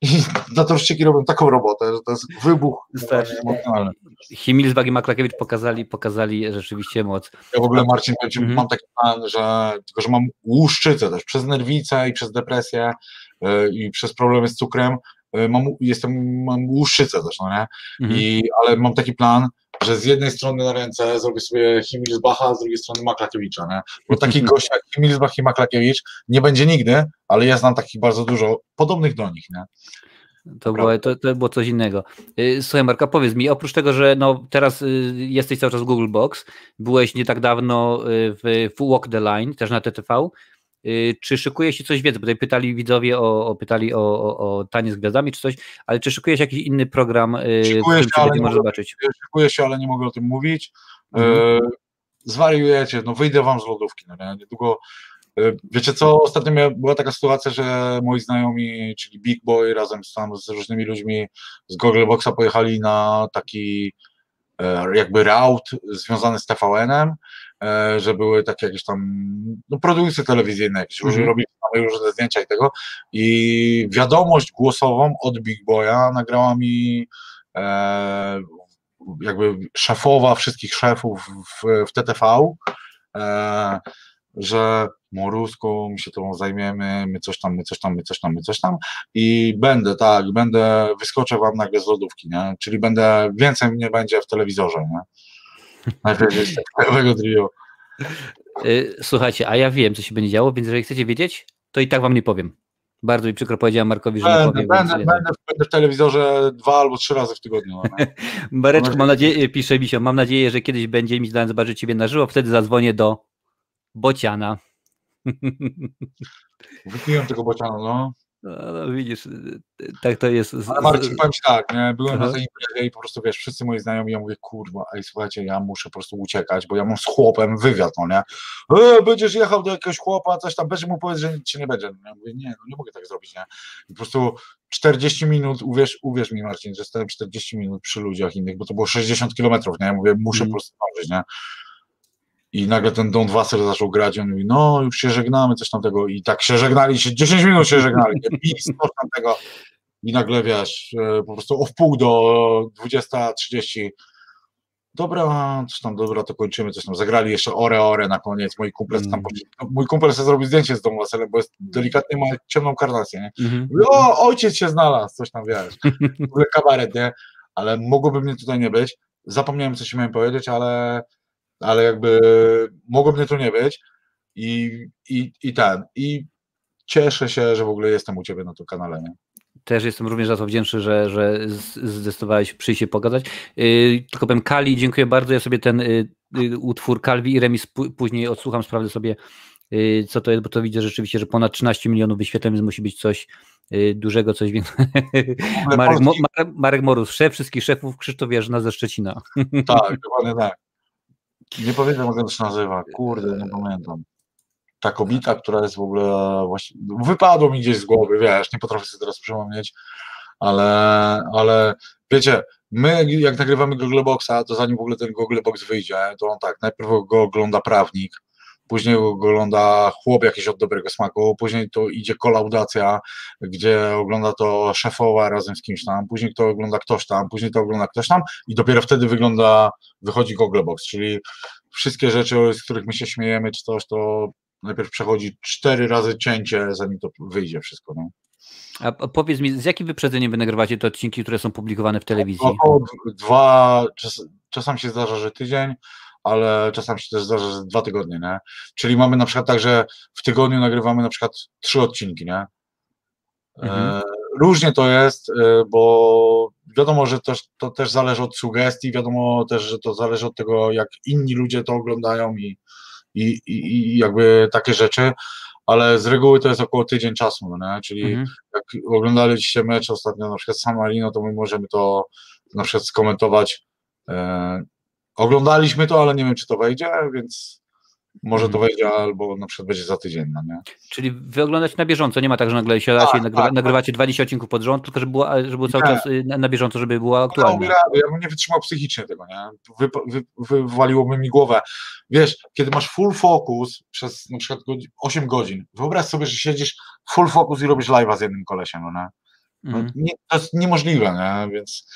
i naturszczyki robią taką robotę, że to jest wybuch emocjonalny. Himilsbach i Maklakiewicz pokazali, pokazali rzeczywiście moc. Ja w ogóle, Marcin, Mhm. mam taki plan, że tylko, że mam łuszczycę też, przez nerwicę i przez depresję yy, i przez problemy z cukrem, yy, mam, jestem, mam łuszczycę też, no nie? Mhm. I, ale mam taki plan, że z jednej strony na ręce zrobię sobie Himilsbacha, a z drugiej strony Maklakiewicza, nie? Bo takich gości jak Himilsbach i Maklakiewicz nie będzie nigdy, ale ja znam takich bardzo dużo, podobnych do nich, nie? To było, to, to było coś innego. Słuchaj, Marka, powiedz mi, oprócz tego, że no teraz jesteś cały czas w Google Box, byłeś nie tak dawno w, w Walk the Line, też na T T V, czy szykuje się coś więcej? Bo tutaj pytali widzowie, o, o pytali o, o, o Tanie z Gwiazdami czy coś, ale czy szykuje się jakiś inny program, szykuje w którym się może zobaczyć? Szykuje się, ale nie mogę o tym mówić. Mhm. Zwariujecie, no wyjdę wam z lodówki, no nie? Niedługo. Wiecie co, ostatnio miała, była taka sytuacja, że moi znajomi, czyli Big Boy razem z, tam, z różnymi ludźmi z Google Boxa pojechali na taki e, jakby raut związany z T V N-em, e, że były takie jakieś tam no, produkcje telewizyjne, jakieś mm-hmm. robili różne zdjęcia i tego i wiadomość głosową od Big Boya nagrała mi e, jakby szefowa wszystkich szefów w, w T T V, e, że Morusku, my się tobą zajmiemy, my coś tam, my coś tam, my coś tam, my coś tam i będę, tak, będę, wyskoczę wam nagle z lodówki, nie? Czyli będę, więcej mnie będzie w telewizorze, nie? Najpierw jest takiego trio. Słuchajcie, a ja wiem, co się będzie działo, więc jeżeli chcecie wiedzieć, to i tak wam nie powiem. Bardzo mi przykro, powiedziałem Markowi, że będę, nie powiem. Będę, będę, będę w telewizorze dwa albo trzy razy w tygodniu. No. Bareczko, mam nadzieję, pisze Misio, mam nadzieję, że kiedyś będzie mi dane zobaczyć ciebie na żywo, wtedy zadzwonię do Bociana. Wypiłem tego Bociana, no. No, no widzisz, tak to jest. Ale Marcin, powiem ci tak, nie? Byłem Aha. na tej imprezie i po prostu, wiesz, wszyscy moi znajomi, ja mówię, kurwa, ej, słuchajcie, ja muszę po prostu uciekać, bo ja mam z chłopem wywiad, no nie? E, będziesz jechał do jakiegoś chłopa, coś tam, będziesz mu powiedzieć, że nic ci nie będzie. Ja mówię, nie, no nie mogę tak zrobić, nie? I po prostu czterdzieści minut, uwierz, uwierz mi, Marcin, że stałem czterdzieści minut przy ludziach innych, bo to było sześćdziesiąt kilometrów, nie? Ja mówię, muszę mm. po prostu zdążyć, nie? I nagle ten Don Wasser zaczął grać i on mówi, no już się żegnamy, coś tamtego. I tak się żegnali, się dziesięć minut się żegnali, pis, coś tamtego. I nagle, wiesz, po prostu o wpół do dwudziesta trzydzieści. Dobra, coś tam, dobra, to kończymy, coś tam. Zagrali jeszcze ore, ore na koniec. Mój kumpel mm. tam mój kumpel sobie zrobił zdjęcie z Don Wasserem, bo jest delikatnie, ma ciemną karnację, nie? Mm-hmm. Mówi, o, ojciec się znalazł, coś tam, wiesz. W ogóle kabaret, nie? Ale mogłoby mnie tutaj nie być. Zapomniałem, co się miałem powiedzieć, ale ale jakby mogło mnie tu nie być i, i, i ten, i cieszę się, że w ogóle jestem u ciebie na tym kanale, nie? Też jestem również za to wdzięczny, że, że zdecydowałeś przyjść się pogadać. Yy, tylko powiem, Kali, dziękuję bardzo, ja sobie ten y, y, utwór Calvi i Remis później odsłucham, sprawdzę sobie, y, co to jest, bo to widzę rzeczywiście, że ponad trzynaście milionów wyświetleń, więc musi być coś y, dużego, coś większego. Marek, Mo, Marek, Marek Morus, szef wszystkich szefów, Krzysztof Jarzyna ze Szczecina. Tak, dokładnie tak. Nie pamiętam, jak on się nazywa, kurde, nie pamiętam. Ta kobieta, która jest w ogóle właśnie, wypadło mi gdzieś z głowy, wiesz, nie potrafię sobie teraz przypomnieć, ale, ale wiecie, my jak nagrywamy Google Boxa, to zanim w ogóle ten Google Box wyjdzie, to on tak, najpierw go ogląda prawnik, później go ogląda chłop jakiś od dobrego smaku, później to idzie kolaudacja, gdzie ogląda to szefowa razem z kimś tam, później to ogląda ktoś tam, później to ogląda ktoś tam i dopiero wtedy wygląda, wychodzi Google Box, czyli wszystkie rzeczy, z których my się śmiejemy czy coś, to najpierw przechodzi cztery razy cięcie, zanim to wyjdzie wszystko. No. A powiedz mi, z jakim wyprzedzeniem wy nagrywacie te odcinki, które są publikowane w telewizji? Około dwa, czas, czasem się zdarza, że tydzień, ale czasem się też zdarza, że dwa tygodnie, nie? Czyli mamy na przykład tak, że w tygodniu nagrywamy na przykład trzy odcinki, nie? Mhm. E, różnie to jest, bo wiadomo, że to, to też zależy od sugestii, wiadomo też, że to zależy od tego, jak inni ludzie to oglądają i, i, i, i jakby takie rzeczy, ale z reguły to jest około tydzień czasu, no nie? Czyli mhm. jak oglądaliście mecz ostatnio na przykład San Marino, to my możemy to na przykład skomentować. E, oglądaliśmy to, ale nie wiem, czy to wejdzie, więc może to wejdzie, albo na przykład będzie za tydzień, no nie? Czyli wy oglądacie na bieżąco, nie ma tak, że nagle siadacie tak, i nagrywa, tak, nagrywacie tak. dwadzieścia odcinków pod rząd, tylko żeby było, żeby było cały nie. czas na, na bieżąco, żeby było aktualne. Ja, ja bym nie wytrzymał psychicznie tego, nie? Wy, wy, wywaliłoby mi głowę. Wiesz, kiedy masz full focus przez na przykład osiem godzin, wyobraź sobie, że siedzisz full focus i robisz live'a z jednym kolesiem, no nie? No, Mhm. nie, to jest niemożliwe, nie? Więc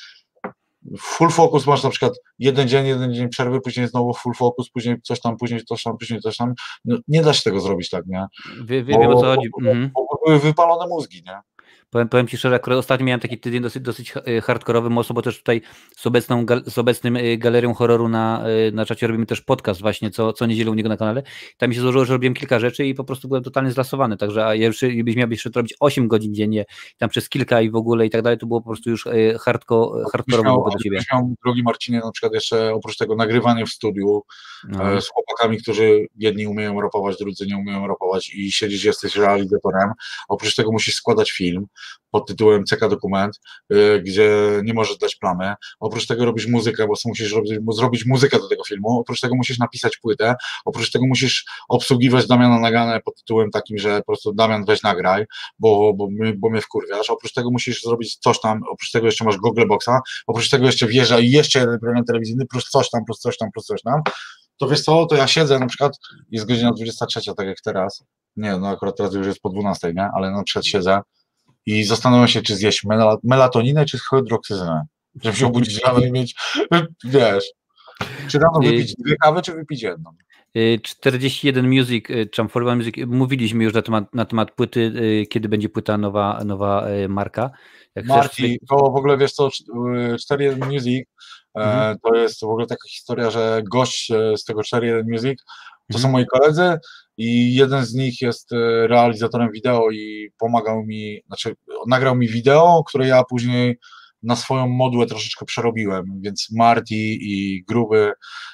full focus masz na przykład jeden dzień, jeden dzień przerwy, później znowu full focus, później coś tam, później coś tam, później coś tam. No, nie da się tego zrobić tak, nie? Wie, wie, wiem o Bo, co chodzi. bo, Mhm. bo były wypalone mózgi, nie? Powiem, powiem Ci szczerze, akurat ostatnio miałem taki tydzień dosyć, dosyć e, hardkorowy, mocno, bo też tutaj z, obecną, gal- z obecnym e, galerią horroru na, e, na czacie robimy też podcast właśnie co, co niedzielę u niego na kanale. Tam mi się złożyło, że robiłem kilka rzeczy i po prostu byłem totalnie zlasowany, także a jeszcze, jakbyś miał jeszcze robić osiem godzin dziennie, tam przez kilka i w ogóle i tak dalej, to było po prostu już e, hardko, hardkorowo Miał, było do Ciebie. miał, drogi Marcinie, na przykład jeszcze oprócz tego nagrywanie w studiu No. e, z chłopakami, którzy jedni umieją rapować, drudzy nie umieją rapować i siedzisz, jesteś realizatorem. Oprócz tego musisz składać film pod tytułem C K Dokument, y, gdzie nie możesz dać plamy. Oprócz tego robisz muzykę, bo musisz robić, zrobić muzykę do tego filmu. Oprócz tego musisz napisać płytę. Oprócz tego musisz obsługiwać Damiana Naganę pod tytułem takim, że po prostu Damian weź nagraj, bo, bo, mnie, bo mnie wkurwiasz. Oprócz tego musisz zrobić coś tam, oprócz tego jeszcze masz Google Boxa, oprócz tego jeszcze wjeżdża i jeszcze jeden program telewizyjny, plus coś tam, plus coś tam, plus coś tam. To wiesz co, to ja siedzę na przykład, jest godzina dwudziesta trzecia, tak jak teraz. Nie, no akurat teraz już jest po dwunastej, nie? Ale na przykład siedzę i zastanawiam się, czy zjeść melatoninę, czy hydroksyzynę. Żeby się obudzić rano i mieć, wiesz, czy rano wypić dwie kawy, czy wypić jedną. czterdzieści jeden Music, Chamforma Music, mówiliśmy już na temat, na temat płyty, kiedy będzie płyta nowa, nowa marka. Jak Marti, chcesz... to w ogóle wiesz co, czterdzieści jeden Music, mhm. to jest w ogóle taka historia, że gość z tego czterdzieści jeden Music to mhm. są moi koledzy i jeden z nich jest realizatorem wideo i pomagał mi, znaczy nagrał mi wideo, które ja później na swoją modłę troszeczkę przerobiłem, więc Marti i Gruby,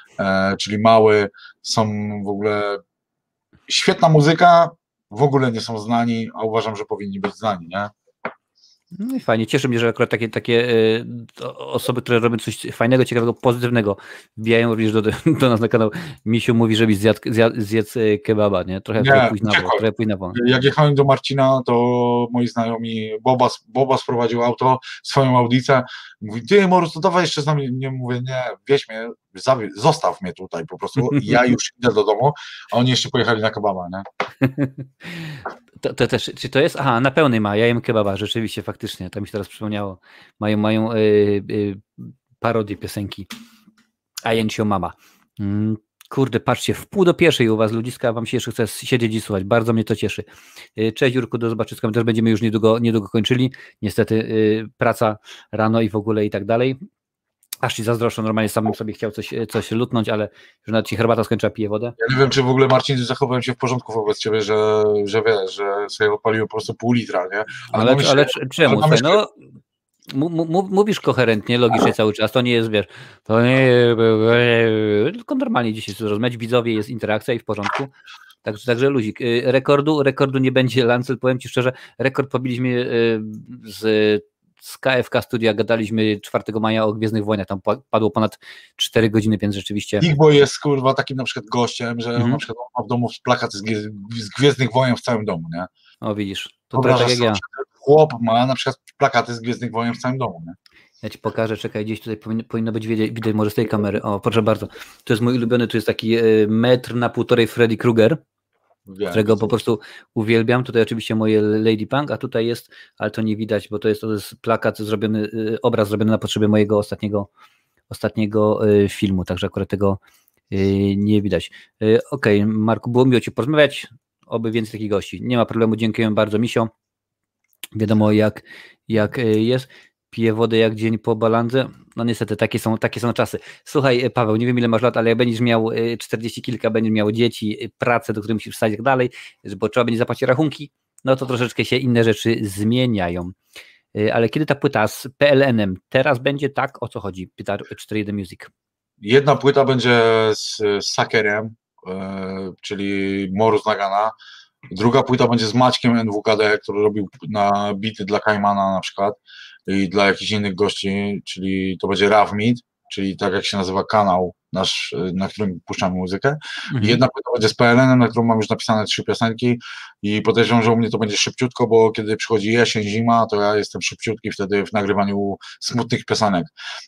e, czyli Mały, są w ogóle świetna muzyka, w ogóle nie są znani, a uważam, że powinni być znani, nie? No i fajnie, cieszy mnie, że akurat takie, takie y, osoby, które robią coś fajnego, ciekawego, pozytywnego, wbijają również do, do nas na kanał. Misiu mówi, żebyś zjadł, zjadł, zjedz kebaba, nie? Trochę, nie, trochę pójść na won, trochę pójść na won. Jak jechałem do Marcina, to moi znajomi, Boba, Boba sprowadził auto, swoją audicę, mówi, ty Morus, to dawaj jeszcze z nami, nie mówię, nie, wieź mnie, zostaw mnie tutaj po prostu, ja już idę do domu, a oni jeszcze pojechali na kebaba, nie? To, to też, czy to jest? Aha, na pełnej ma, ja jem kebaba, rzeczywiście, faktycznie, to mi się teraz przypomniało. Mają, mają y, y, parodię piosenki Ajencio Mama. Mm, kurde, patrzcie, w pół do pierwszej u was, ludziska, wam się jeszcze chce siedzieć i słuchać, bardzo mnie to cieszy. Y, cześć Jurku, do zobaczyska, my też będziemy już niedługo, niedługo kończyli, niestety y, praca rano i w ogóle i tak dalej. Aż ci zazdroszczę, normalnie sam bym sobie chciał coś, coś lutnąć, ale już nawet ci herbata skończyła, piję wodę. Ja nie wiem, czy w ogóle Marcin zachowałem się w porządku wobec ciebie, że, że wiesz, że sobie odpaliłem po prostu pół litra, nie? Ale, ale, myślę, ale czemu? Ale myślę... no, mówisz koherentnie, logicznie cały czas, to nie jest, wiesz, to nie jest, tylko normalnie dzisiaj chcę rozmawiać, widzowie, jest interakcja i w porządku. Także, także luzik. Rekordu, rekordu nie będzie, Lancel, powiem ci szczerze, rekord pobiliśmy z z K F K Studia, gadaliśmy czwartego maja o Gwiezdnych Wojnach, tam padło ponad cztery godziny, więc rzeczywiście... Igbo jest, kurwa, takim na przykład gościem, że mm-hmm. on na przykład ma w domu plakaty z, z Gwiezdnych Wojen w całym domu, nie? O, widzisz, to trochę tak jak ja. Chłop ma na przykład plakaty z Gwiezdnych Wojen w całym domu, nie? Ja ci pokażę, czekaj, gdzieś tutaj powinno, powinno być widać, może z tej kamery. O, proszę bardzo. To jest mój ulubiony, to jest taki metr na półtorej Freddy Krueger, Wiem, którego po prostu uwielbiam. Tutaj oczywiście moje Lady Punk, a tutaj jest, ale to nie widać, bo to jest, to jest plakat zrobiony, obraz zrobiony na potrzeby mojego ostatniego, ostatniego filmu, także akurat tego nie widać. Okej, okay, Marku, było miło ci porozmawiać, oby więcej takich gości. Nie ma problemu, dziękuję bardzo, Misio. Wiadomo jak, jak jest. Piję wodę jak dzień po balandze. No niestety, takie są, takie są czasy. Słuchaj, Paweł, nie wiem ile masz lat, ale jak będziesz miał czterdzieści kilka, będziesz miał dzieci, pracę, do której musisz wstać i tak dalej, bo trzeba będzie zapłacić rachunki, no to troszeczkę się inne rzeczy zmieniają. Ale kiedy ta płyta z P L N-em teraz będzie, tak? O co chodzi? Pyta czterdzieści jeden Music. Jedna płyta będzie z, z Sakerem, yy, czyli Morus Nagana. Druga płyta będzie z Maćkiem N W K D, który robił na bity dla Kajmana na przykład i dla jakichś innych gości, czyli to będzie Ravmeet, czyli tak jak się nazywa kanał nasz, na którym puszczamy muzykę. Mhm. I jedna płyta będzie z P L N-em, na którą mam już napisane trzy piosenki i podejrzewam, że u mnie to będzie szybciutko, bo kiedy przychodzi jesień, zima, to ja jestem szybciutki wtedy w nagrywaniu smutnych piosenek.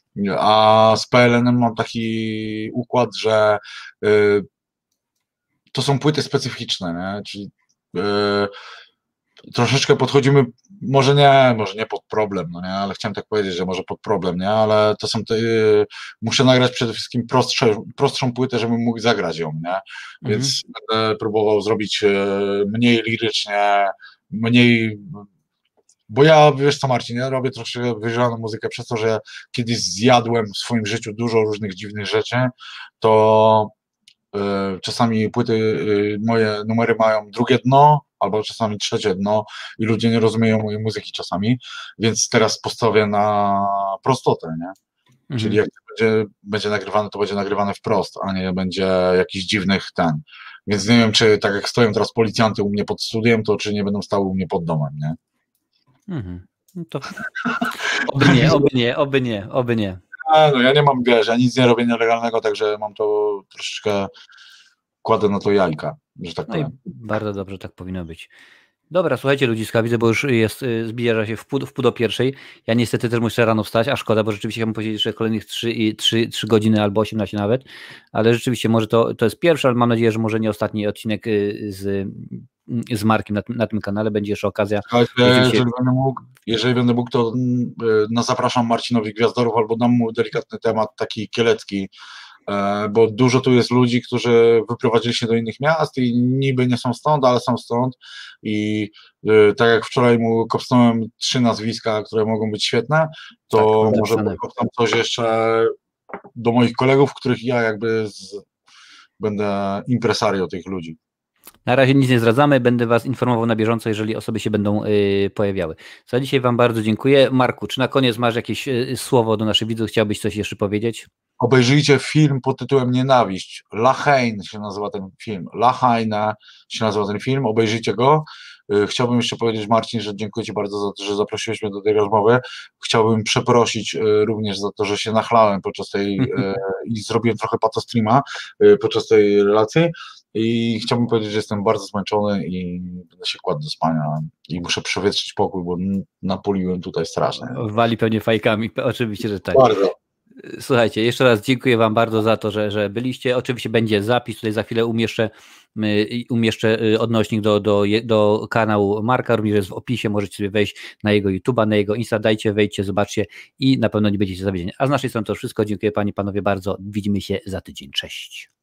A z P L N-em mam taki układ, że y, to są płyty specyficzne, nie? Czyli yy, troszeczkę podchodzimy, może nie, może nie pod problem, no nie, ale chciałem tak powiedzieć, że może pod problem, nie, ale to są te, yy, muszę nagrać przede wszystkim prostsze, prostszą płytę, żebym mógł zagrać ją, nie, więc mhm. będę próbował zrobić yy, mniej lirycznie, mniej, bo ja, wiesz co Marcin, ja robię troszkę wyższoną muzykę przez to, że kiedyś zjadłem w swoim życiu dużo różnych dziwnych rzeczy, to yy, czasami płyty, yy, moje numery mają drugie dno, albo czasami trzecie dno i ludzie nie rozumieją mojej muzyki czasami, więc teraz postawię na prostotę, nie? Mhm. Czyli jak będzie, będzie nagrywane, to będzie nagrywane wprost, a nie będzie jakichś dziwnych ten. Więc nie wiem, czy tak jak stoją teraz policjanty u mnie pod studiem, to czy nie będą stały u mnie pod domem, nie? Mhm. No to... Oby nie, oby nie, oby nie, oby nie. A, no ja nie mam, wiesz, ja nic nie robię nielegalnego, także mam to troszeczkę, kładę na to jajka, że tak no powiem. I bardzo dobrze, tak powinno być. Dobra, słuchajcie ludziska, widzę, bo już jest, zbliża się w pół, w pół do pierwszej. Ja niestety też muszę rano wstać, a szkoda, bo rzeczywiście chciałbym powiedzieć, że kolejnych trzy godziny albo osiemnaście nawet, ale rzeczywiście może to, to jest pierwszy, ale mam nadzieję, że może nie ostatni odcinek z, z Markiem na, na tym kanale, będzie jeszcze okazja. Słuchajcie, jeżeli, będę mógł, jeżeli będę mógł, to no, zapraszam Marcinowi Gwiazdorów albo dam mu delikatny temat, taki kielecki, bo dużo tu jest ludzi, którzy wyprowadzili się do innych miast i niby nie są stąd, ale są stąd i tak jak wczoraj mu kopnąłem trzy nazwiska, które mogą być świetne, to tak, może kopnę coś jeszcze do moich kolegów, których ja jakby z, będę impresario tych ludzi. Na razie nic nie zdradzamy, będę Was informował na bieżąco, jeżeli osoby się będą y, pojawiały. Za dzisiaj Wam bardzo dziękuję. Marku, czy na koniec masz jakieś y, słowo do naszych widzów? Chciałbyś coś jeszcze powiedzieć? Obejrzyjcie film pod tytułem Nienawiść. La Haine się nazywa ten film. La Haine się nazywa ten film. Obejrzyjcie go. Chciałbym jeszcze powiedzieć, Marcin, że dziękuję Ci bardzo za to, że zaprosiłeś mnie do tej rozmowy. Chciałbym przeprosić również za to, że się nachlałem podczas tej i zrobiłem trochę patostreama podczas tej relacji. I chciałbym powiedzieć, że jestem bardzo zmęczony i będę się kładł do spania i muszę przewietrzyć pokój, bo napoliłem tutaj strasznie. Wali pewnie fajkami, oczywiście, że tak. Bardzo. Słuchajcie, jeszcze raz dziękuję Wam bardzo za to, że, że byliście. Oczywiście będzie zapis, tutaj za chwilę umieszczę, umieszczę odnośnik do, do, do kanału Marka, również jest w opisie, możecie sobie wejść na jego YouTube'a, na jego Insta, dajcie, wejdźcie, zobaczcie i na pewno nie będziecie zawiedzieni. A z naszej strony to wszystko, dziękuję Panie, Panowie bardzo, widzimy się za tydzień, cześć.